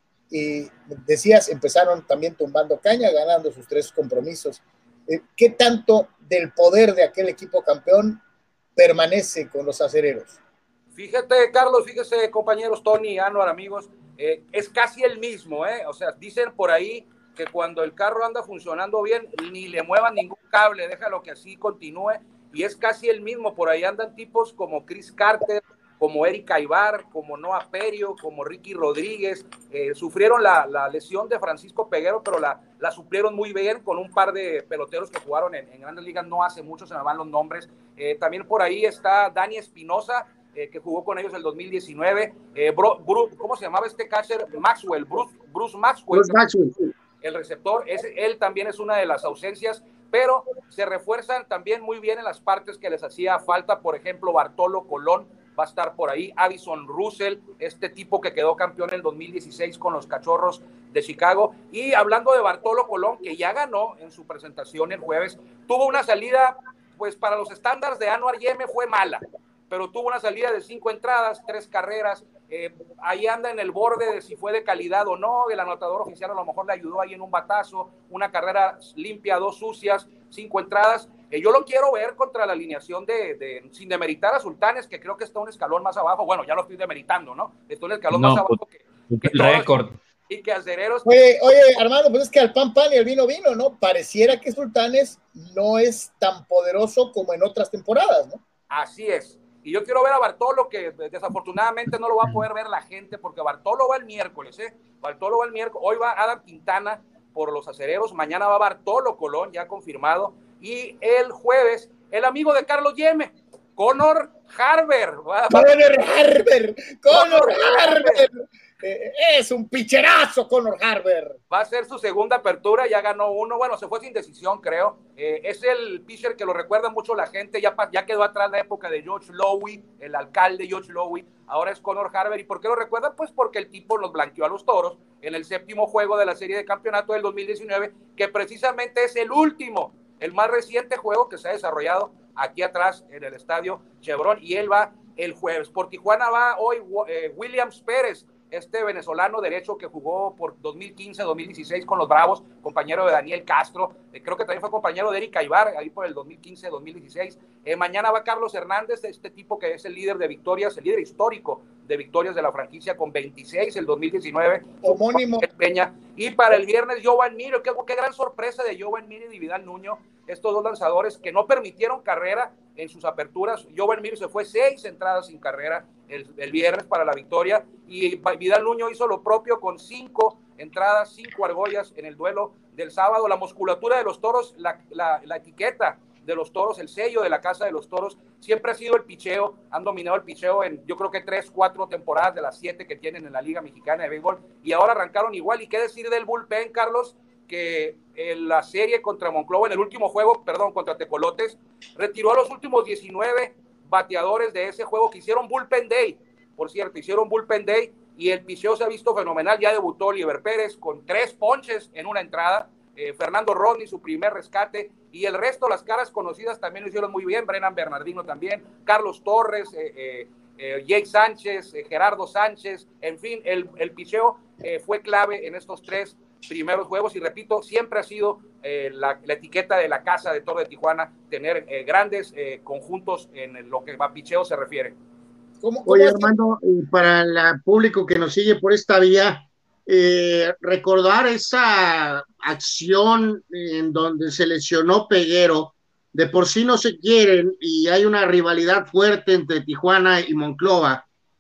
eh, decías, empezaron también tumbando caña, ganando sus tres compromisos? Eh, ¿Qué tanto del poder de aquel equipo campeón permanece con los acereros? Fíjate, Carlos, fíjese, compañeros, Tony, Anuar, amigos, eh, es casi el mismo, ¿eh? O sea, dicen por ahí que cuando el carro anda funcionando bien, ni le muevan ningún cable, déjalo que así continúe, y es casi el mismo. Por ahí andan tipos como Chris Carter, como Eric Aybar, como Noah Perio, como Ricky Rodríguez, eh, sufrieron la, la lesión de Francisco Peguero, pero la, la suplieron muy bien con un par de peloteros que jugaron en, en Grandes Ligas no hace mucho, se me van los nombres. Eh, también por ahí está Dani Espinosa, Eh, que jugó con ellos el dos mil diecinueve, eh, Bro, Bru, ¿cómo se llamaba este catcher? Maxwell, Bruce, Bruce Maxwell, Bruce Maxwell. el receptor, es, él también es una de las ausencias, pero se refuerzan también muy bien en las partes que les hacía falta. Por ejemplo, Bartolo Colón va a estar por ahí, Addison Russell, este tipo que quedó campeón en el dos mil dieciséis con los Cachorros de Chicago. Y hablando de Bartolo Colón, que ya ganó en su presentación el jueves, tuvo una salida, pues para los estándares de Anuar Yeme fue mala, pero tuvo una salida de cinco entradas, tres carreras, eh, ahí anda en el borde de si fue de calidad o no. El anotador oficial a lo mejor le ayudó ahí en un batazo, una carrera limpia, dos sucias, cinco entradas. Eh, yo lo quiero ver contra la alineación de, de, sin demeritar a Sultanes, que creo que está un escalón más abajo. Bueno, ya lo estoy demeritando, ¿no? Está un escalón No, más abajo pues, que, que el récord. Y que Acereros. Oye, oye, Armando, pues es que al pan pan y al vino vino, ¿no? Pareciera que Sultanes no es tan poderoso como en otras temporadas, ¿no? Así es. Y yo quiero ver a Bartolo, que desafortunadamente no lo va a poder ver la gente, porque Bartolo va el miércoles, ¿eh? Bartolo va el miércoles. Hoy va Adam Quintana por los Acereros, mañana va Bartolo Colón, ya confirmado. Y el jueves, el amigo de Carlos Yeme, Connor Harber. Connor Harber, Connor Harber. Eh, es un picherazo Connor Harber. Va a ser su segunda apertura, ya ganó uno, bueno, se fue sin decisión, creo. Eh, es el pitcher que lo recuerda mucho la gente, ya, ya quedó atrás la época de George Lowe, el alcalde George Lowe, ahora es Connor Harber. ¿Y por qué lo recuerda? Pues porque el tipo los blanqueó a los Toros en el séptimo juego de la serie de campeonato del dos mil diecinueve, que precisamente es el último, el más reciente juego que se ha desarrollado aquí atrás en el estadio Chevron, y él va el jueves. Por Tijuana va hoy eh, Williams Pérez, este venezolano derecho que jugó por dos mil quince dos mil dieciséis con los Bravos, compañero de Daniel Castro, eh, creo que también fue compañero de Eric Aybar, ahí por el dos mil quince dos mil dieciséis. Eh, mañana va Carlos Hernández, este tipo que es el líder de victorias, el líder histórico de victorias de la franquicia con veintiséis, el dos mil diecinueve. Homónimo. Peña. Y para el viernes, Jovan Miro, qué, qué gran sorpresa de Jovan Miro y Vidal Nuño, estos dos lanzadores que no permitieron carrera en sus aperturas. Jovan Miro se fue seis entradas sin carrera el, el viernes para la victoria, y Vidal Nuño hizo lo propio con cinco entradas, cinco argollas en el duelo del sábado. La musculatura de los Toros, la, la, la etiqueta de los Toros, el sello de la casa de los Toros, siempre ha sido el picheo. Han dominado el picheo en, yo creo que tres, cuatro temporadas de las siete que tienen en la Liga Mexicana de Béisbol, y ahora arrancaron igual. ¿Y qué decir del bullpen, Carlos? Que en la serie contra Monclova, en el último juego, perdón, contra Tecolotes, retiró a los últimos diecinueve bateadores de ese juego, que hicieron bullpen day, por cierto, hicieron bullpen day, y el picheo se ha visto fenomenal. Ya debutó Oliver Pérez con tres ponches en una entrada, eh, Fernando Rodney su primer rescate, y el resto, las caras conocidas también lo hicieron muy bien, Brennan Bernardino también, Carlos Torres, eh, eh, eh, Jake Sánchez, eh, Gerardo Sánchez, en fin, el, el picheo eh, fue clave en estos tres primeros juegos, y repito, siempre ha sido eh, la, la etiqueta de la casa de Toro de Tijuana, tener eh, grandes eh, conjuntos en lo que a picheo se refiere. ¿Cómo, cómo Oye, Armando, y para el público que nos sigue por esta vía, eh, recordar esa acción en donde se lesionó Peguero. De por sí no se quieren y hay una rivalidad fuerte entre Tijuana y Monclova.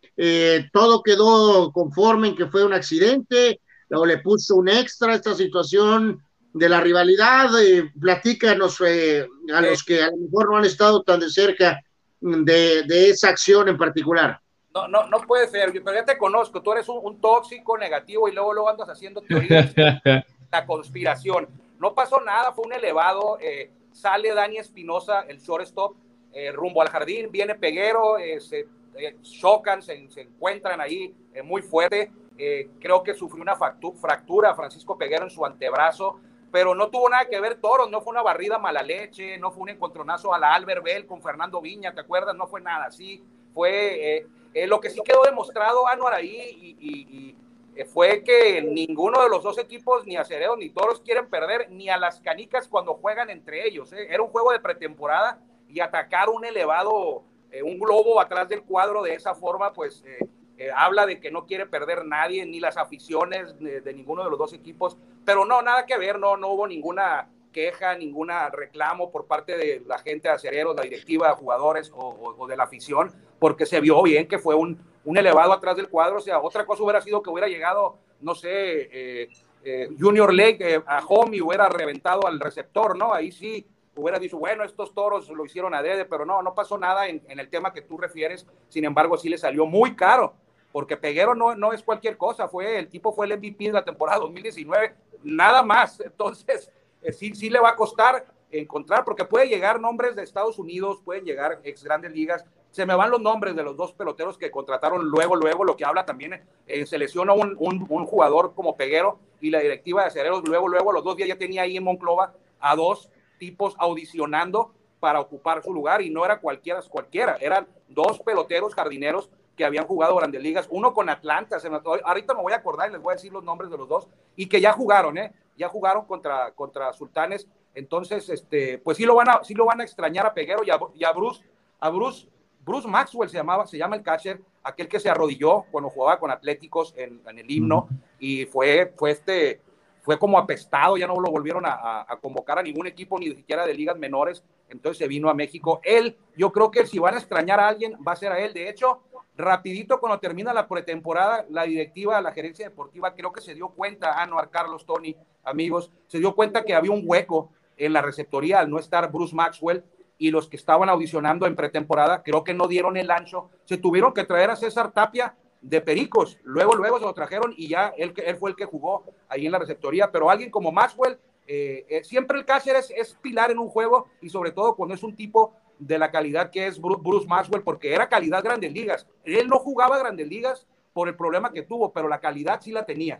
Eh, todo quedó conforme en que fue un accidente, o le puso un extra a esta situación de la rivalidad. Eh, platícanos eh, a los que a lo mejor no han estado tan de cerca de, de esa acción en particular. No, no, no puede ser, pero ya te conozco, tú eres un, un tóxico negativo y luego luego andas haciendo teorías de la conspiración. No pasó nada, fue un elevado, eh, sale Dani Espinosa, el shortstop, eh, rumbo al jardín, viene Peguero, eh, se eh, chocan, se, se encuentran ahí eh, muy fuerte, eh, creo que sufrió una fractura Francisco Peguero en su antebrazo, pero no tuvo nada que ver Toros, no fue una barrida mala leche, no fue un encontronazo a la Albert Bell con Fernando Viña, ¿te acuerdas? No fue nada así, fue... Eh, Eh, lo que sí quedó demostrado, Anuar, ahí y, y, y, eh, fue que ninguno de los dos equipos, ni Acereros ni Toros, quieren perder ni a las canicas cuando juegan entre ellos. ¿eh? Era un juego de pretemporada y atacar un elevado, eh, un globo atrás del cuadro de esa forma, pues eh, eh, habla de que no quiere perder nadie, ni las aficiones de, de ninguno de los dos equipos. Pero no, nada que ver, no, no hubo ninguna queja, ninguna reclamo por parte de la gente de Acereros, la directiva, jugadores o, o, o de la afición, porque se vio bien que fue un, un elevado atrás del cuadro. O sea, otra cosa hubiera sido que hubiera llegado, no sé, eh, eh, Junior Lake eh, a home y hubiera reventado al receptor, ¿no? Ahí sí hubiera dicho, bueno, estos Toros lo hicieron adrede, pero no, no pasó nada en, en el tema que tú refieres. Sin embargo, sí le salió muy caro, porque Peguero no, no es cualquier cosa, fue, el tipo fue el M V P de la temporada dos mil diecinueve, nada más. Entonces, eh, sí, sí le va a costar encontrar, porque puede llegar nombres de Estados Unidos, pueden llegar ex grandes ligas. Se me van los nombres de los dos peloteros que contrataron luego, luego, lo que habla también, eh, se lesionó un, un, un jugador como Peguero y la directiva de Acereros, luego, luego, los dos días ya tenía ahí en Monclova a dos tipos audicionando para ocupar su lugar, y no era cualquiera, cualquiera, eran dos peloteros jardineros que habían jugado grandes ligas, uno con Atlanta, se me, ahorita me voy a acordar y les voy a decir los nombres de los dos, y que ya jugaron, ¿eh? ya jugaron contra, contra Sultanes. Entonces, este, pues sí lo van a, sí lo van a extrañar a Peguero y a, y a Bruce, a Bruce, Bruce Maxwell se llamaba, se llama el catcher, aquel que se arrodilló cuando jugaba con Atléticos en, en el himno, y fue, fue este, fue como apestado, ya no lo volvieron a, a, a convocar a ningún equipo, ni siquiera de ligas menores. Entonces se vino a México. Él, yo creo que si van a extrañar a alguien, va a ser a él. De hecho, rapidito cuando termina la pretemporada, la directiva, la gerencia deportiva, creo que se dio cuenta, Anuar, Carlos, Tony, amigos, se dio cuenta que había un hueco en la receptoría al no estar Bruce Maxwell, y los que estaban audicionando en pretemporada creo que no dieron el ancho, se tuvieron que traer a César Tapia de Pericos, luego luego se lo trajeron y ya él, él fue el que jugó ahí en la receptoría. Pero alguien como Maxwell, eh, eh, siempre el catcher es, es pilar en un juego, y sobre todo cuando es un tipo de la calidad que es Bruce Maxwell, porque era calidad Grandes Ligas. Él no jugaba Grandes Ligas por el problema que tuvo, pero la calidad sí la tenía.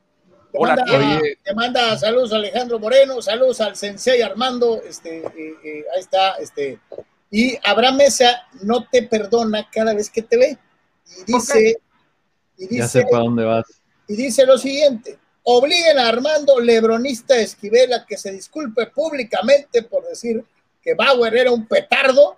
Te manda, te manda saludos a Alejandro Moreno, saludos al Sensei Armando, este, eh, eh, ahí está, este, y Abraham Mesa no te perdona cada vez que te ve, y dice, y dice, ya sé para dónde vas, y dice lo siguiente: obliguen a Armando Lebronista Esquivel a que se disculpe públicamente por decir que Bauer era un petardo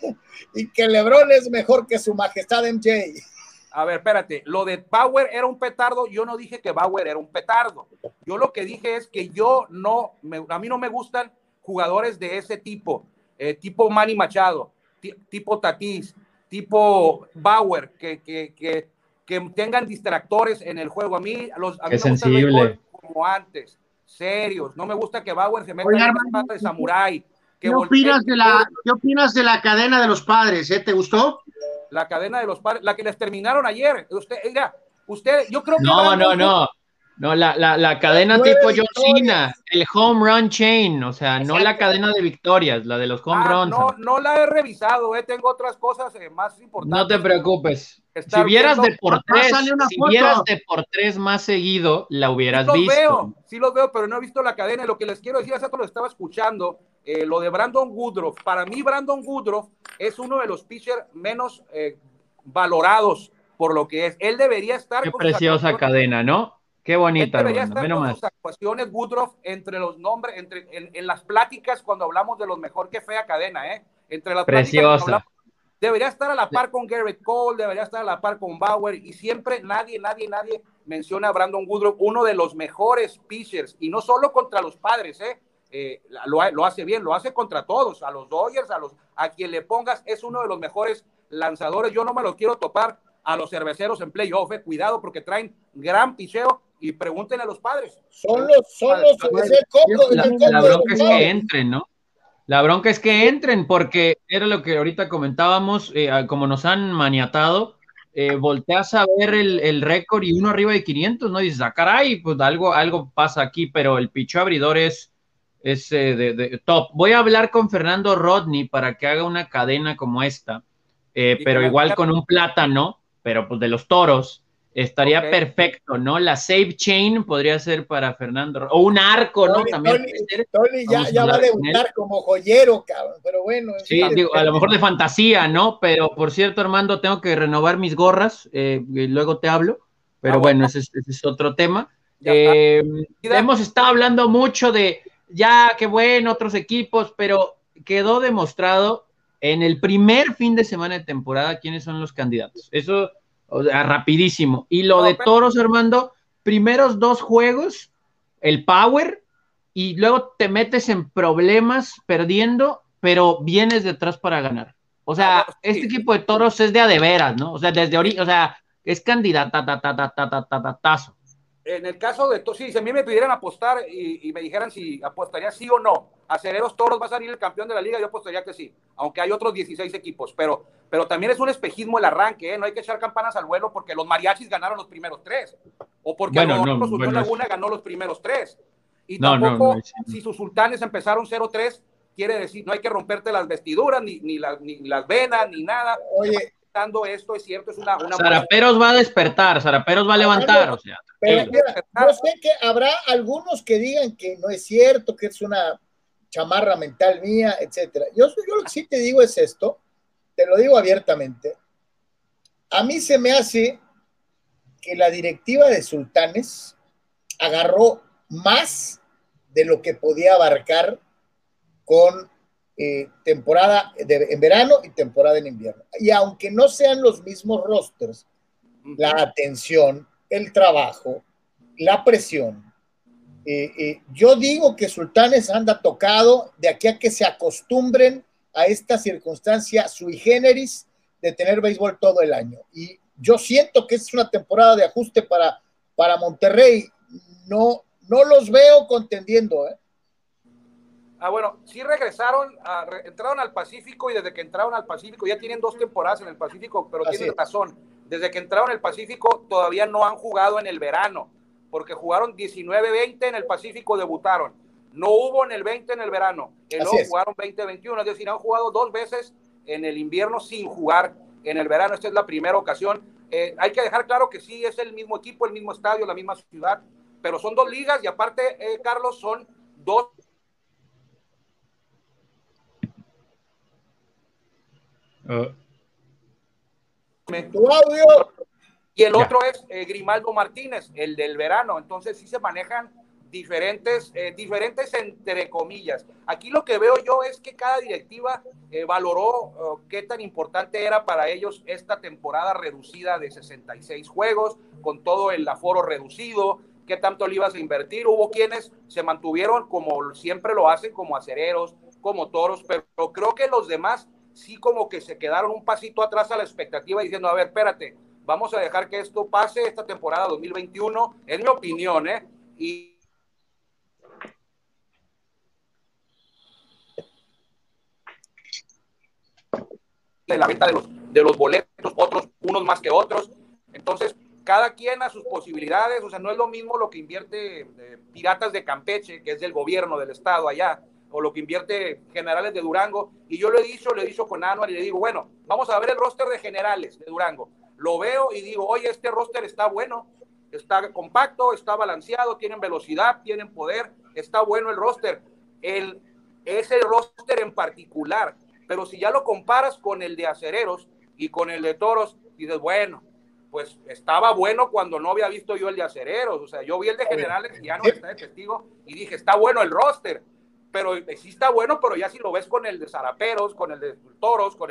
y que Lebron es mejor que su majestad M J. A ver, espérate, lo de Bauer era un petardo, yo no dije que Bauer era un petardo. Yo lo que dije es que yo no, me, a mí no me gustan jugadores de ese tipo, eh, tipo Manny Machado, tipo Tatis, tipo Bauer, que, que, que, que tengan distractores en el juego. A mí, los, a mí es me gusta sensible. el como antes, serios. No me gusta que Bauer se meta Oye, en la espada de samurái. ¿Qué opinas de la, ¿Qué opinas de la cadena de los padres? ¿eh? ¿Te gustó? La cadena de los padres, la que les terminaron ayer. Usted, mira, usted, yo creo que... No, Brandon, no, no. No, la, la, la cadena tipo John Cena, el home run chain, o sea, no la cadena de victorias, la de los home ah, runs. No, no la he revisado, eh, tengo otras cosas eh, más importantes. No te preocupes. Si vieras de por tres, si vieras de por tres más seguido, la hubieras sí los visto. Veo, sí los veo, pero no he visto la cadena. Lo que les quiero decir, hace rato lo estaba escuchando, eh, lo de Brandon Woodruff. Para mí, Brandon Woodruff es uno de los pitchers menos eh, valorados por lo que es. Él debería estar... Qué con preciosa cadena, ¿no? Qué bonita, debería hermano. estar con más. sus actuaciones, Woodruff, entre los nombres, entre, en, en las pláticas cuando hablamos de los mejor que fea cadena, ¿eh? Entre las preciosa. Hablamos, debería estar a la par con Garrett Cole, debería estar a la par con Bauer, y siempre nadie, nadie, nadie menciona a Brandon Woodruff, uno de los mejores pitchers, y no solo contra los Padres, ¿eh? Eh, lo, lo hace bien, lo hace contra todos, a los Dodgers, a, los, a quien le pongas, es uno de los mejores lanzadores. Yo no me lo quiero topar a los cerveceros en playoff, eh. Cuidado porque traen gran picheo, y pregúntenle a los Padres. Son los, son los, es el coco, la, es el coco la bronca es que entren, ¿no? La bronca es que entren, porque era lo que ahorita comentábamos, eh, como nos han maniatado, eh, volteas a ver el, el récord y uno arriba de quinientos, ¿no? Y dices, ah, caray, pues algo, algo pasa aquí, pero el picheo abridor es, es eh, de, de top. Voy a hablar con Fernando Rodney para que haga una cadena como esta, eh, pero igual con un plátano, pero pues de los Toros, estaría okay. Perfecto, ¿no? La save chain podría ser para Fernando, o un arco, Tony, ¿no? También Tony, Tony ya, ya va a debutar como joyero, cabrón, pero bueno. Sí, sí, digo, a lo mejor de fantasía, ¿no? Pero, por cierto, Armando, tengo que renovar mis gorras, eh, y luego te hablo, pero ah, bueno, bueno ese, ese es otro tema. Eh, hemos estado hablando mucho de, ya, qué bueno, otros equipos, pero quedó demostrado en el primer fin de semana de temporada quiénes son los candidatos. Eso... O sea, rapidísimo. Y lo no, de Toros, Armando, primeros dos juegos, el power, y luego te metes en problemas perdiendo, pero vienes detrás para ganar. O sea, no, no, sí. Este equipo de Toros es de a de veras, ¿no? O sea, desde ahorita, o sea, es candidata, ta, ta, ta, ta, ta, ta, ta, tazo. En el caso de Toros, sí, si a mí me pidieran apostar y, y me dijeran si apostaría sí o no, Acereros Toros va a salir el campeón de la liga, yo apostaría que sí, aunque hay otros dieciséis equipos, pero, pero también es un espejismo el arranque, ¿eh? No hay que echar campanas al vuelo porque los Mariachis ganaron los primeros tres, o porque bueno, los no, Unión bueno, Laguna es... ganó los primeros tres, y no, tampoco, no, no, no, si sus sultanes empezaron cero tres, quiere decir, no hay que romperte las vestiduras, ni, ni, la, ni las venas, ni nada. Oye, esto es cierto, es una... una Zaraperos va a despertar, Zaraperos va a levantar, o sea. Pero mira, yo sé que habrá algunos que digan que no es cierto, que es una chamarra mental mía, etcétera. Yo, yo lo que sí te digo es esto, te lo digo abiertamente. A mí se me hace que la directiva de Sultanes agarró más de lo que podía abarcar con eh, temporada de, en verano y temporada en invierno. Y aunque no sean los mismos rosters, la atención, el trabajo, la presión. Eh, eh, yo digo que Sultanes anda tocado de aquí a que se acostumbren a esta circunstancia sui generis de tener béisbol todo el año. Y yo siento que es una temporada de ajuste para, para Monterrey. No, no los veo contendiendo, ¿eh? Ah, bueno, sí regresaron, a, re, entraron al Pacífico y desde que entraron al Pacífico, ya tienen dos temporadas en el Pacífico, pero Así tienen es. razón, desde que entraron al Pacífico todavía no han jugado en el verano, porque jugaron diecinueve veinte en el Pacífico, debutaron, no hubo en el veinte en el verano, y luego jugaron veinte veintiuno, es decir, han jugado dos veces en el invierno sin jugar en el verano, esta es la primera ocasión. Eh, hay que dejar claro que sí, es el mismo equipo, el mismo estadio, la misma ciudad, pero son dos ligas y aparte, eh, Carlos, son dos. Uh. Tu audio. Y el otro ya. es eh, Grimaldo Martínez, el del verano. Entonces sí se manejan diferentes, eh, diferentes entre comillas. Aquí lo que veo yo es que cada directiva eh, valoró uh, qué tan importante era para ellos esta temporada reducida de sesenta y seis juegos, con todo el aforo reducido, qué tanto le ibas a invertir. Hubo quienes se mantuvieron como siempre lo hacen, como acereros, como toros, pero creo que los demás sí como que se quedaron un pasito atrás a la expectativa diciendo, a ver, espérate, vamos a dejar que esto pase esta temporada dos mil veintiuno, es mi opinión, ¿eh? Y de la venta de los, de los boletos, otros, unos más que otros, entonces cada quien a sus posibilidades, o sea, no es lo mismo lo que invierte eh, Piratas de Campeche, que es del gobierno del estado allá, o lo que invierte Generales de Durango, y yo lo he dicho, lo he dicho con Anuar, y le digo, bueno, vamos a ver el roster de Generales de Durango, lo veo y digo, oye, este roster está bueno, está compacto, está balanceado, tienen velocidad, tienen poder, está bueno el roster, el, ese roster en particular, pero si ya lo comparas con el de Acereros y con el de Toros, dices, bueno, pues estaba bueno cuando no había visto yo el de Acereros, o sea, yo vi el de Generales y ya no está de testigo, y dije, está bueno el roster, pero sí está bueno, pero ya si lo ves con el de Zaraperos, con el de Toros, con el,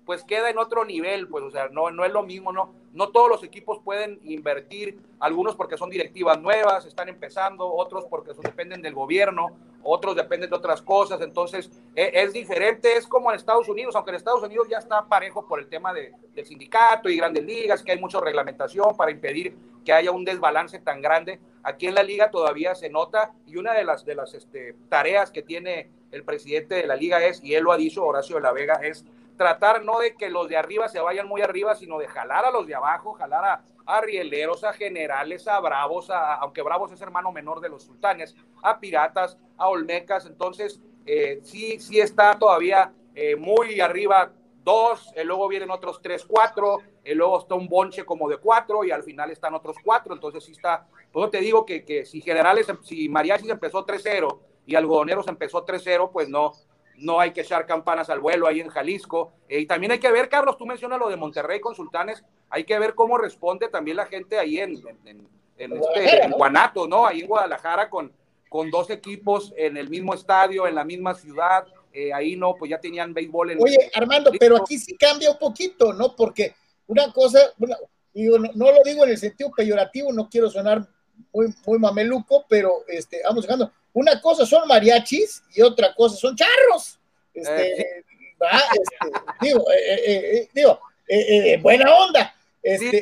pues queda en otro nivel, pues, o sea, no, no es lo mismo, no, no todos los equipos pueden invertir, algunos porque son directivas nuevas, están empezando, otros porque son, dependen del gobierno, otros dependen de otras cosas, entonces es, es diferente, es como en Estados Unidos, aunque en Estados Unidos ya está parejo por el tema de, del sindicato y grandes ligas, que hay mucha reglamentación para impedir que haya un desbalance tan grande. Aquí en la liga todavía se nota, y una de las, de las este, tareas que tiene el presidente de la liga es, y él lo ha dicho, Horacio de la Vega, es tratar no de que los de arriba se vayan muy arriba, sino de jalar a los de abajo, jalar a, a rieleros, a generales, a bravos, a, aunque Bravos es hermano menor de los Sultanes, a Piratas, a Olmecas. Entonces eh, sí, sí está todavía eh, muy arriba dos, eh, luego vienen otros tres, cuatro, eh, luego está un bonche como de cuatro y al final están otros cuatro, entonces sí está, pues te digo que, que si Generales, si Mariachis empezó tres cero y Algodoneros empezó tres cero, pues no, no hay que echar campanas al vuelo ahí en Jalisco. Eh, y también hay que ver, Carlos, tú mencionas lo de Monterrey con Sultanes, hay que ver cómo responde también la gente ahí en, en, en, en, este, en Guanatos, ¿no? Ahí en Guadalajara con, con dos equipos en el mismo estadio, en la misma ciudad, eh, ahí no, pues ya tenían béisbol en... Oye, Armando, pero aquí sí cambia un poquito, ¿no? Porque una cosa, una, digo, no, no lo digo en el sentido peyorativo, no quiero sonar muy, muy mameluco, pero este, vamos dejando, una cosa son mariachis y otra cosa son charros. Este, eh, sí. ¿va? este digo, eh, eh, eh, digo eh, eh, buena onda. Este, sí.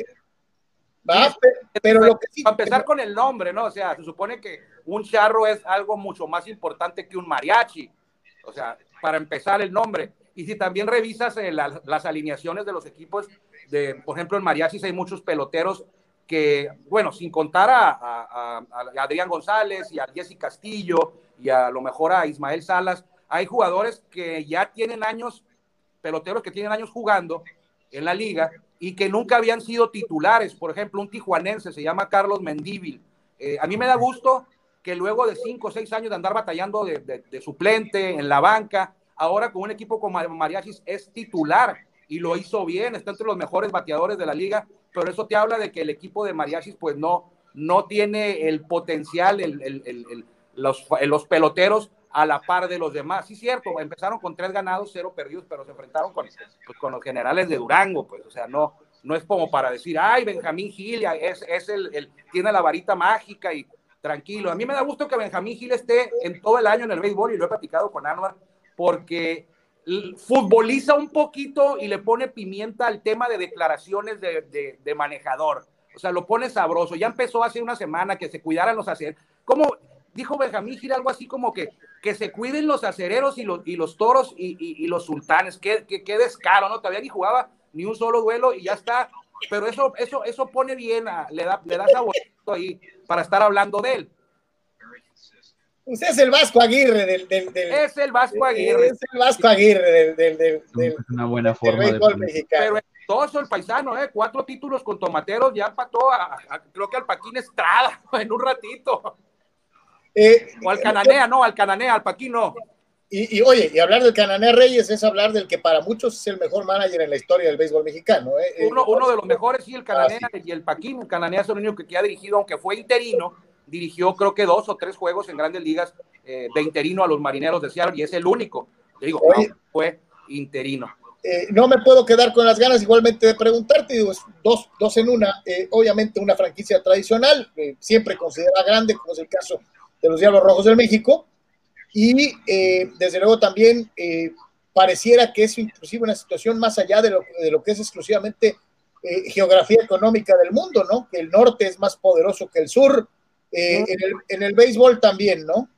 ¿va? Sí, pero, pero lo que sí. Para empezar con el nombre, ¿no? O sea, se supone que un charro es algo mucho más importante que un mariachi. O sea, para empezar el nombre. Y si también revisas eh, la, las alineaciones de los equipos, de, por ejemplo, en mariachis hay muchos peloteros que, bueno, sin contar a, a, a Adrián González y a Jesse Castillo y a lo mejor a Ismael Salas, hay jugadores que ya tienen años, peloteros que tienen años jugando en la liga y que nunca habían sido titulares. Por ejemplo, un tijuanense se llama Carlos Mendívil. Eh, a mí me da gusto que luego de cinco o seis años de andar batallando de, de, de suplente en la banca, ahora con un equipo como Mariachis es titular y lo hizo bien, está entre los mejores bateadores de la liga, pero eso te habla de que el equipo de Mariachis pues no, no tiene el potencial, el, el, el, el, los, los peloteros a la par de los demás. Sí, cierto, empezaron con tres ganados, cero perdidos, pero se enfrentaron con, pues, con los Generales de Durango, pues, o sea, no, no es como para decir, ay, Benjamín Gil es, es el, el, tiene la varita mágica y tranquilo. A mí me da gusto que Benjamín Gil esté en todo el año en el béisbol y lo he platicado con Anuar, porque futboliza un poquito y le pone pimienta al tema de declaraciones de, de, de manejador. O sea, lo pone sabroso. Ya empezó hace una semana que se cuidaran los acereros. ¿Cómo dijo Benjamín Gil? Algo así como que, que se cuiden los acereros y los, y los toros y, y, y los sultanes. Qué, qué, qué descaro, ¿no? Todavía ni jugaba ni un solo duelo y ya está. Pero eso, eso, eso pone bien, a, le da, le da saborito ahí para estar hablando de él. Usted es el Vasco Aguirre del, del, del es el Vasco Aguirre. Es el Vasco Aguirre del, del, del, del una buena forma del béisbol mexicano. Pero entonces el paisano, ¿eh? Cuatro títulos con Tomateros, ya empató a, a, creo que al Paquín Estrada en un ratito. Eh, o al Cananea, no, al Cananea, al Paquín no. Y, y oye, y hablar del Cananea Reyes es hablar del que para muchos es el mejor manager en la historia del béisbol mexicano. ¿eh? Uno, uno de los mejores, sí, el Cananea ah, sí. y el Paquín. El Cananea es el único que, que ha dirigido, aunque fue interino, dirigió creo que dos o tres juegos en Grandes Ligas eh, de interino a los Marineros de Seattle y es el único. Le digo, oye, no, fue interino. Eh, no me puedo quedar con las ganas igualmente de preguntarte, digo, es dos, dos en una, eh, obviamente una franquicia tradicional, eh, siempre considerada grande, como es el caso de los Diablos Rojos del México, y eh, desde luego también eh, pareciera que es inclusive una situación más allá de lo, de lo que es exclusivamente eh, geografía económica del mundo, ¿no? Que el norte es más poderoso que el sur, eh, en, el, en el béisbol también, ¿no?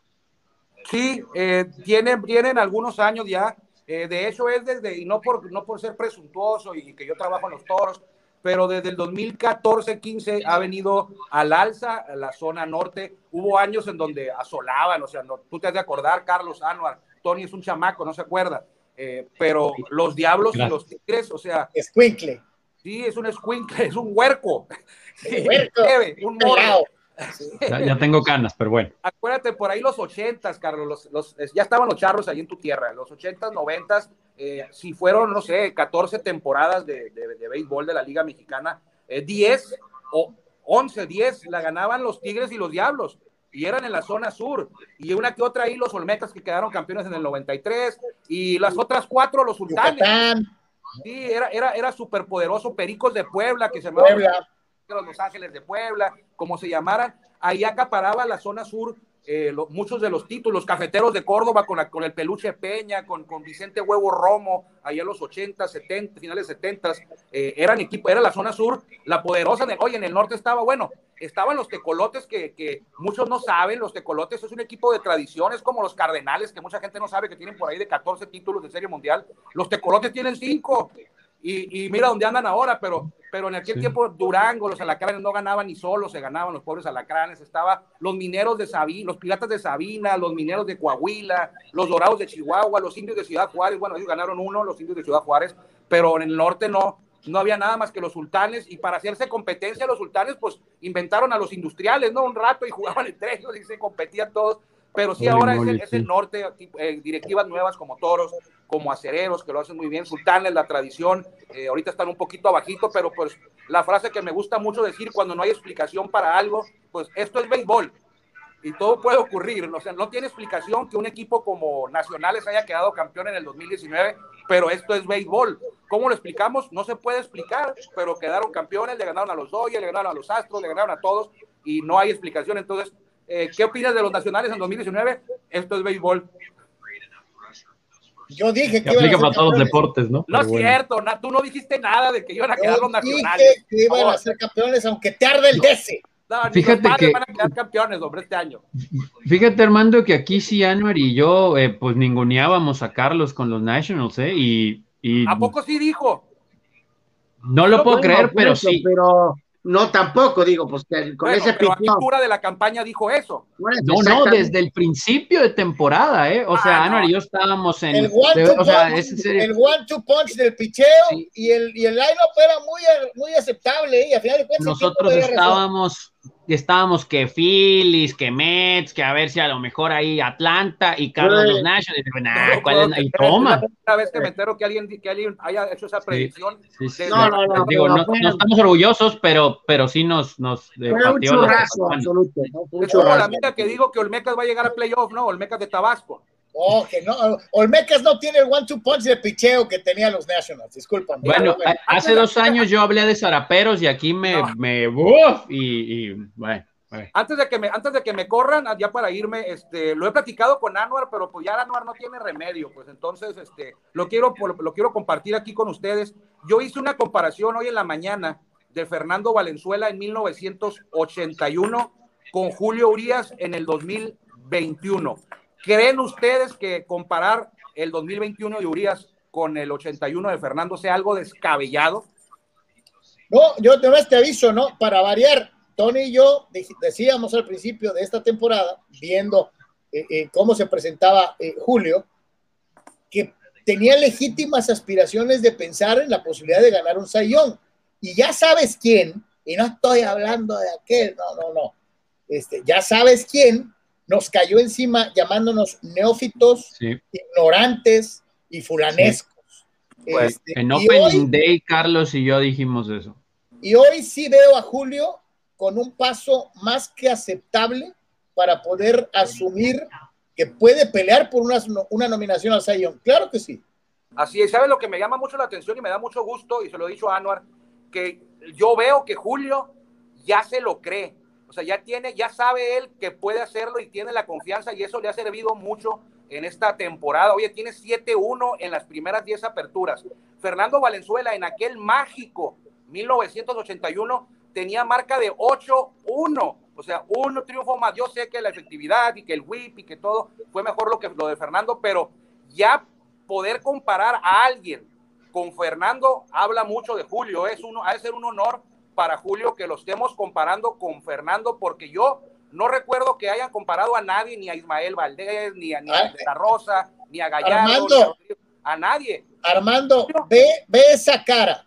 Sí, eh, tienen, tienen algunos años ya, eh, de hecho es desde, y no por, no por ser presuntuoso y que yo trabajo en los Toros, pero desde el dos mil catorce quince ha venido al alza a la zona norte. Hubo años en donde asolaban, o sea, no, tú te has de acordar, Carlos, Anuar, Tony es un chamaco, no se acuerda, eh, pero los Diablos Gracias. y los Tigres, o sea... Escuincle. Sí, es un escuincle, es un huerco. Sí, huerco, un morro. Sí. Ya, ya tengo canas, pero bueno. Acuérdate, por ahí los ochentas, Carlos, los, los, ya estaban los charros ahí en tu tierra, los ochentas, noventas, eh, si fueron, no sé, catorce temporadas de, de, de béisbol de la Liga Mexicana, eh, diez o once, diez la ganaban los Tigres y los Diablos, y eran en la zona sur, y una que otra ahí los Olmecas que quedaron campeones en el noventa y tres, y las otras cuatro los Sultanes. Yucatán. Sí, era, era, era súper poderoso. Pericos de Puebla, que se llamaba Puebla. Los Ángeles de Puebla, como se llamaran, ahí acaparaba la zona sur. Eh, lo, muchos de los títulos, Cafeteros de Córdoba con, la, con el Peluche Peña, con, con Vicente Huevo Romo, allá en los ochenta, setenta, finales setenta, eh, eran equipo, era la zona sur, la poderosa. De, oye, en el norte estaba, bueno, estaban los Tecolotes, que, que muchos no saben. Los Tecolotes es un equipo de tradiciones, como los Cardenales, que mucha gente no sabe, que tienen por ahí de catorce títulos de Serie Mundial. Los Tecolotes tienen cinco. Y, y mira dónde andan ahora, pero, pero en aquel sí. tiempo Durango, los Alacranes no ganaban ni solo, se ganaban los pobres Alacranes. Estaba los Mineros de Sabina, los Piratas de Sabina, los Mineros de Coahuila, los Dorados de Chihuahua, los Indios de Ciudad Juárez. Bueno, ellos ganaron uno, los Indios de Ciudad Juárez, pero en el norte no, no había nada más que los Sultanes. Y para hacerse competencia a los Sultanes, pues inventaron a los Industriales, ¿no? Un rato, y jugaban entre ellos y se competían todos. Pero sí, ahora es el, es el norte, eh, directivas nuevas como Toros, como Acereros, que lo hacen muy bien. Sultanes, la tradición, eh, ahorita están un poquito abajito, pero pues la frase que me gusta mucho decir cuando no hay explicación para algo, pues esto es béisbol y todo puede ocurrir. O sea, no tiene explicación que un equipo como Nacionales haya quedado campeón en el dos mil diecinueve, pero esto es béisbol. ¿Cómo lo explicamos? No se puede explicar, pero quedaron campeones, le ganaron a los Dodgers, le ganaron a los Astros, le ganaron a todos y no hay explicación. Entonces, Eh, ¿qué opinas de los Nacionales en dos mil diecinueve? Esto es béisbol. Yo dije que, que aplica para todos los deportes, ¿no? No es bueno. cierto, na, tú no dijiste nada de que iban a quedar Yo los Nacionales. Dije que iban a ser campeones, aunque te arde el no. D C. No, fíjate los que van a quedar campeones, hombre, este año. Fíjate, Armando, que aquí sí, Anuar y yo, eh, pues ninguneábamos a Carlos con los Nationals, ¿eh? Y, y... ¿A poco sí dijo? No lo puedo bueno, creer, pero eso, sí. Pero no, tampoco, digo, pues que con bueno, ese pero pichón. a qué altura de la campaña dijo eso. Bueno, no, no, desde el principio de temporada, ¿eh? O ah, sea, no. Anuar y yo estábamos en... El one, de, two o sea, punch, es en serio. el one two punch del picheo sí. y el, y el line-up era muy, muy aceptable, ¿eh? Y al final de cuentas, nosotros estábamos... estábamos que Phillies, que Mets, que a ver si a lo mejor ahí Atlanta y Carlos los Nationals. Y, nah, no, ¿cuál es? Y toma. Una vez que me entero que alguien, que alguien haya hecho esa predicción. Sí, sí, sí. No, no, no, no, digo, no, no estamos orgullosos, pero, pero sí nos, nos eh, fue un churrazo absoluto. ¿No? Un es como la amiga que digo que Olmecas va a llegar a playoff, ¿no? Olmecas de Tabasco. Oh, que no, Olmecas no tiene el one two punch de picheo que tenía los Nationals, disculpan. Bueno, bueno, hace dos años yo hablé de zaraperos y aquí me, no. me uf, y, y bueno. Antes de, que me, antes de que me corran, ya para irme, este, lo he platicado con Anuar, pero pues ya Anuar no tiene remedio, pues entonces este, lo, quiero, lo quiero compartir aquí con ustedes. Yo hice una comparación hoy en la mañana de Fernando Valenzuela en mil novecientos ochenta y uno con Julio Urías en el dos mil veintiuno. ¿Creen ustedes que comparar el dos mil veintiuno de Urías con el ochenta y uno de Fernando sea algo descabellado? No, yo además te aviso, ¿no? Para variar, Tony y yo decíamos al principio de esta temporada, viendo eh, eh, cómo se presentaba eh, Julio, que tenía legítimas aspiraciones de pensar en la posibilidad de ganar un Cy Young. Y ya sabes quién, y no estoy hablando de aquel, no, no, no. Este, ya sabes quién nos cayó encima llamándonos neófitos, sí. ignorantes y fulanescos. Sí. Este, en Opening hoy, Day, Carlos y yo dijimos eso. Y hoy sí veo a Julio con un paso más que aceptable para poder asumir que puede pelear por una, una nominación al Cy Young. Claro que sí. Así es, ¿sabes lo que me llama mucho la atención y me da mucho gusto? Y se lo he dicho a Anuar, que yo veo que Julio ya se lo cree. O sea, ya tiene, ya sabe él que puede hacerlo y tiene la confianza y eso le ha servido mucho en esta temporada. Oye, tiene siete uno en las primeras diez aperturas. Fernando Valenzuela en aquel mágico mil novecientos ochenta y uno tenía marca de ocho uno, o sea, un triunfo más. Yo sé que la efectividad y que el whip y que todo fue mejor lo que lo de Fernando, pero ya poder comparar a alguien con Fernando habla mucho de Julio. Es uno, ha de ser un honor para Julio que lo estemos comparando con Fernando, porque yo no recuerdo que hayan comparado a nadie, ni a Ismael Valdés, ni a, ni a De La Rosa, ni a Gallardo, Armando, ni a, a nadie. Armando, ve, ve esa cara.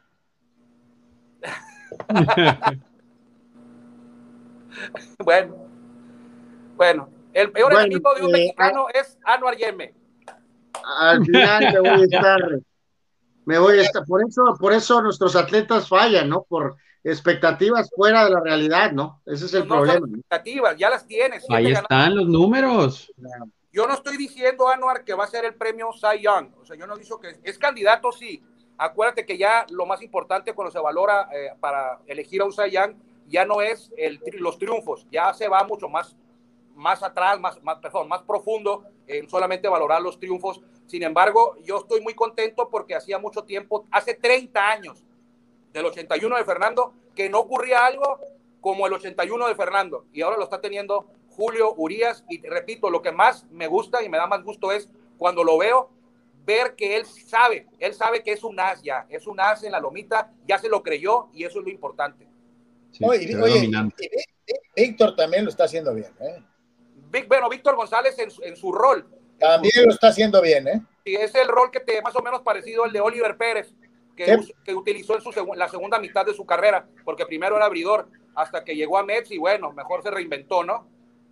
bueno, bueno, el peor bueno, enemigo de un eh, mexicano eh, es Anuar Yeme. Al final me voy a estar, me voy a estar, por eso, por eso nuestros atletas fallan, ¿no? Por expectativas fuera de la realidad, ¿no? Ese es el no, problema. No expectativas, ya las tienes. Ahí están ganados. Los números. Yo no estoy diciendo, Anuar, que va a ser el premio Cy Young. O sea, yo no digo que es, es candidato, sí, Acuérdate que ya lo más importante cuando se valora eh, para elegir a un Cy Young ya no es el, los triunfos, ya se va mucho más, más atrás, más, más, perdón, más profundo en solamente valorar los triunfos. Sin embargo, yo estoy muy contento porque hacía mucho tiempo, hace treinta años, del ochenta y uno de Fernando, que no ocurría algo como el ochenta y uno de Fernando, y ahora lo está teniendo Julio Urías. Y repito, lo que más me gusta y me da más gusto es cuando lo veo, ver que él sabe, él sabe que es un as ya, es un as en la lomita, ya se lo creyó, y eso es lo importante. Sí, oye, oye y, y Víctor también lo está haciendo bien, ¿eh? Vic, bueno, Víctor González en, en su rol. También su, lo está haciendo bien, ¿eh? Sí, es el rol que te más o menos parecido al de Oliver Pérez, que, us, que utilizó en su seg la segunda mitad de su carrera, porque primero era abridor, hasta que llegó a Mets y bueno, mejor se reinventó, ¿no?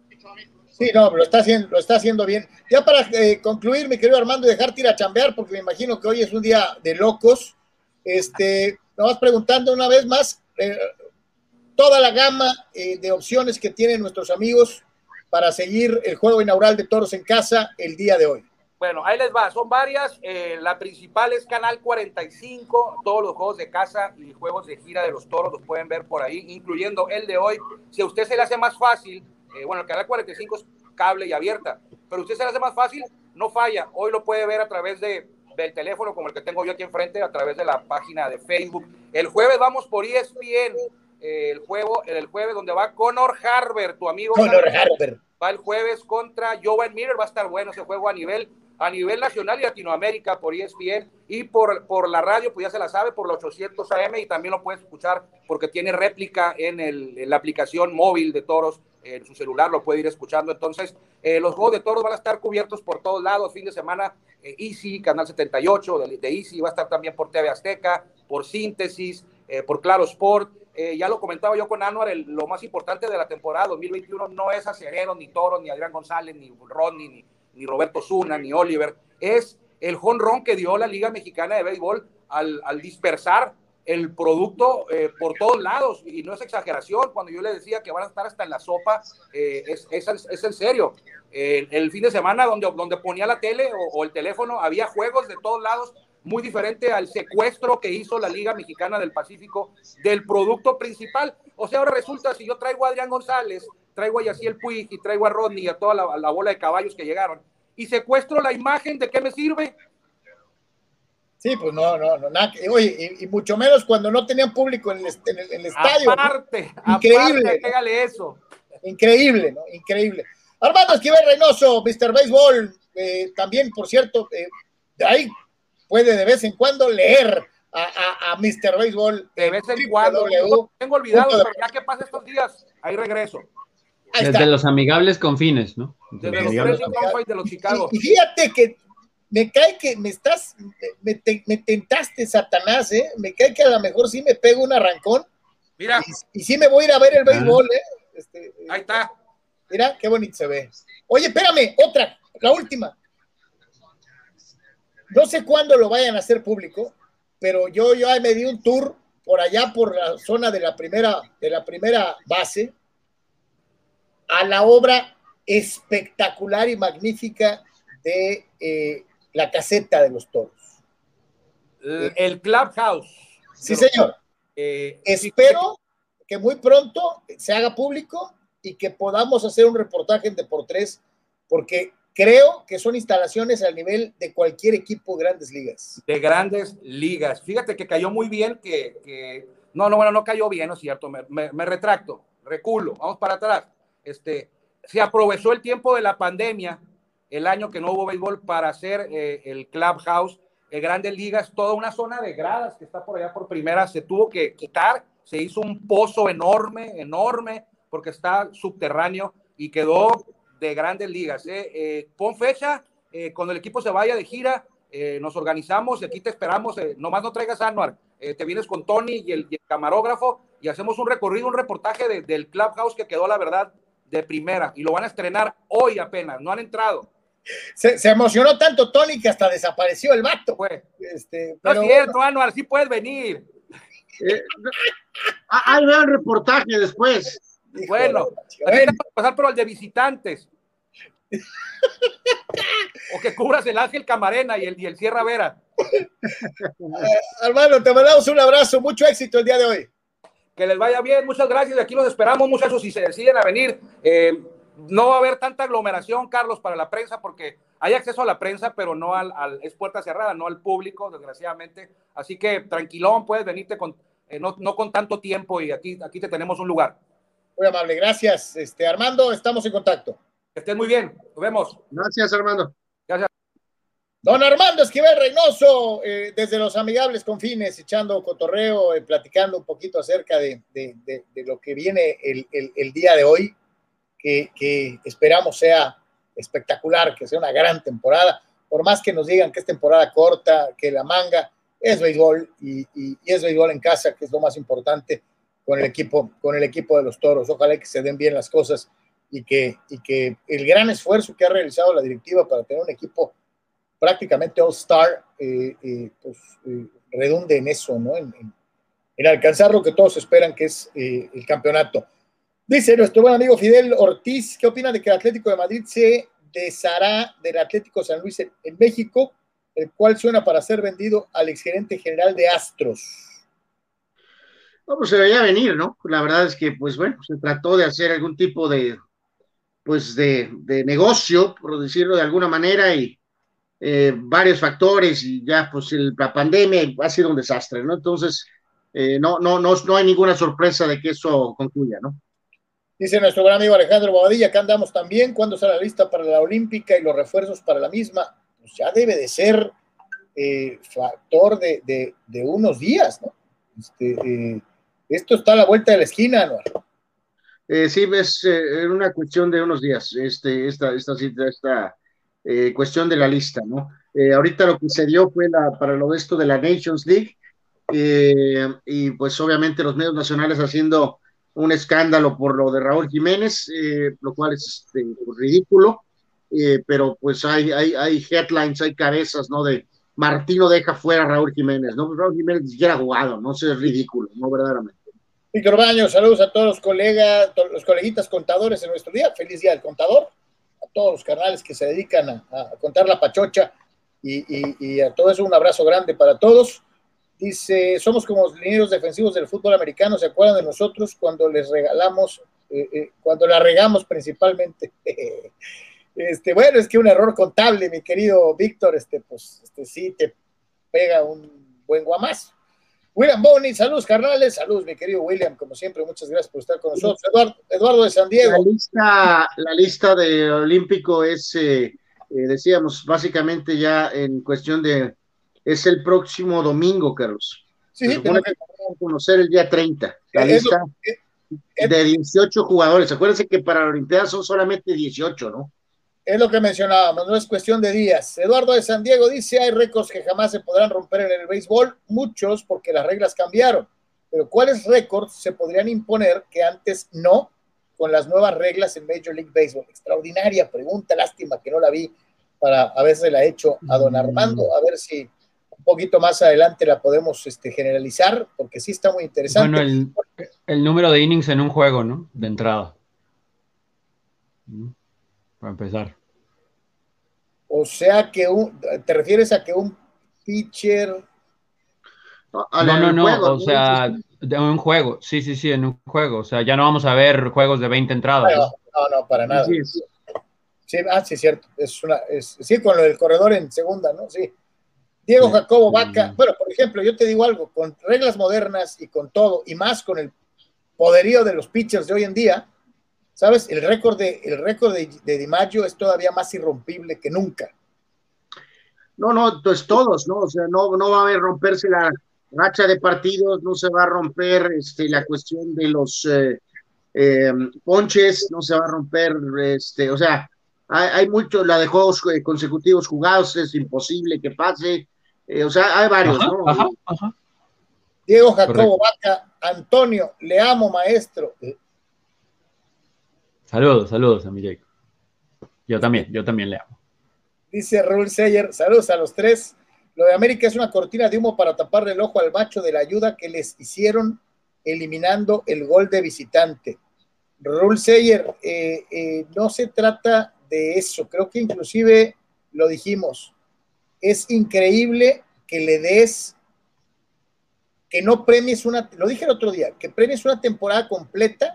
Sí, no, lo está haciendo, lo está haciendo bien. Ya para eh, concluir, mi querido Armando, y dejarte ir a chambear, porque me imagino que hoy es un día de locos. Este, nos vas preguntando una vez más eh, toda la gama eh, de opciones que tienen nuestros amigos para seguir el juego inaugural de Toros en Casa el día de hoy. Bueno, ahí les va, son varias. Eh, la principal es Canal cuarenta y cinco, todos los juegos de casa y juegos de gira de los Toros los pueden ver por ahí, incluyendo el de hoy. Si a usted se le hace más fácil, eh, bueno, el Canal cuarenta y cinco es cable y abierta, pero a usted se le hace más fácil, no falla. Hoy lo puede ver a través de, del teléfono, como el que tengo yo aquí enfrente, a través de la página de Facebook. El jueves vamos por E S P N, eh, el juego, el jueves donde va Conor Harper, tu amigo. Conor Harper. Va el jueves contra Jovan Miller, va a estar bueno ese juego a nivel a nivel nacional y Latinoamérica por E S P N, y por, por la radio, pues ya se la sabe, por los ochocientos A M, y también lo puedes escuchar porque tiene réplica en, el, en la aplicación móvil de Toros, en su celular lo puede ir escuchando. Entonces, eh, los juegos de Toros van a estar cubiertos por todos lados, fin de semana, eh, Easy, Canal setenta y ocho de, de Easy, va a estar también por T V Azteca, por Síntesis, eh, por Claro Sport. Eh, ya lo comentaba yo con Anuar, el, lo más importante de la temporada dos mil veintiuno no es Acereros, ni Toros, ni Adrián González, ni Rodney, ni ni Roberto Zuna, ni Oliver, es el jonrón que dio la Liga Mexicana de Béisbol al, al dispersar el producto eh, por todos lados, y no es exageración cuando yo le decía que van a estar hasta en la sopa, eh, es, es, es en serio. Eh, el fin de semana donde, donde ponía la tele o, o el teléfono, había juegos de todos lados, muy diferente al secuestro que hizo la Liga Mexicana del Pacífico del producto principal. O sea, ahora resulta, si yo traigo a Adrián González, traigo a Yasiel Puig y traigo a Rodney y a toda la, la bola de caballos que llegaron, y secuestro la imagen, ¿de qué me sirve? Sí, pues no, no, no, nada. Oye, y, y mucho menos cuando no tenían público en el, en el, en el estadio. Aparte, ¿no? Increíble. Aparte, pégale eso. Increíble, ¿no? Increíble. Armando Esquivel Reynoso, mister Béisbol, eh, también, por cierto, eh, de ahí puede de vez en cuando leer a, a, a mister Béisbol. De vez en cuando. Yo tengo olvidado, pero ya que pasa estos días, ahí regreso. Ahí Desde está. Los amigables confines, ¿no? Desde, Desde los tres y de los Chicago. Y, y fíjate que me cae que me estás, me, me, me tentaste, Satanás, ¿eh? Me cae que a lo mejor sí me pego un arrancón. Mira. Y, y sí me voy a ir a ver el béisbol, ¿eh? Este, ahí está. Mira, qué bonito se ve. Oye, espérame, otra, la última. No sé cuándo lo vayan a hacer público, pero yo ya me di un tour por allá, por la zona de la primera, de la primera base, a la obra espectacular y magnífica de eh, la caseta de los Toros. El, el Clubhouse. Sí, señor. Eh, Espero sí. que muy pronto se haga público y que podamos hacer un reportaje en Deportes, porque creo que son instalaciones al nivel de cualquier equipo de Grandes Ligas. De Grandes Ligas. Fíjate que cayó muy bien, que, que... no, no, bueno, no cayó bien, ¿no es cierto? Me, me, me retracto, reculo, vamos para atrás. Este, se aprovechó el tiempo de la pandemia, el año que no hubo béisbol, para hacer eh, el Clubhouse, el Grandes Ligas, toda una zona de gradas que está por allá por primera, se tuvo que quitar, se hizo un pozo enorme, enorme, porque está subterráneo y quedó de Grandes Ligas. Eh. Eh, pon fecha, eh, cuando el equipo se vaya de gira, eh, nos organizamos y aquí te esperamos, eh, nomás no traigas a Anuar, eh, te vienes con Tony y el, y el camarógrafo y hacemos un recorrido, un reportaje de, del Clubhouse que quedó, la verdad, de primera, y lo van a estrenar hoy apenas, no han entrado. Se, se emocionó tanto Tony que hasta desapareció el vato. Fue. Este, pero... No es cierto, Anuar, sí puedes venir. Eh, ahí vean reportaje después. Bueno, bueno. Pasar por el de visitantes. O que cubras el Ángel Camarena y el, y el Sierra Vera. Uh, hermano, te mandamos un abrazo, mucho éxito el día de hoy. Que les vaya bien, muchas gracias. Aquí los esperamos, muchachos, si se deciden a venir. Eh, no va a haber tanta aglomeración, Carlos, para la prensa, porque hay acceso a la prensa, pero no al, al es puerta cerrada, no al público, desgraciadamente. Así que tranquilón, puedes venirte con, eh, no, no con tanto tiempo, y aquí, aquí te tenemos un lugar. Muy amable, gracias. Este, Armando, estamos en contacto. Que estés muy bien, nos vemos. Gracias, Armando. Gracias. Don Armando Esquivel Reynoso, eh, desde los Amigables Confines, echando cotorreo, eh, platicando un poquito acerca de, de, de, de lo que viene el, el, el día de hoy, que, que esperamos sea espectacular, que sea una gran temporada, por más que nos digan que es temporada corta, que la manga es béisbol, y, y, y es béisbol en casa, que es lo más importante con el equipo, con el equipo de los Toros. Ojalá que se den bien las cosas y que, y que el gran esfuerzo que ha realizado la directiva para tener un equipo prácticamente all-star, eh, eh, pues eh, redunde en eso, ¿no? En, en, en alcanzar lo que todos esperan, que es eh, el campeonato. Dice nuestro buen amigo Fidel Ortiz, ¿qué opina de que el Atlético de Madrid se deshará del Atlético San Luis en, en México, el cual suena para ser vendido al exgerente general de Astros? No, pues se veía venir, ¿no? La verdad es que, pues bueno, se trató de hacer algún tipo de, pues de, de negocio, por decirlo de alguna manera, y Eh, varios factores, y ya pues el, la pandemia ha sido un desastre, ¿no? Entonces, eh, no, no, no, no hay ninguna sorpresa de que eso concluya, ¿no? Dice nuestro gran amigo Alejandro Bobadilla, acá andamos también, ¿cuándo sale la lista para la Olímpica y los refuerzos para la misma? Pues ya debe de ser eh, factor de, de, de unos días, ¿no? Este, eh, esto está a la vuelta de la esquina, ¿no? Eh, sí, es eh, una cuestión de unos días, este, esta, esta, esta, esta Eh, cuestión de la lista, ¿no? Eh, ahorita lo que se dio fue la, para lo de esto de la Nations League, eh, y pues obviamente los medios nacionales haciendo un escándalo por lo de Raúl Jiménez, eh, lo cual es este, pues, ridículo, eh, pero pues hay, hay, hay headlines, hay cabezas, ¿no? De Martino deja fuera a Raúl Jiménez, ¿no? Raúl Jiménez ni siquiera ha jugado, ¿no? Eso es ridículo, ¿no? Verdaderamente. Víctor Baños, saludos a todos los colegas, todos los coleguitas contadores en nuestro día, feliz día del contador, a todos los carnales que se dedican a, a contar la pachocha, y, y, y a todo eso un abrazo grande para todos. Dice, somos como los linieros defensivos del fútbol americano, ¿se acuerdan de nosotros cuando les regalamos, eh, eh, cuando la regamos principalmente? Este, bueno, es que un error contable, mi querido Víctor, este, pues, este, sí te pega un buen guamazo. William Boni, saludos carnales, saludos mi querido William, como siempre, muchas gracias por estar con nosotros. Eduardo, Eduardo de San Diego. La lista, la lista de Olímpico es, eh, eh, decíamos, básicamente ya en cuestión de, es el próximo domingo, Carlos. Sí, Se sí, supone que vamos a conocer el día treinta, la es lista lo, es, es, de dieciocho jugadores. Acuérdense que para la Olimpiada son solamente dieciocho, ¿no? Es lo que mencionábamos, no es cuestión de días. Eduardo de San Diego dice, hay récords que jamás se podrán romper en el béisbol, muchos porque las reglas cambiaron, pero ¿cuáles récords se podrían imponer que antes no, con las nuevas reglas en Major League Baseball? Extraordinaria pregunta, lástima que no la vi para a ver si la he hecho a don Armando, a ver si un poquito más adelante la podemos este, generalizar, porque sí está muy interesante. Bueno, el, el número de innings en un juego, ¿no? De entrada. Para empezar. O sea que un, te refieres a que un pitcher... No, no, no, juego, o ¿no? sea, de un juego, sí, sí, sí, en un juego, o sea, ya no vamos a ver juegos de veinte entradas. No, no, no para nada. Sí, sí, ah, sí, cierto, es una, es, sí, con lo del corredor en segunda, ¿no? Sí. Diego sí, Jacobo Vaca, sí. Bueno, por ejemplo, yo te digo algo, con reglas modernas y con todo, y más con el poderío de los pitchers de hoy en día, ¿sabes? El récord de, el récord de, de DiMaggio es todavía más irrompible que nunca. No, no, pues todos, ¿no? O sea, no, no va a haber romperse la racha de partidos, no se va a romper este, la cuestión de los eh, eh, ponches, no se va a romper, este, o sea, hay, hay mucho, la de juegos consecutivos jugados, es imposible que pase, eh, o sea, hay varios, ajá, ¿no? Ajá, ajá. Diego Jacobo Vaca, Antonio, le amo, maestro. Saludos, saludos a mi Jacob. Yo también, yo también le amo. Dice Raúl Seyer, saludos a los tres. Lo de América es una cortina de humo para taparle el ojo al macho de la ayuda que les hicieron eliminando el gol de visitante. Raúl Seyer, eh, eh, no se trata de eso. Creo que inclusive lo dijimos. Es increíble que le des, que no premies una, lo dije el otro día, que premies una temporada completa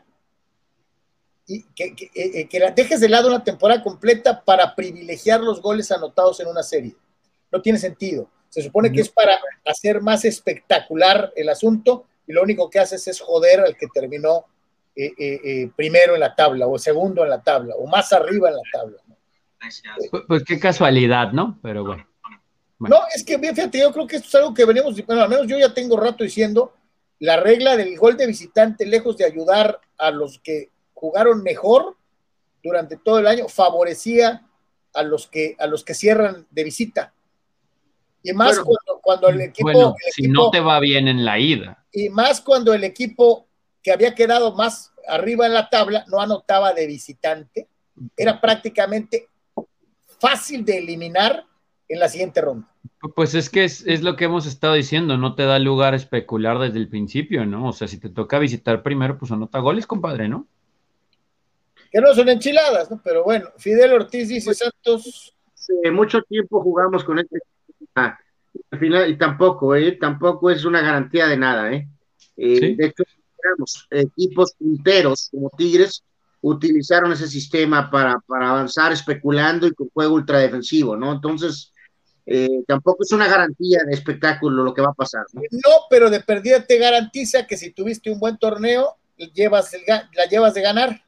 y que, que, eh, que la dejes de lado una temporada completa para privilegiar los goles anotados en una serie. No tiene sentido. Se supone que es para hacer más espectacular el asunto y lo único que haces es joder al que terminó eh, eh, eh, primero en la tabla o segundo en la tabla o más arriba en la tabla, ¿no? Pues, pues qué casualidad, ¿no? Pero bueno. bueno. No, es que fíjate, yo creo que esto es algo que venimos, bueno, al menos yo ya tengo rato diciendo, la regla del gol de visitante, lejos de ayudar a los que jugaron mejor durante todo el año, favorecía a los que, a los que cierran de visita. Y más bueno, cuando, cuando el equipo... Bueno, el si equipo, no te va bien en la ida. Y más cuando el equipo que había quedado más arriba en la tabla no anotaba de visitante, era prácticamente fácil de eliminar en la siguiente ronda. Pues es que es, es lo que hemos estado diciendo, no te da lugar a especular desde el principio, ¿no? O sea, si te toca visitar primero, pues anota goles, compadre, ¿no? Que no son enchiladas, ¿no? Pero bueno, Fidel Ortiz dice, pues, Santos... Sí, mucho tiempo jugamos con este... Ah, al final, y tampoco, ¿eh? Tampoco es una garantía de nada, ¿eh? eh ¿Sí? De hecho, digamos, equipos punteros como Tigres utilizaron ese sistema para, para avanzar especulando y con juego ultradefensivo, ¿no? Entonces, eh, tampoco es una garantía de espectáculo lo que va a pasar, ¿no? No, pero de perdida te garantiza que si tuviste un buen torneo, llevas el, la llevas de ganar.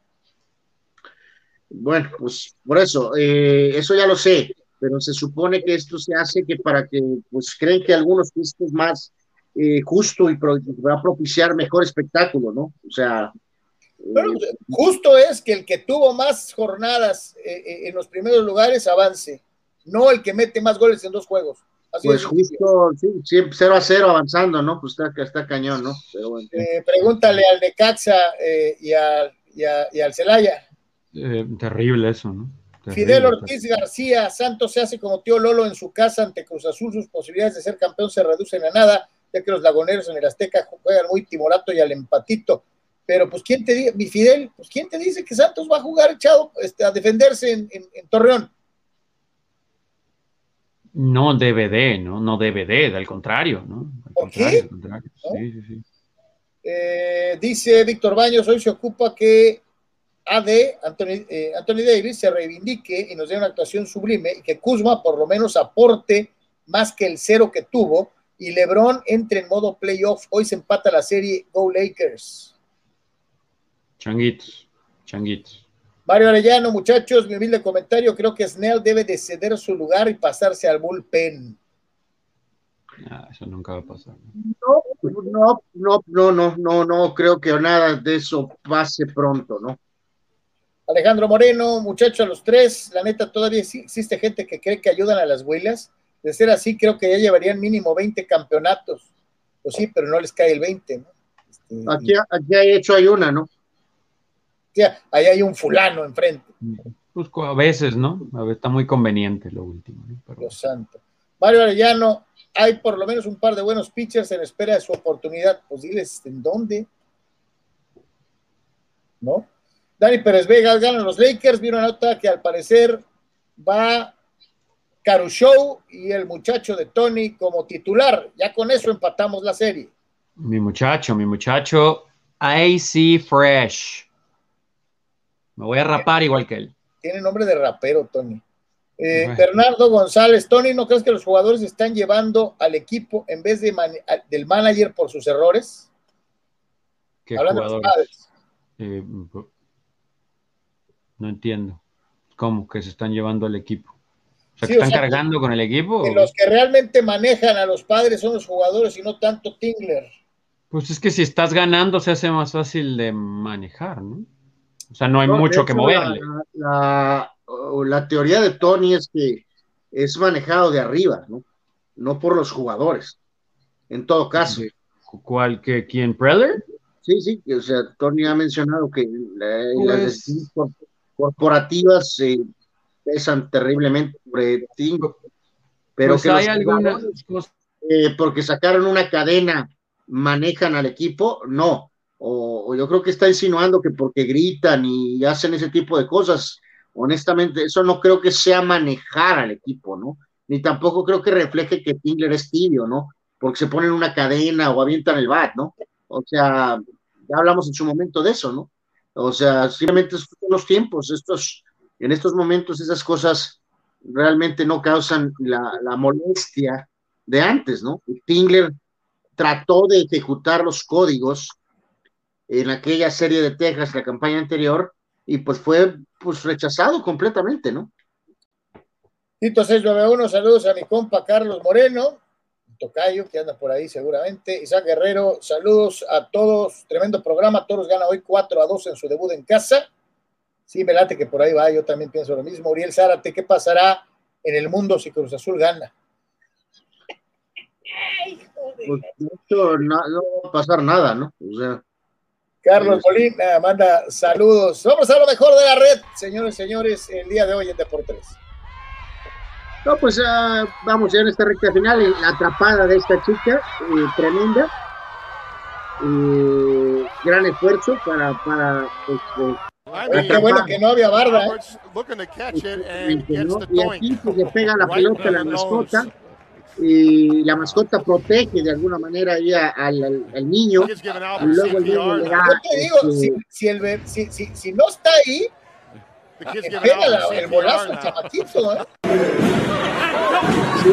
Bueno, pues por eso, eh, eso ya lo sé, pero se supone que esto se hace que para que, pues creen que algunos que esto es más eh, justo y pro, va a propiciar mejor espectáculo, ¿no? O sea... Bueno, eh, justo es que el que tuvo más jornadas eh, en los primeros lugares avance, no el que mete más goles en dos juegos. Así pues justo, sí, siempre cero a cero avanzando, ¿no? Pues está, está cañón, ¿no? Pero bueno. eh, pregúntale al Necaxa eh, y, a, y, a, y al Celaya. Eh, terrible eso, ¿no? Terrible, Fidel Ortiz terrible. García, Santos se hace como tío Lolo en su casa ante Cruz Azul, sus posibilidades de ser campeón se reducen a nada, ya que los laguneros en el Azteca juegan muy timorato y al empatito. Pero pues quién te dice, mi Fidel, pues quién te dice que Santos va a jugar echado este, a defenderse en, en, en Torreón. No debe de, ¿no? No debe de, al contrario, ¿no? Al ¿Por contrario, qué? Al contrario. ¿No? Sí, sí, sí. Eh, dice Víctor Baños, hoy se ocupa que A D, Anthony, eh, Anthony Davis, se reivindique y nos dé una actuación sublime y que Kuzma por lo menos aporte más que el cero que tuvo y LeBron entre en modo playoff. Hoy se empata la serie, Go Lakers. Changuitos, changuitos. Mario Arellano, muchachos, mi humilde comentario, creo que Snell debe de ceder su lugar y pasarse al bullpen. Ah, eso nunca va a pasar. No, no, no, no, no, no, no, creo que nada de eso pase pronto, ¿no? Alejandro Moreno, muchachos, a los tres, la neta, todavía existe gente que cree que ayudan a las huilas. De ser así, creo que ya llevarían mínimo veinte campeonatos. Pues sí, pero no les cae el veinte, ¿no? Este, aquí, aquí hay hecho hay una, ¿no? Ahí hay un fulano enfrente. Pues a veces, ¿no? A veces está muy conveniente lo último, ¿no? Pero... Dios santo. Mario Arellano, hay por lo menos un par de buenos pitchers en espera de su oportunidad. Pues diles en dónde. ¿No? Dani Pérez Vega, ganan los Lakers. Vi una nota que al parecer va Caruso y el muchacho de Tony como titular. Ya con eso empatamos la serie. Mi muchacho, mi muchacho, A C Fresh. Me voy a rapar igual que él. Tiene nombre de rapero, Tony. Eh, bueno. Bernardo González, Tony, ¿no crees que los jugadores están llevando al equipo en vez de man del manager por sus errores? ¿Qué Hablando jugadores? Eh, no entiendo. ¿Cómo que se están llevando al equipo? O sea, sí, ¿que están o sea, cargando que, con el equipo? Que los que realmente manejan a los padres son los jugadores y no tanto Tingler. Pues es que si estás ganando se hace más fácil de manejar, ¿no? O sea, no hay no, mucho que moverle. La, la, la teoría de Tony es que es manejado de arriba, ¿no? No por los jugadores. En todo caso. ¿Cuál que quién? ¿Preller? Sí, sí, o sea, Tony ha mencionado que la, pues... las decisiones corporativas eh, pesan terriblemente sobre ti, pero pues que hay algunas cosas. Eh, porque sacaron una cadena, manejan al equipo, no. O, o yo creo que está insinuando que porque gritan y hacen ese tipo de cosas, honestamente, eso no creo que sea manejar al equipo, ¿no? Ni tampoco creo que refleje que Tingler es tibio, ¿no? Porque se ponen una cadena o avientan el bat, ¿no? O sea, ya hablamos en su momento de eso, ¿no? O sea, simplemente son los tiempos, estos, en estos momentos esas cosas realmente no causan la, la molestia de antes, ¿no? Tingler trató de ejecutar los códigos en aquella serie de Texas, la campaña anterior, y pues fue pues rechazado completamente, ¿no? Tito seis nueve uno, saludos a mi compa Carlos Moreno, tocayo, que anda por ahí seguramente. Isaac Guerrero, saludos a todos, tremendo programa, Toros gana hoy cuatro a dos en su debut en casa. Sí, me late que por ahí va, yo también pienso lo mismo. Uriel Zárate, ¿qué pasará en el mundo si Cruz Azul gana? Ay, pues, esto no, no va a pasar nada, ¿no? O sea, Carlos Molina manda saludos. Vamos a lo mejor de la red, señores y señores, el día de hoy en Deportes. No, pues uh, vamos ya en esta recta final, la atrapada de esta chica, eh, tremenda. Eh, gran esfuerzo para, para este, Oye, qué bueno que no había barda, ¿eh? Y aquí pues, le pega la pelota a la mascota y la mascota protege de alguna manera ahí a, a, al, al, al niño y luego el niño le da, yo te digo, este, si, si, el, si, si, si no está ahí, le pega la, el bolazo al chamaquito, ¿eh? Sí.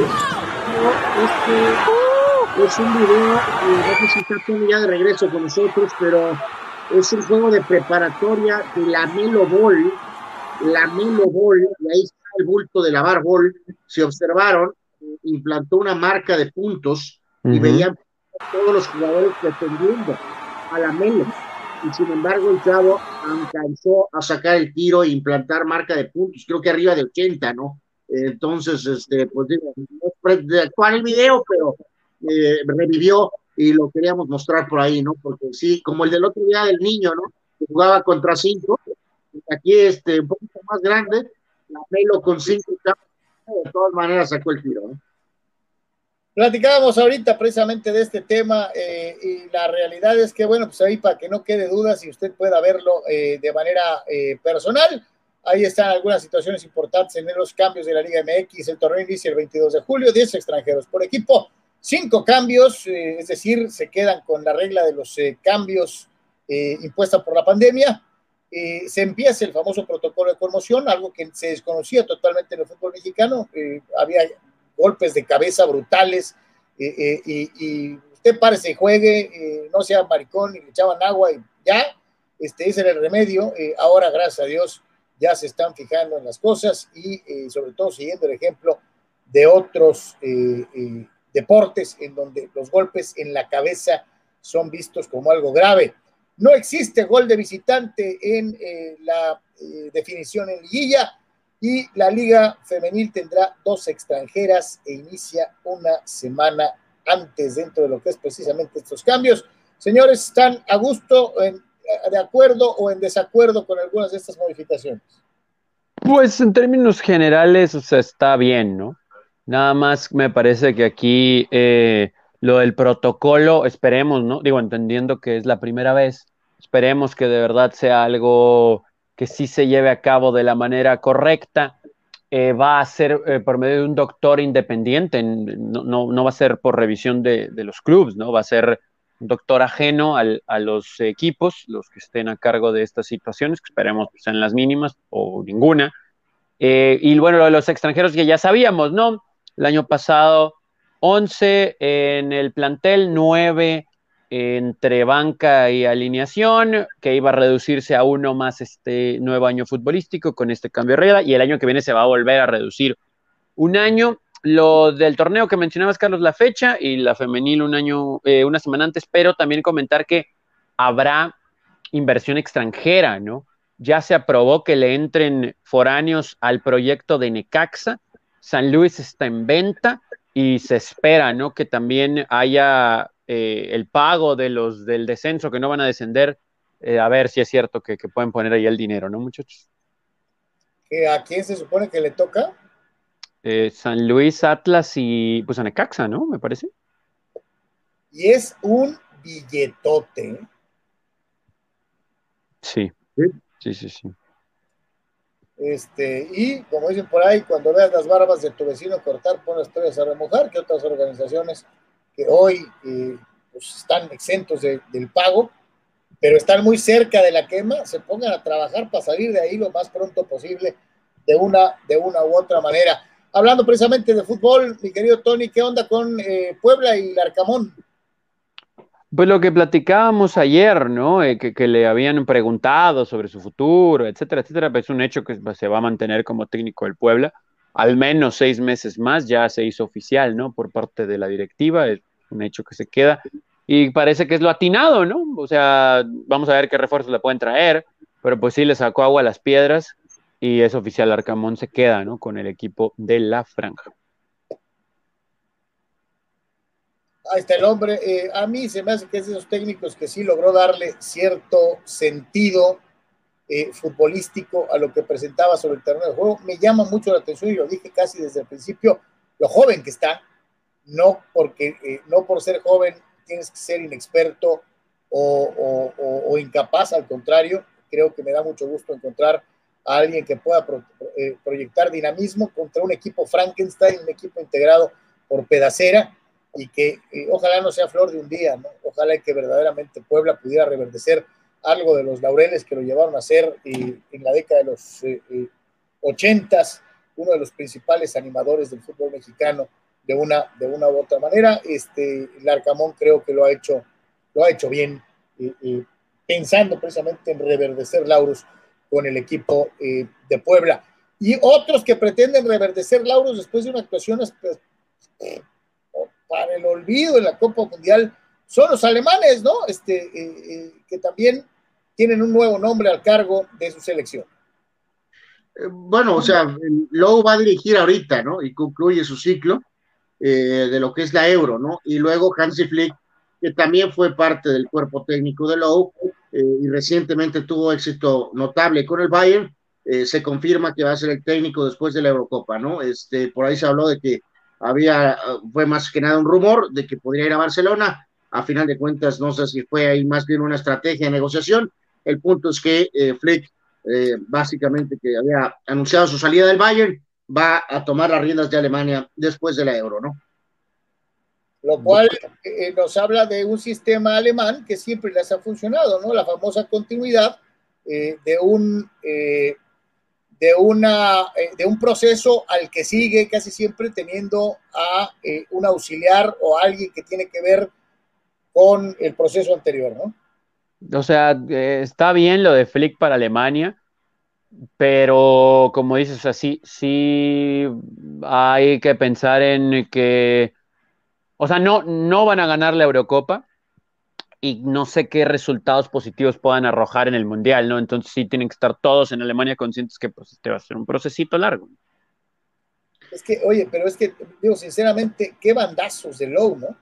Este es un video, no sé si está Tony ya de regreso con nosotros, pero es un juego de preparatoria de la Melo Ball, la Melo Ball, y ahí está el bulto de la Bar Ball. Si observaron, implantó una marca de puntos uh-huh. y veían todos los jugadores pretendiendo a la Melo. Y sin embargo, el chavo alcanzó a sacar el tiro e implantar marca de puntos, creo que arriba de ochenta, ¿no? Entonces, este, pues digo, no es de actuar el video, pero eh, revivió y lo queríamos mostrar por ahí, ¿no? Porque sí, como el del otro día del niño, ¿no? Que jugaba contra cinco, aquí este, un poquito más grande, la Melo con cinco, de todas maneras sacó el tiro, ¿no? Platicábamos ahorita precisamente de este tema eh, y la realidad es que, bueno, pues ahí para que no quede dudas y usted pueda verlo eh, de manera eh, personal, ahí están algunas situaciones importantes en los cambios de la Liga M X. El torneo inicia el veintidós de julio, diez extranjeros por equipo, cinco cambios, eh, es decir, se quedan con la regla de los eh, cambios eh, impuesta por la pandemia. Eh, se empieza el famoso protocolo de conmoción, algo que se desconocía totalmente en el fútbol mexicano. Eh, había golpes de cabeza brutales, eh, eh, y, y usted párese y juegue, eh, no sea maricón, y le echaban agua y ya, este, ese era el remedio. Eh, ahora, gracias a Dios, ya se están fijando en las cosas y eh, sobre todo siguiendo el ejemplo de otros eh, eh, deportes en donde los golpes en la cabeza son vistos como algo grave. No existe gol de visitante en eh, la eh, definición en liguilla, y la Liga Femenil tendrá dos extranjeras e inicia una semana antes dentro de lo que es precisamente estos cambios. Señores, ¿están a gusto, en, de acuerdo o en desacuerdo con algunas de estas modificaciones? Pues en términos generales, o sea, está bien, ¿no? Nada más me parece que aquí eh, lo del protocolo, esperemos, ¿no? Digo, entendiendo que es la primera vez, esperemos que de verdad sea algo que sí se lleve a cabo de la manera correcta. Eh, va a ser eh, por medio de un doctor independiente, no, no, no va a ser por revisión de, de los clubes, ¿no? Va a ser un doctor ajeno al, a los equipos, los que estén a cargo de estas situaciones, que esperemos que sean las mínimas o ninguna. Eh, y bueno, lo de los extranjeros que ya sabíamos, ¿no? El año pasado, once en el plantel, nueve entre banca y alineación, que iba a reducirse a uno más este nuevo año futbolístico con este cambio de regla, y el año que viene se va a volver a reducir un año. Lo del torneo que mencionabas, Carlos, la fecha, y la femenil un año, eh, una semana antes, pero también comentar que habrá inversión extranjera, ¿no? Ya se aprobó que le entren foráneos al proyecto de Necaxa, San Luis está en venta y se espera, ¿no? Que también haya eh, el pago de los del descenso que no van a descender, eh, a ver si es cierto que, que pueden poner ahí el dinero, ¿no, muchachos? ¿A quién se supone que le toca? Eh, San Luis, Atlas y pues a Necaxa, ¿no? Me parece. Y es un billetote, ¿eh? Sí, sí, sí, sí. Este, y como dicen por ahí, cuando veas las barbas de tu vecino cortar, pon las tuyas a remojar, que otras organizaciones que hoy eh, pues están exentos de, del pago, pero están muy cerca de la quema, se pongan a trabajar para salir de ahí lo más pronto posible, de una, de una u otra manera. Hablando precisamente de fútbol, mi querido Tony, ¿qué onda con eh, Puebla y Larcamón? Pues lo que platicábamos ayer, ¿no? Eh, que, que le habían preguntado sobre su futuro, etcétera, etcétera. Pues es un hecho que se va a mantener como técnico del Puebla. Al menos seis meses más, ya se hizo oficial, ¿no? Por parte de la directiva, es un hecho que se queda. Y parece que es lo atinado, ¿no? O sea, vamos a ver qué refuerzos le pueden traer, pero pues sí le sacó agua a las piedras y es oficial, Arcamón se queda, ¿no? Con el equipo de la Franja. Ahí está el hombre. Eh, a mí se me hace que es de esos técnicos que sí logró darle cierto sentido eh, futbolístico a lo que presentaba sobre el terreno de juego. Me llama mucho la atención y lo dije casi desde el principio, lo joven que está, no, porque, eh, no por ser joven tienes que ser inexperto o, o, o, o incapaz, al contrario, creo que me da mucho gusto encontrar a alguien que pueda pro, eh, proyectar dinamismo contra un equipo Frankenstein, un equipo integrado por pedacera, y que eh, ojalá no sea flor de un día, ¿no? Ojalá que verdaderamente Puebla pudiera reverdecer algo de los laureles que lo llevaron a ser eh, en la década de los eh, eh, ochentas, uno de los principales animadores del fútbol mexicano de una, de una u otra manera. Este, Larcamón creo que lo ha hecho, lo ha hecho bien, eh, eh, pensando precisamente en reverdecer lauros con el equipo eh, de Puebla. Y otros que pretenden reverdecer lauros después de una actuación pues, para el olvido en la Copa Mundial son los alemanes, ¿no? Este, eh, eh, que también tienen un nuevo nombre al cargo de su selección. Eh, bueno, o sea, Lowe va a dirigir ahorita, ¿no? Y concluye su ciclo eh, de lo que es la Euro, ¿no? Y luego Hansi Flick, que también fue parte del cuerpo técnico de Lowe eh, y recientemente tuvo éxito notable con el Bayern, eh, se confirma que va a ser el técnico después de la Eurocopa, ¿no? Este, por ahí se habló de que había, fue más que nada un rumor de que podría ir a Barcelona. A final de cuentas, no sé si fue ahí más bien una estrategia de negociación. El punto es que eh, Flick, eh, básicamente que había anunciado su salida del Bayern, va a tomar las riendas de Alemania después de la Euro, ¿no? Lo cual eh, nos habla de un sistema alemán que siempre les ha funcionado, ¿no? La famosa continuidad eh, de un eh, de, una, eh, de un proceso al que sigue casi siempre teniendo a eh, un auxiliar o alguien que tiene que ver con el proceso anterior, ¿no? O sea, eh, está bien lo de Flick para Alemania, pero como dices, o sea, sí, sí hay que pensar en que, o sea, no, no van a ganar la Eurocopa y no sé qué resultados positivos puedan arrojar en el Mundial, ¿no? Entonces sí tienen que estar todos en Alemania conscientes que pues este va a ser un procesito largo. Es que, oye, pero es que, digo, sinceramente, qué bandazos de Lowe, ¿no?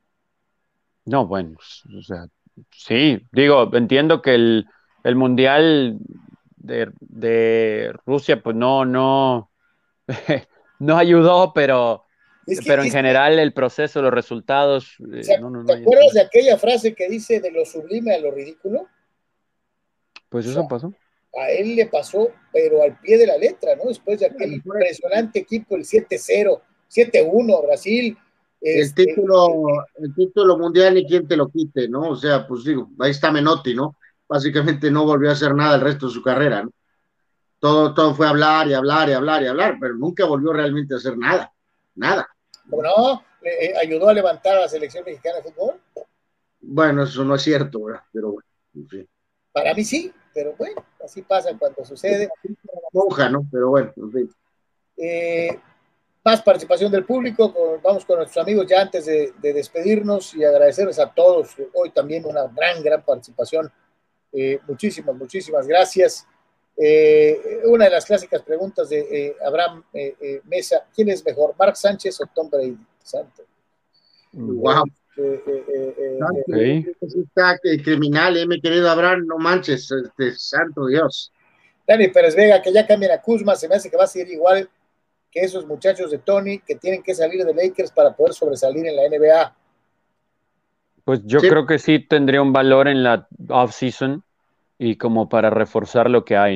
No, bueno, o sea, sí, digo, entiendo que el, el Mundial de, de Rusia, pues no, no, no ayudó, pero, es que, pero en es general que, el proceso, los resultados, eh, o sea, no, no, no ¿te hay acuerdas entiendo. de aquella frase que dice de lo sublime a lo ridículo? Pues o eso sea, pasó. A él le pasó, pero al pie de la letra, ¿no? Después de aquel impresionante equipo, el siete cero, siete uno, Brasil. El Este, título, el título mundial ni quien te lo quite, ¿no? O sea, pues digo, ahí está Menotti, ¿no? Básicamente no volvió a hacer nada el resto de su carrera, ¿no? Todo, todo fue hablar y hablar y hablar y hablar, pero nunca volvió realmente a hacer nada, nada. ¿Cómo no? Eh, ayudó a levantar a la selección mexicana de fútbol. Bueno, eso no es cierto, ¿verdad? Pero bueno, en fin. Para mí sí, pero bueno, así pasa cuando sucede. Monja, ¿no? Pero bueno, en fin. Eh, más participación del público, con, vamos con nuestros amigos ya antes de, de despedirnos y agradecerles a todos, hoy también una gran, gran participación, eh, muchísimas, muchísimas gracias. Eh, una de las clásicas preguntas de eh, Abraham eh, eh, Mesa, ¿quién es mejor, Mark Sánchez o Tom Brady? Santo. Wow. Eh, eh, eh, eh, okay. Está criminal, eh, mi querido Abraham, no manches, este, santo Dios. Dani Pérez Vega, que ya cambien a Kuzma, se me hace que va a seguir igual que esos muchachos de Tony que tienen que salir de Lakers para poder sobresalir en la N B A. Pues yo sí. creo que sí tendría un valor en la off-season y como para reforzar lo que hay, ¿no?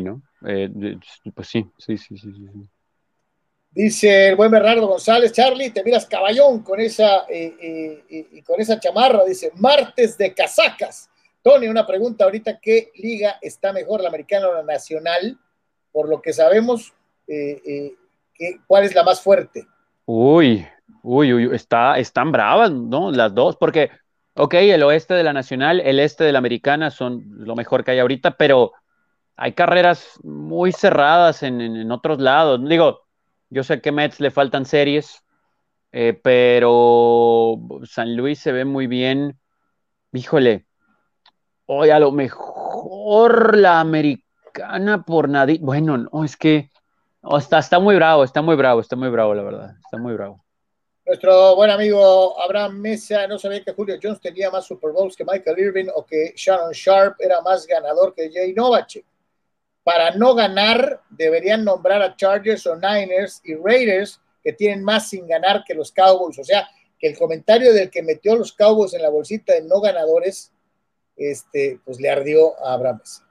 eh, pues sí, sí, sí, sí, sí. Dice el buen Bernardo González, Charlie, te miras caballón con esa, eh, eh, eh, y con esa chamarra, dice, martes de casacas. Tony, una pregunta ahorita, ¿qué liga está mejor, la americana o la nacional? Por lo que sabemos, eh, eh, ¿qué, ¿cuál es la más fuerte? Uy, uy, uy, está, están bravas, ¿no? Las dos, porque, ok, el oeste de la nacional, el este de la americana son lo mejor que hay ahorita, pero hay carreras muy cerradas en, en, en otros lados. Digo, yo sé que Mets le faltan series, eh, pero San Luis se ve muy bien. Híjole, hoy a lo mejor la americana por nadie. Bueno, no, es que oh, está, está muy bravo, está muy bravo, está muy bravo, la verdad, está muy bravo. Nuestro buen amigo Abraham Mesa no sabía que Julio Jones tenía más Super Bowls que Michael Irvin o que Shannon Sharp era más ganador que Jay Novacek. Para no ganar, deberían nombrar a Chargers o Niners y Raiders, que tienen más sin ganar que los Cowboys. O sea, que el comentario del que metió a los Cowboys en la bolsita de no ganadores, este, pues le ardió a Abraham Mesa.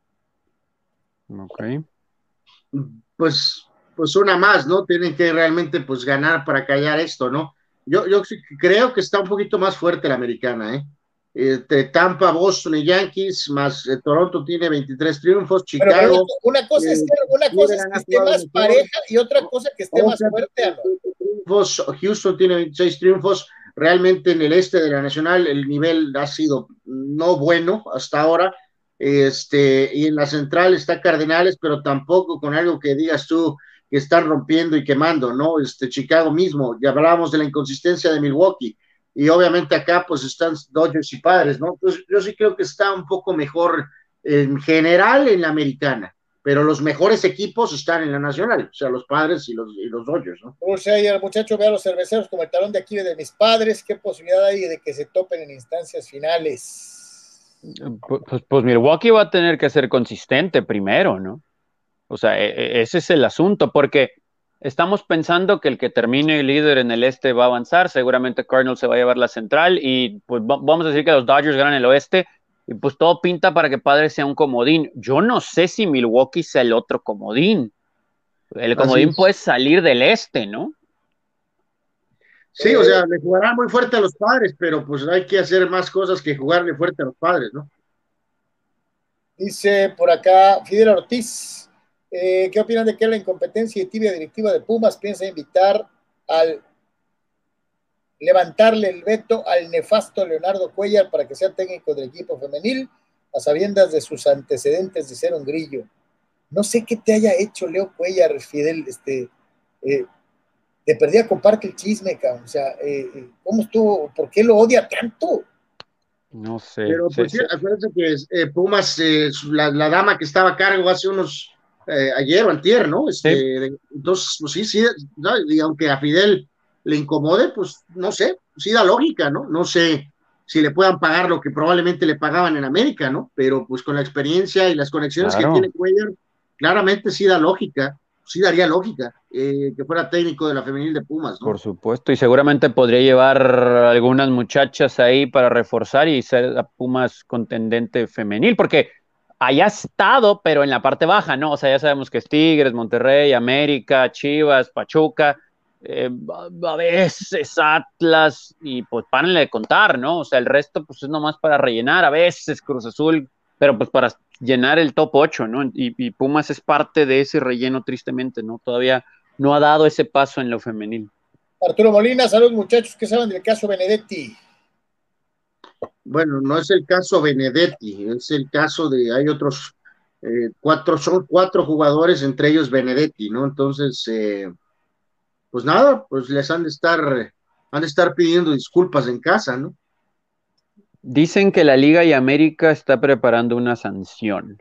Ok. Pues, pues una más, ¿no? Tienen que realmente pues ganar para callar esto, ¿no? Yo, yo sí creo que está un poquito más fuerte la americana, ¿eh? Entre Tampa, Boston y Yankees, más eh, Toronto tiene veintitrés triunfos, Chicago. Pero, pero una cosa eh, es que, una cosa es que esté más mejor, pareja y otra cosa que esté más fuerte. Triunfos, Houston tiene veintiséis triunfos. Realmente en el este de la Nacional el nivel ha sido no bueno hasta ahora. Este, y en la central está Cardenales, pero tampoco con algo que digas tú que están rompiendo y quemando, ¿no? Este, Chicago mismo, ya hablábamos de la inconsistencia de Milwaukee, y obviamente acá pues están Dodgers y Padres, ¿no? Entonces yo sí creo que está un poco mejor en general en la americana, pero los mejores equipos están en la nacional, o sea, los Padres y los, y los Dodgers, ¿no? O sea, y el muchacho ve a los cerveceros como el talón de aquí de mis padres, ¿qué posibilidad hay de que se topen en instancias finales? Pues, pues Milwaukee va a tener que ser consistente primero, ¿no? O sea, e, ese es el asunto, porque estamos pensando que el que termine líder en el este va a avanzar, seguramente Cardinals se va a llevar la central y pues vamos a decir que los Dodgers ganan el oeste y pues todo pinta para que Padres sea un comodín. Yo no sé si Milwaukee sea el otro comodín. El comodín puede salir del este, ¿no? Sí, eh, o sea, le jugará muy fuerte a los Padres, pero pues hay que hacer más cosas que jugarle fuerte a los Padres, ¿no? Dice por acá Fidel Ortiz, eh, ¿qué opinan de que la incompetencia y tibia directiva de Pumas piensa invitar al levantarle el veto al nefasto Leonardo Cuellar para que sea técnico del equipo femenil, a sabiendas de sus antecedentes de ser un grillo? No sé qué te haya hecho Leo Cuellar, Fidel, este, eh, te perdía, comparte el chisme, cabrón. O sea, eh, ¿cómo estuvo? ¿Por qué lo odia tanto? No sé. Pero pues sí, sí, acuérdense que eh, Pumas, eh, la, la dama que estaba a cargo hace unos, eh, ayer o antier, ¿no? Este, sí. De, entonces, pues sí, sí, ¿no? Y aunque a Fidel le incomode, pues no sé, sí da lógica, ¿no? No sé si le puedan pagar lo que probablemente le pagaban en América, ¿no? Pero pues con la experiencia y las conexiones claro. que tiene Cuellar, claramente sí da lógica, sí daría lógica eh, que fuera técnico de la femenil de Pumas, ¿no? Por supuesto, y seguramente podría llevar algunas muchachas ahí para reforzar y ser a Pumas contendente femenil, porque haya estado, pero en la parte baja, ¿no? O sea, ya sabemos que es Tigres, Monterrey, América, Chivas, Pachuca, eh, a veces Atlas, y pues párenle de contar, ¿no? O sea, el resto pues es nomás para rellenar, a veces Cruz Azul, pero pues para llenar el top ocho, ¿no? Y, y Pumas es parte de ese relleno, tristemente, ¿no? Todavía no ha dado ese paso en lo femenil. Arturo Molina, saludos muchachos, ¿qué saben del caso Benedetti? Bueno, no es el caso Benedetti, es el caso de, hay otros eh, cuatro, son cuatro jugadores, entre ellos Benedetti, ¿no? Entonces, eh, pues nada, pues les han de estar, han de estar pidiendo disculpas en casa, ¿no? Dicen que la Liga y América está preparando una sanción.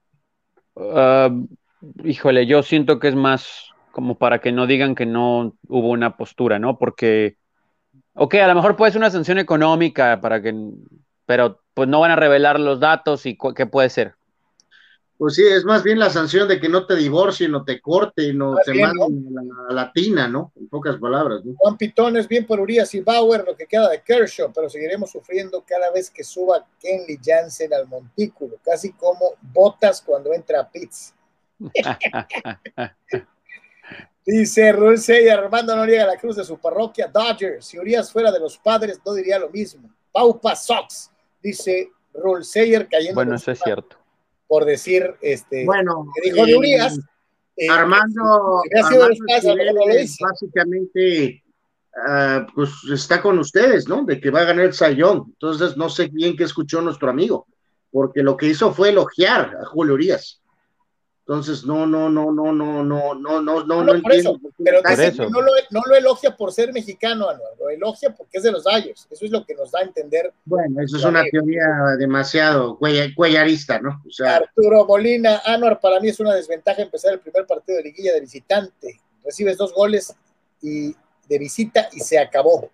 Uh, híjole, yo siento que es más como para que no digan que no hubo una postura, ¿no? Porque, ok, a lo mejor puede ser una sanción económica para que, pero pues no van a revelar los datos y qué puede ser. Pues sí, es más bien la sanción de que no te divorcien, no te corten, no te manden ¿no? a la tina, ¿no? En pocas palabras, ¿no? Juan Pitón es bien por Urias y Bauer, lo que queda de Kershaw, pero seguiremos sufriendo cada vez que suba Kenley Jansen al montículo, casi como Botas cuando entra a Pitts. Dice Rule Seyer, Armando Noriega, la cruz de su parroquia, Dodgers. Si Urias fuera de los Padres, no diría lo mismo. Paupa Sox, dice Rule Seyer, cayendo. Bueno, eso es cierto. Por decir, este, bueno, que dijo de Urias. Eh, Armando, si Armando casa, Chile, no lo básicamente uh, pues está con ustedes, ¿no? De que va a ganar el Cy Young. Entonces no sé bien qué escuchó nuestro amigo, porque lo que hizo fue elogiar a Julio Urias. Entonces, no, no, no, no, no, no, no, no, no, no, no entiendo. Eso, pero dice que no lo, no lo elogia por ser mexicano, Anuar, lo elogia porque es de los Dodgers. Eso es lo que nos da a entender. Bueno, eso es una teoría demasiado cuellarista, ¿no? O sea, Arturo Molina, Anuar, para mí es una desventaja empezar el primer partido de liguilla de visitante. Recibes dos goles y de visita y se acabó.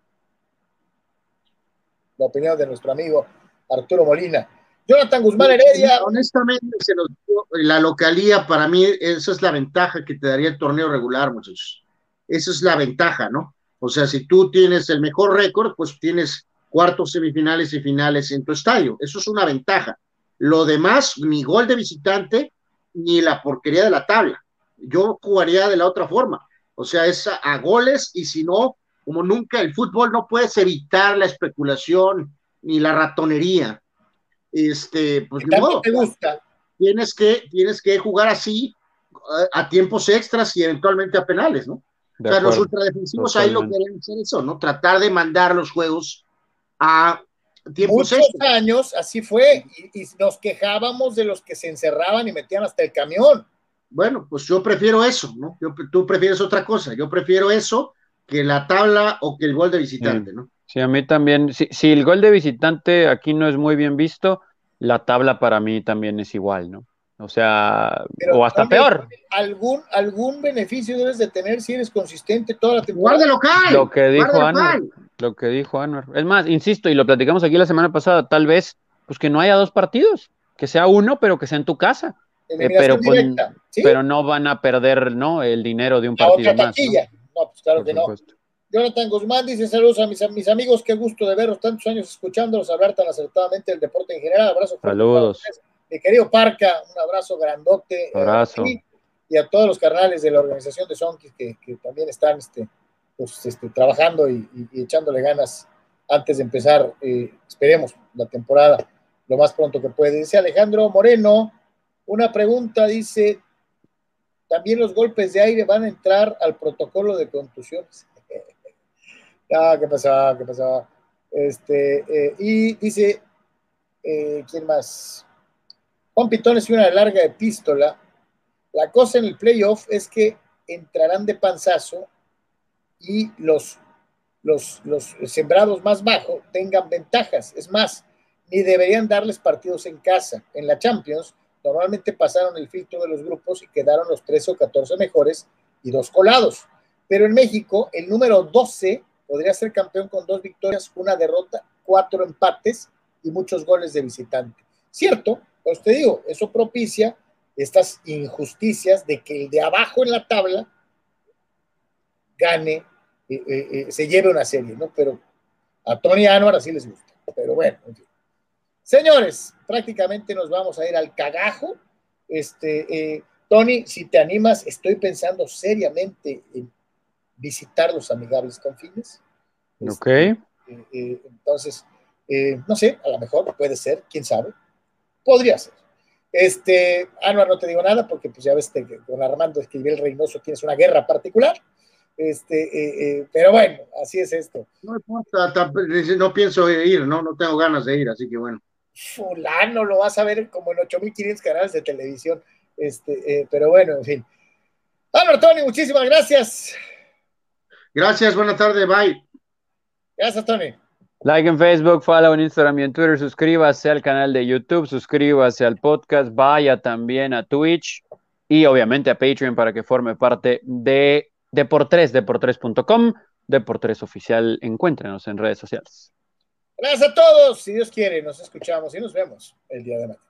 La opinión de nuestro amigo Arturo Molina. Jonathan Guzmán Heredia. Honestamente, se nos, la localía, para mí, esa es la ventaja que te daría el torneo regular, muchachos. Esa es la ventaja, ¿no? O sea, si tú tienes el mejor récord, pues tienes cuartos, semifinales y finales en tu estadio. Eso es una ventaja. Lo demás, ni gol de visitante, ni la porquería de la tabla. Yo jugaría de la otra forma. O sea, es a, a goles, y si no, como nunca, el fútbol no puedes evitar la especulación ni la ratonería. Este, pues ni modo, te gusta. Tienes que, tienes que jugar así a, a tiempos extras y eventualmente a penales, ¿no? De o sea, acuerdo, los ultradefensivos totalmente. ahí lo quieren hacer eso, ¿no? Tratar de mandar los juegos a tiempos Muchos extras. años así fue, y, y nos quejábamos de los que se encerraban y metían hasta el camión. Bueno, pues yo prefiero eso, ¿no? Yo, tú prefieres otra cosa, yo prefiero eso que la tabla o que el gol de visitante, sí. ¿no? Sí, a mí también. Si, si el gol de visitante aquí no es muy bien visto, la tabla para mí también es igual, ¿no? O sea, Pero, o hasta oye, peor. Algún, algún beneficio debes de tener si eres consistente toda la temporada. Guarda local. Lo que dijo guarda Anuar, local. lo que dijo Anuar. Es más, insisto, y lo platicamos aquí la semana pasada, tal vez, pues que no haya dos partidos, que sea uno, pero que sea en tu casa. Eh, pero, pues, ¿sí? pero no van a perder, ¿no? El dinero de un La partido otra más. taquilla. No, no pues claro Por que supuesto. no. Jonathan Guzmán dice: saludos a mis, a mis amigos, qué gusto de verlos tantos años escuchándolos hablar tan acertadamente del deporte en general. Abrazo. Saludos. Mi querido Parca, un abrazo grandote. Abrazo. Eh, y a todos los carnales de la organización de Sonkis que, que también están este, pues, este, trabajando y, y, y echándole ganas antes de empezar, eh, esperemos, la temporada lo más pronto que puede. Dice Alejandro Moreno, una pregunta, dice, ¿también los golpes de aire van a entrar al protocolo de contusiones? Ah, ¿qué pasaba? ¿Qué pasaba? Este, eh, y dice, eh, ¿quién más? Juan Pitones y una larga epístola. La cosa en el playoff es que entrarán de panzazo y los, los, los sembrados más bajos tengan ventajas. Es más, ni deberían darles partidos en casa. En la Champions, normalmente pasaron el filtro de los grupos y quedaron los trece o catorce mejores y dos colados. Pero en México, el número doce podría ser campeón con dos victorias, una derrota, cuatro empates y muchos goles de visitante. Cierto, pues te digo, eso propicia estas injusticias de que el de abajo en la tabla gane, eh, eh, eh, se lleve una serie, ¿no? Pero a Tony y Anuar así les gusta. Pero bueno, en fin. Señores, prácticamente nos vamos a ir al cagajo. Este, eh, Tony, si te animas, estoy pensando seriamente en visitar los amigables confines. Ok. Este, eh, eh, entonces, eh, no sé, a lo mejor puede ser, quién sabe. Podría ser. Este, Anuar, no te digo nada porque pues ya ves que con Armando Esquivel Reynoso tienes una guerra particular. Este, eh, eh, pero bueno, así es esto. No importa, no pienso ir, ¿no? No tengo ganas de ir, así que bueno. Fulano, lo vas a ver como en ocho mil quinientos canales de televisión. Este, eh, pero bueno, en fin. Anuar, Tony, muchísimas gracias. Gracias, buena tarde, bye. Gracias, Tony. Like en Facebook, follow en Instagram y en Twitter, suscríbase al canal de YouTube, suscríbase al podcast, vaya también a Twitch y obviamente a Patreon para que forme parte de Deportres, deportres punto com, Deportres Oficial, encuéntrenos en redes sociales. Gracias a todos, si Dios quiere, nos escuchamos y nos vemos el día de mañana.